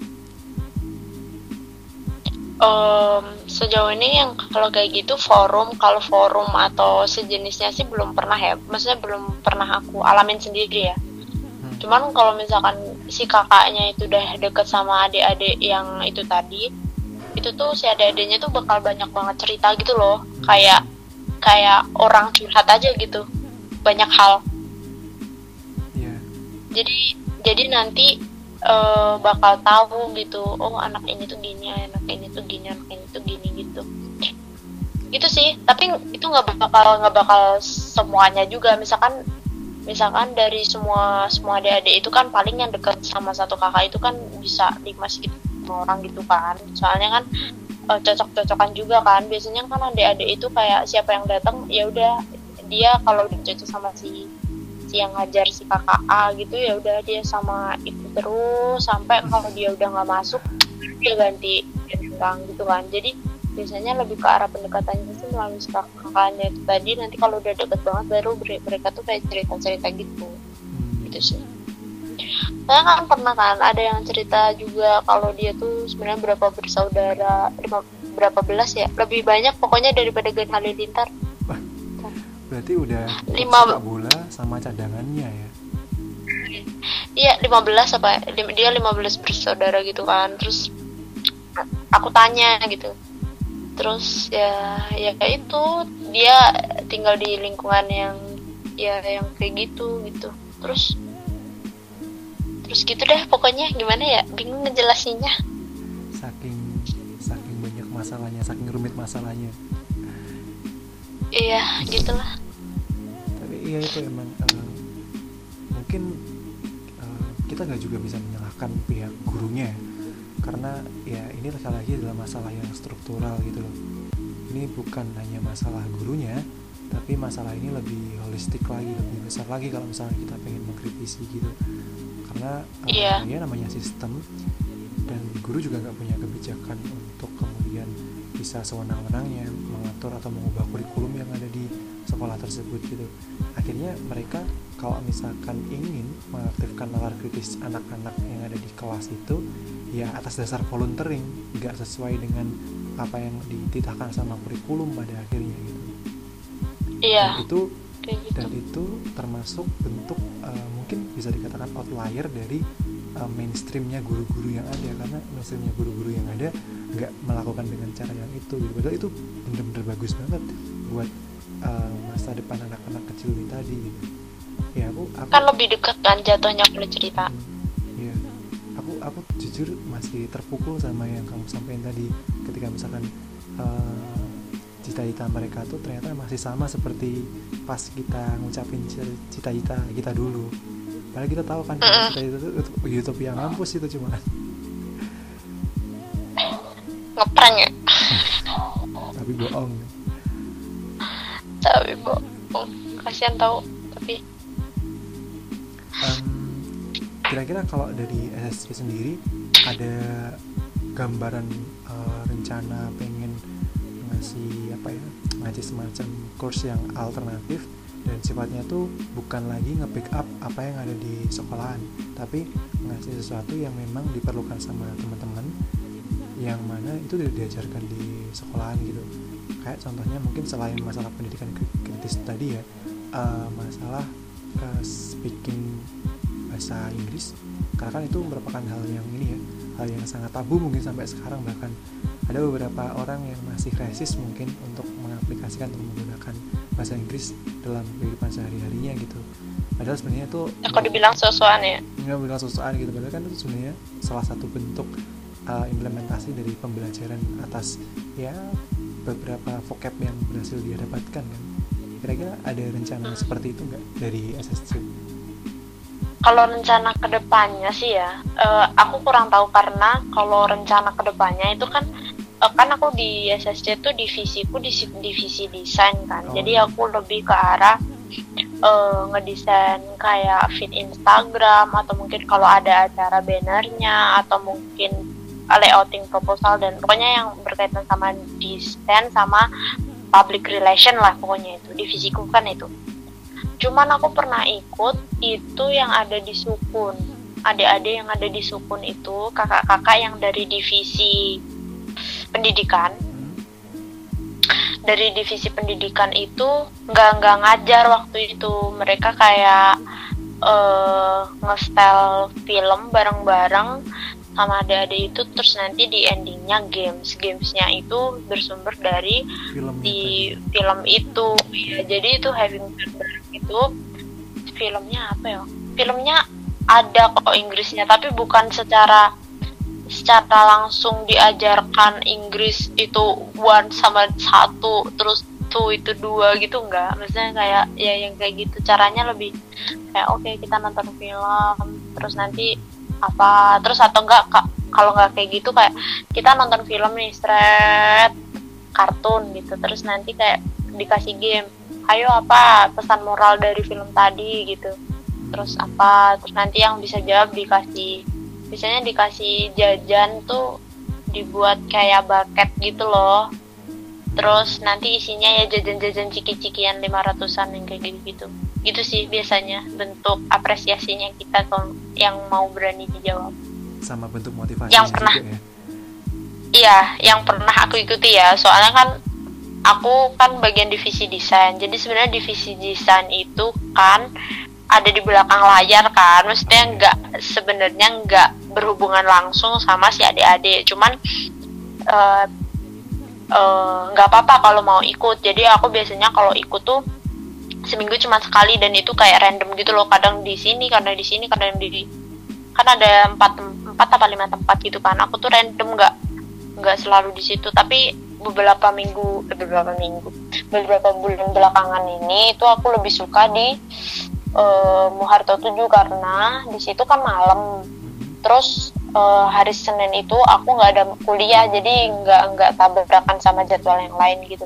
Um, sejauh ini yang kalau kayak gitu forum, kalau forum atau sejenisnya sih belum pernah ya, maksudnya belum pernah aku alamin sendiri ya. Hmm. Cuman kalau misalkan si kakaknya itu udah deket sama adik-adik yang itu tadi, itu tuh si adik-adiknya tuh bakal banyak banget cerita gitu loh, hmm. kayak kayak orang curhat aja gitu, banyak hal. Yeah. Jadi jadi nanti Uh, bakal tahu gitu, oh anak ini tuh gini, anak ini tuh gini, anak ini tuh gini gitu, gitu sih. Tapi itu nggak bakal nggak bakal semuanya juga. Misalkan misalkan dari semua semua adik-adik itu kan paling yang dekat sama satu kakak itu kan bisa lima segitu orang gitu kan. Soalnya kan uh, cocok-cocokan juga kan. Biasanya kan adik-adik itu kayak siapa yang datang ya udah dia kalau udah cocok sama si yang ngajar si kakak A gitu ya udah dia sama itu terus sampai kalau dia udah nggak masuk dia ganti orang gitu kan. Jadi biasanya lebih ke arah pendekatannya sih melalui si kakaknya itu tadi. Nanti kalau udah deket banget baru mereka tuh kayak cerita-cerita gitu gitu sih. Saya kan pernah kan ada yang cerita juga kalau dia tuh sebenarnya berapa bersaudara, lima, berapa belas ya, lebih banyak pokoknya daripada Gen Halilintar. Berarti udah lima sepak bola sama cadangannya ya? Iya lima belas apa dia lima belas bersaudara gitu kan. Terus aku tanya gitu, terus ya ya kayak itu dia tinggal di lingkungan yang ya yang kayak gitu gitu. Terus terus gitu deh pokoknya, gimana ya, bingung ngejelasinnya. Saking saking banyak masalahnya, saking rumit masalahnya. Iya gitulah. Tapi iya itu emang uh, mungkin uh, kita nggak juga bisa menyalahkan pihak gurunya, karena ya ini sekali lagi adalah masalah yang struktural gitu loh. Ini bukan hanya masalah gurunya, tapi masalah ini lebih holistik lagi, lebih besar lagi kalau misalnya kita pengen mengkritisi gitu. Karena uh, yeah. ya namanya sistem, dan guru juga nggak punya kebijakan untuk kemudian bisa sewenang-wenangnya mengatur atau mengubah kurikulum yang ada di sekolah tersebut gitu. Akhirnya mereka kalau misalkan ingin mengaktifkan nalar kritis anak-anak yang ada di kelas itu ya atas dasar volunteering, nggak sesuai dengan apa yang dititahkan sama kurikulum pada akhirnya gitu. Iya. Dan itu gitu. dan itu termasuk bentuk uh, mungkin bisa dikatakan outlier dari uh, mainstreamnya guru-guru yang ada, karena mainstreamnya guru-guru yang ada nggak melakukan dengan cara yang itu gitu. Padahal itu bener-bener bagus banget buat uh, masa depan anak-anak kecil ini tadi gitu. Ya aku, aku kan lebih dekat kan jatuhnya kalau cerita. Hmm, ya aku aku jujur masih terpukul sama yang kamu sampaikan tadi, ketika misalkan uh, cita-cita mereka tuh ternyata masih sama seperti pas kita ngucapin cita-cita kita dulu. Padahal kita tahu kan uh-uh. cita-cita itu utopia ngampus itu cuma ngeprank ya. Tapi bohong. Tapi bohong. Kasian tahu tapi. Um, kira-kira kalau dari S S C sendiri ada gambaran uh, rencana pengen ngasih apa ya, ngasih semacam course yang alternatif dan sifatnya tuh bukan lagi nge-backup apa yang ada di sekolahan, tapi ngasih sesuatu yang memang diperlukan sama teman-teman yang mana itu diajarkan di sekolahan gitu. Kayak contohnya mungkin selain masalah pendidikan kritis tadi ya, uh, masalah uh, speaking bahasa Inggris, karena kan itu merupakan hal yang ini ya, hal yang sangat tabu mungkin sampai sekarang. Bahkan ada beberapa orang yang masih resist mungkin untuk mengaplikasikan atau menggunakan bahasa Inggris dalam kehidupan sehari-harinya gitu. Padahal sebenarnya itu aku dibilang sosokan ya nggak bilang sosokan gitu, padahal kan itu sebenarnya salah satu bentuk uh, implementasi dari pembelajaran atas ya beberapa vocab yang berhasil dia dapatkan kan. Kira-kira ada rencana hmm. seperti itu nggak dari S S C? Kalau rencana kedepannya sih ya, uh, aku kurang tahu, karena kalau rencana kedepannya itu kan uh, kan aku di S S C tuh divisiku di divisi desain kan, oh. Jadi aku lebih ke arah uh, ngedesain kayak feed Instagram, atau mungkin kalau ada acara bannernya, atau mungkin layouting proposal dan pokoknya yang berkaitan sama desain sama public relation lah, pokoknya itu divisiku kan itu. Cuman aku pernah ikut itu yang ada di Sukun, adik-adik yang ada di Sukun itu kakak-kakak yang dari divisi pendidikan. Dari divisi pendidikan itu nggak nggak ngajar waktu itu, mereka kayak uh, nge-style film bareng-bareng sama adik-adik itu, terus nanti di endingnya games gamesnya itu bersumber dari Film di itu. film itu ya. Jadi itu having fun bareng itu filmnya apa ya, filmnya ada kok Inggrisnya tapi bukan secara secara langsung diajarkan Inggris itu one sama satu terus two itu dua gitu, enggak, maksudnya kayak ya yang kayak gitu caranya lebih kayak oke okay, kita nonton film terus nanti apa terus atau enggak ka, kalau enggak kayak gitu kayak kita nonton film nih straight kartun gitu terus nanti kayak dikasih game, ayo apa pesan moral dari film tadi gitu, terus apa terus nanti yang bisa jawab dikasih, biasanya dikasih jajan tuh dibuat kayak bucket gitu loh, terus nanti isinya ya jajan-jajan ciki-cikian lima ratusan yang kayak gitu-gitu gitu sih biasanya bentuk apresiasinya kita kalau yang mau berani dijawab. Sama bentuk motivasi yang juga pernah ya. Iya yang pernah aku ikuti ya, soalnya kan aku kan bagian divisi desain, jadi sebenarnya divisi desain itu kan ada di belakang layar kan, maksudnya nggak sebenarnya nggak berhubungan langsung sama si adik-adik, cuman uh, nggak uh, apa-apa kalau mau ikut. Jadi aku biasanya kalau ikut tuh seminggu cuma sekali dan itu kayak random gitu loh, kadang di sini kadang di sini kadang di kan ada empat empat atau lima tempat gitu kan, aku tuh random nggak nggak selalu di situ, tapi beberapa minggu beberapa minggu beberapa bulan belakangan ini itu aku lebih suka di uh, Muharto tujuh karena di situ kan malam, terus uh, hari Senin itu aku nggak ada kuliah jadi nggak nggak tabrakan sama jadwal yang lain gitu.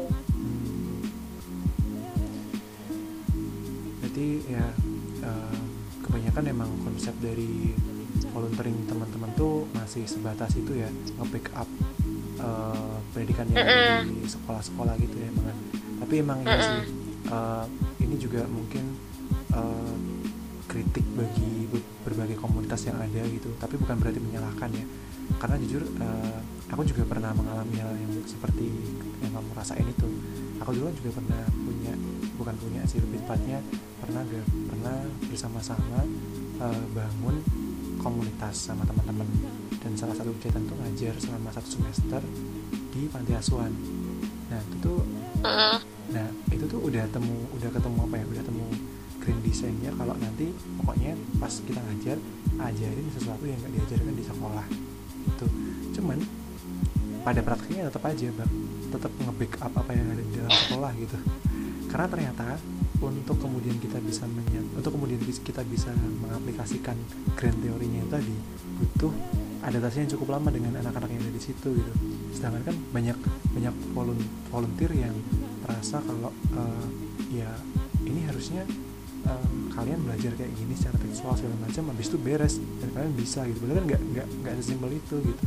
Berarti ya uh, kebanyakan emang konsep dari volunteering teman-teman tuh masih sebatas itu ya, nge-pick up uh, pendidikan yang Mm-mm. di sekolah-sekolah gitu ya emang. Tapi emang iya sih uh, ini juga mungkin uh, kritik bagi berbagai komunitas yang ada gitu, tapi bukan berarti menyalahkan ya, karena jujur uh, aku juga pernah mengalami hal yang seperti yang kamu rasain itu. Aku dulu juga pernah punya, bukan punya sih lebih tepatnya pernah gak pernah bersama-sama uh, bangun komunitas sama teman-teman, dan salah satu kegiatan tuh ngajar selama satu semester di panti asuhan. Nah itu tuh nah itu tuh udah temu udah ketemu apa ya udah temu grand design-nya kalau nanti pokoknya pas kita ngajar ajarin sesuatu yang gak diajarkan di sekolah itu. Cuman pada praktiknya tetap aja bang, tetap nge-backup apa yang ada di dalam sekolah gitu, karena ternyata untuk kemudian kita bisa menyat, untuk kemudian kita bisa mengaplikasikan grand teorinya itu tadi butuh adaptasi yang cukup lama dengan anak-anak yang ada di situ gitu. Sedangkan kan banyak banyak volunteer yang merasa kalau uh, ya ini harusnya uh, kalian belajar kayak gini secara tekstual segala macam, habis itu beres dan kalian bisa gitu. Padahal kan nggak nggak nggak sesimpel itu gitu.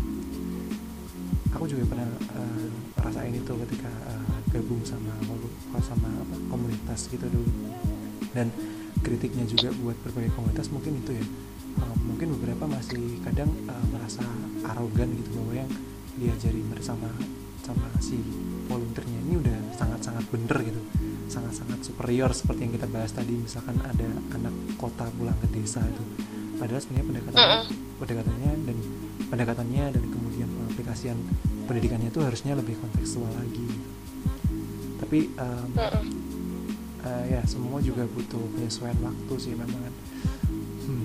Aku juga pernah uh, rasain itu ketika uh, gabung sama sama apa, komunitas gitu dulu. Dan kritiknya juga buat berbagai komunitas mungkin itu ya, uh, mungkin beberapa masih kadang uh, merasa arogan gitu bahwa yang diajari bersama sama si volunteernya ini udah sangat-sangat bener gitu, sangat-sangat superior seperti yang kita bahas tadi, misalkan ada anak kota pulang ke desa itu. Padahal sebenarnya pendekatannya, pendekatannya dan pendekatannya dan kemudian pengaplikasian pendidikannya itu harusnya lebih kontekstual lagi. Tapi um, uh, ya semua juga butuh penyesuaian waktu sih memang. Hmm.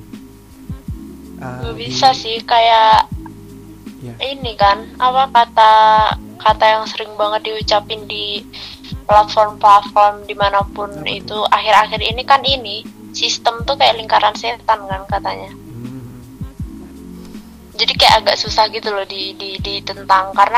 Uh, bisa di, sih kayak ya. Ini kan apa kata kata yang sering banget diucapin di platform-platform dimanapun apa itu tuh? Akhir-akhir ini kan ini sistem tuh kayak lingkaran setan kan katanya. Hmm. Jadi kayak agak susah gitu loh di di ditentang karena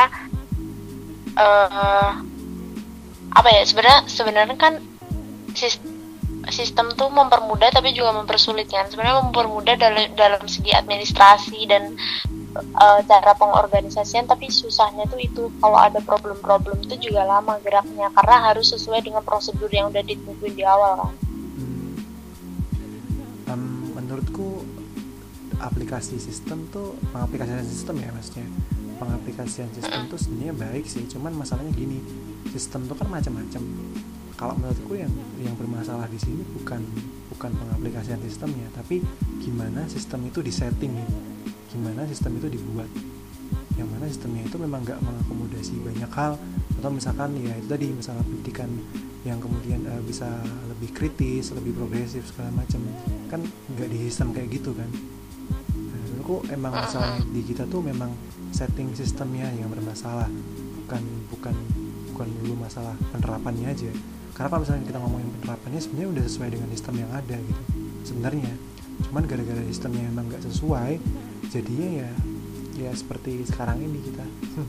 uh, apa ya sebenarnya sebenarnya kan sistem tuh mempermudah tapi juga mempersulit kan. Sebenarnya mempermudah dalam dalam segi administrasi dan uh, cara pengorganisasian, tapi susahnya tuh itu kalau ada problem-problem itu juga lama geraknya karena harus sesuai dengan prosedur yang udah ditentuin di awal kan. Hmm. Um, menurutku aplikasi sistem tuh pengaplikasian sistem ya maksudnya pengaplikasian sistem tuh sebenarnya baik sih, cuman masalahnya gini, sistem tuh kan macam-macam. Kalau menurutku yang yang bermasalah di sini bukan bukan pengaplikasian sistemnya, tapi gimana sistem itu disetting gitu. Gimana sistem itu dibuat. Yang mana sistemnya itu memang nggak mengakomodasi banyak hal, atau misalkan ya itu tadi masalah pendidikan yang kemudian uh, bisa lebih kritis, lebih progresif segala macam. Kan nggak di sistem kayak gitu kan. Nah, menurutku emang masalahnya di kita tuh memang setting sistemnya yang bermasalah, bukan bukan bukan dulu masalah penerapannya aja. Karena kalau misalnya kita ngomongin penerapannya sebenarnya udah sesuai dengan sistem yang ada gitu sebenarnya, cuman gara-gara sistemnya emang nggak sesuai jadinya ya ya seperti sekarang ini kita.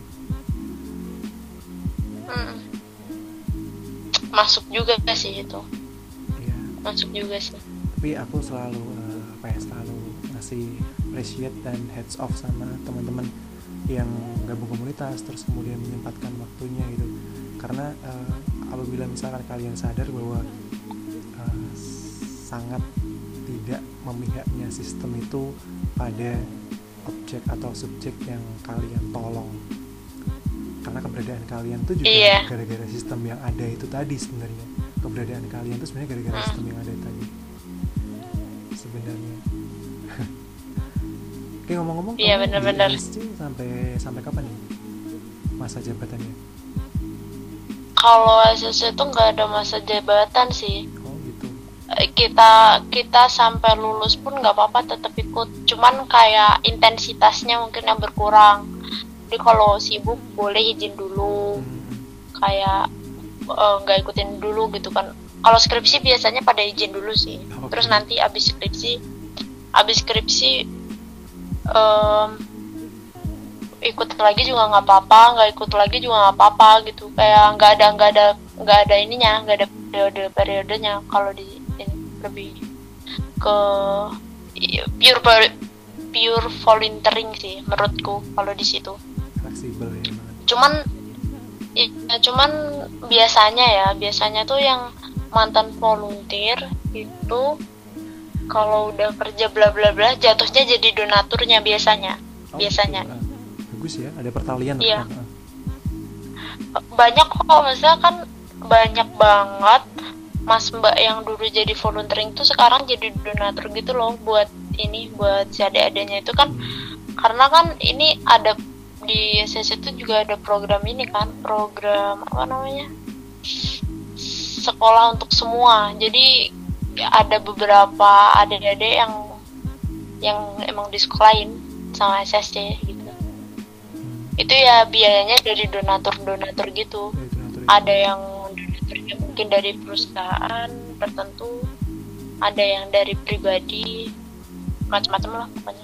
hmm. Masuk juga sih itu ya. Masuk juga sih, tapi aku selalu uh, apa ya selalu ngasih appreciate dan heads off sama teman-teman yang gabung komunitas terus kemudian menyempatkan waktunya gitu, karena uh, apabila misalkan kalian sadar bahwa uh, sangat tidak memihaknya sistem itu pada objek atau subjek yang kalian tolong, karena keberadaan kalian tuh juga iya. gara-gara sistem yang ada itu tadi sebenarnya keberadaan kalian tuh sebenarnya gara-gara hmm. sistem yang ada tadi sebenarnya. Oke, ngomong-ngomong iya, kamu bener-bener. di M S C sampai sampai kapan nih masa jabatannya? Kalau S S C itu nggak ada masa jabatan sih. Oh gitu. Kita kita sampai lulus pun nggak apa-apa tetap ikut. Cuman kayak intensitasnya mungkin yang berkurang. Jadi kalau sibuk boleh izin dulu. Hmm. Kayak nggak uh, ikutin dulu gitu kan. Kalau skripsi biasanya pada izin dulu sih. Okay. Terus nanti abis skripsi, abis skripsi um, ikut lagi juga nggak apa-apa, nggak ikut lagi juga nggak apa-apa gitu, kayak nggak ada nggak ada nggak ada ininya, nggak ada periode periodenya. Kalau di ini lebih ke pure pure volunteering sih menurutku kalau di situ. Fleksibel ya. Cuman ya cuman biasanya ya biasanya tuh yang mantan volunteer itu kalau udah kerja bla bla bla jatuhnya jadi donaturnya biasanya. Oh, biasanya. Betul. Bagus ya, ada pertalian. Iya. Kan? Banyak kok, maksudnya kan banyak banget mas mbak yang dulu jadi volunteering tuh sekarang jadi donatur gitu loh buat ini, buat si adik-adiknya itu kan. Karena kan ini ada di S S itu juga ada program ini kan, program apa namanya, sekolah untuk semua. Jadi ada beberapa adik-adik yang yang emang disekolahin sama S S C gitu. Itu ya biayanya dari donatur-donatur gitu. Donatur, ada yang donaturnya mungkin dari perusahaan tertentu, ada yang dari pribadi, macam-macam lah pokoknya.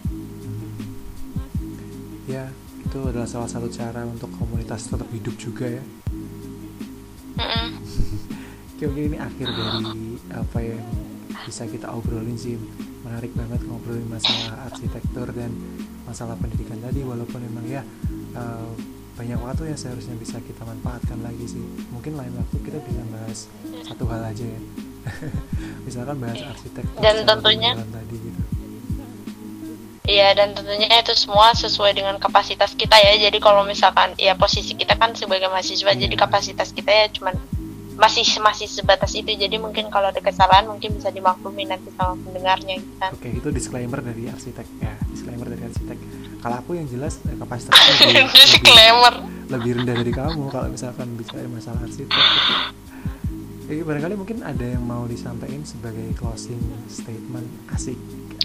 Ya, itu adalah salah satu cara untuk komunitas tetap hidup juga ya. Mm-mm. Oke, oke, ini akhir dari apa yang bisa kita obrolin sih. Menarik banget ngobrolin masalah arsitektur dan masalah pendidikan tadi, walaupun memang ya uh, banyak waktu yang seharusnya bisa kita manfaatkan lagi sih. Mungkin lain waktu kita bisa bahas satu hal aja ya. Misalkan bahas arsitektur dan tentunya tadi gitu. Iya, dan tentunya itu semua sesuai dengan kapasitas kita ya. Jadi kalau misalkan ya posisi kita kan sebagai mahasiswa, yeah. Jadi kapasitas kita ya cuman masih masih sebatas itu. Jadi mungkin kalau ada kesalahan mungkin bisa dimaklumi nanti sama pendengarnya gitu kan. Oke, itu disclaimer dari arsitek ya. Disclaimer dari arsitek. Kalau aku yang jelas eh, kapasitasnya lebih, disclaimer lebih, lebih rendah dari kamu kalau misalkan bicara masalah arsitek gitu. Eh, barangkali mungkin ada yang mau disampaikan sebagai closing statement. Asik.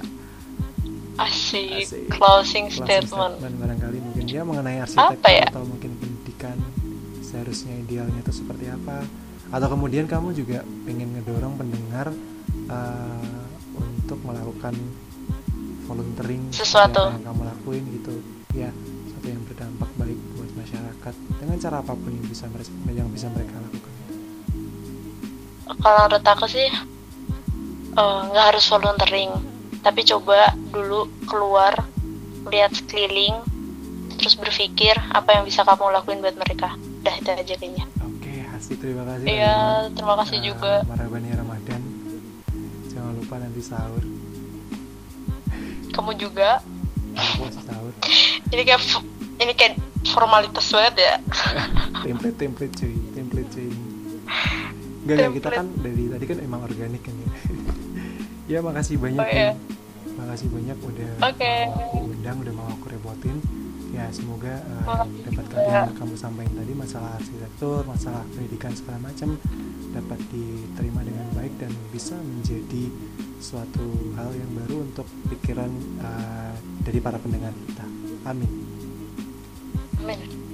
Asik, Asik. Closing, closing statement. statement barangkali mungkin ya mengenai arsitektur ya? Atau mungkin pendidikan seharusnya idealnya itu seperti apa, atau kemudian kamu juga pengen ngedorong pendengar uh, untuk melakukan volunteering sesuatu yang kamu lakuin gitu ya, sesuatu yang berdampak baik buat masyarakat dengan cara apapun yang bisa mereka, yang bisa mereka lakukan. Kalau menurut aku sih nggak uh, harus volunteering, tapi coba dulu keluar lihat sekeliling, terus berpikir apa yang bisa kamu lakuin buat mereka. Udah itu aja kayaknya. Oke, asik, terima kasih. Iya, terima kasih uh, juga. Marhabani Ramadan. Jangan lupa nanti sahur. Kamu juga. Aku sahur. Ini kayak ini kayak formalitas banget ya. template template cuy, template cuy. Enggak ya, kita kan dari tadi kan emang organik kan ya. Ya makasih banyak oh, iya. ya. Makasih banyak udah okay. mau aku undang, udah mau aku repotin. Ya semoga uh, dapat kalian kamu sampaikan tadi masalah arsitektur, masalah pendidikan segala macam dapat diterima dengan baik dan bisa menjadi suatu hal yang baru untuk pikiran uh, dari para pendengar kita. Amin. Amin.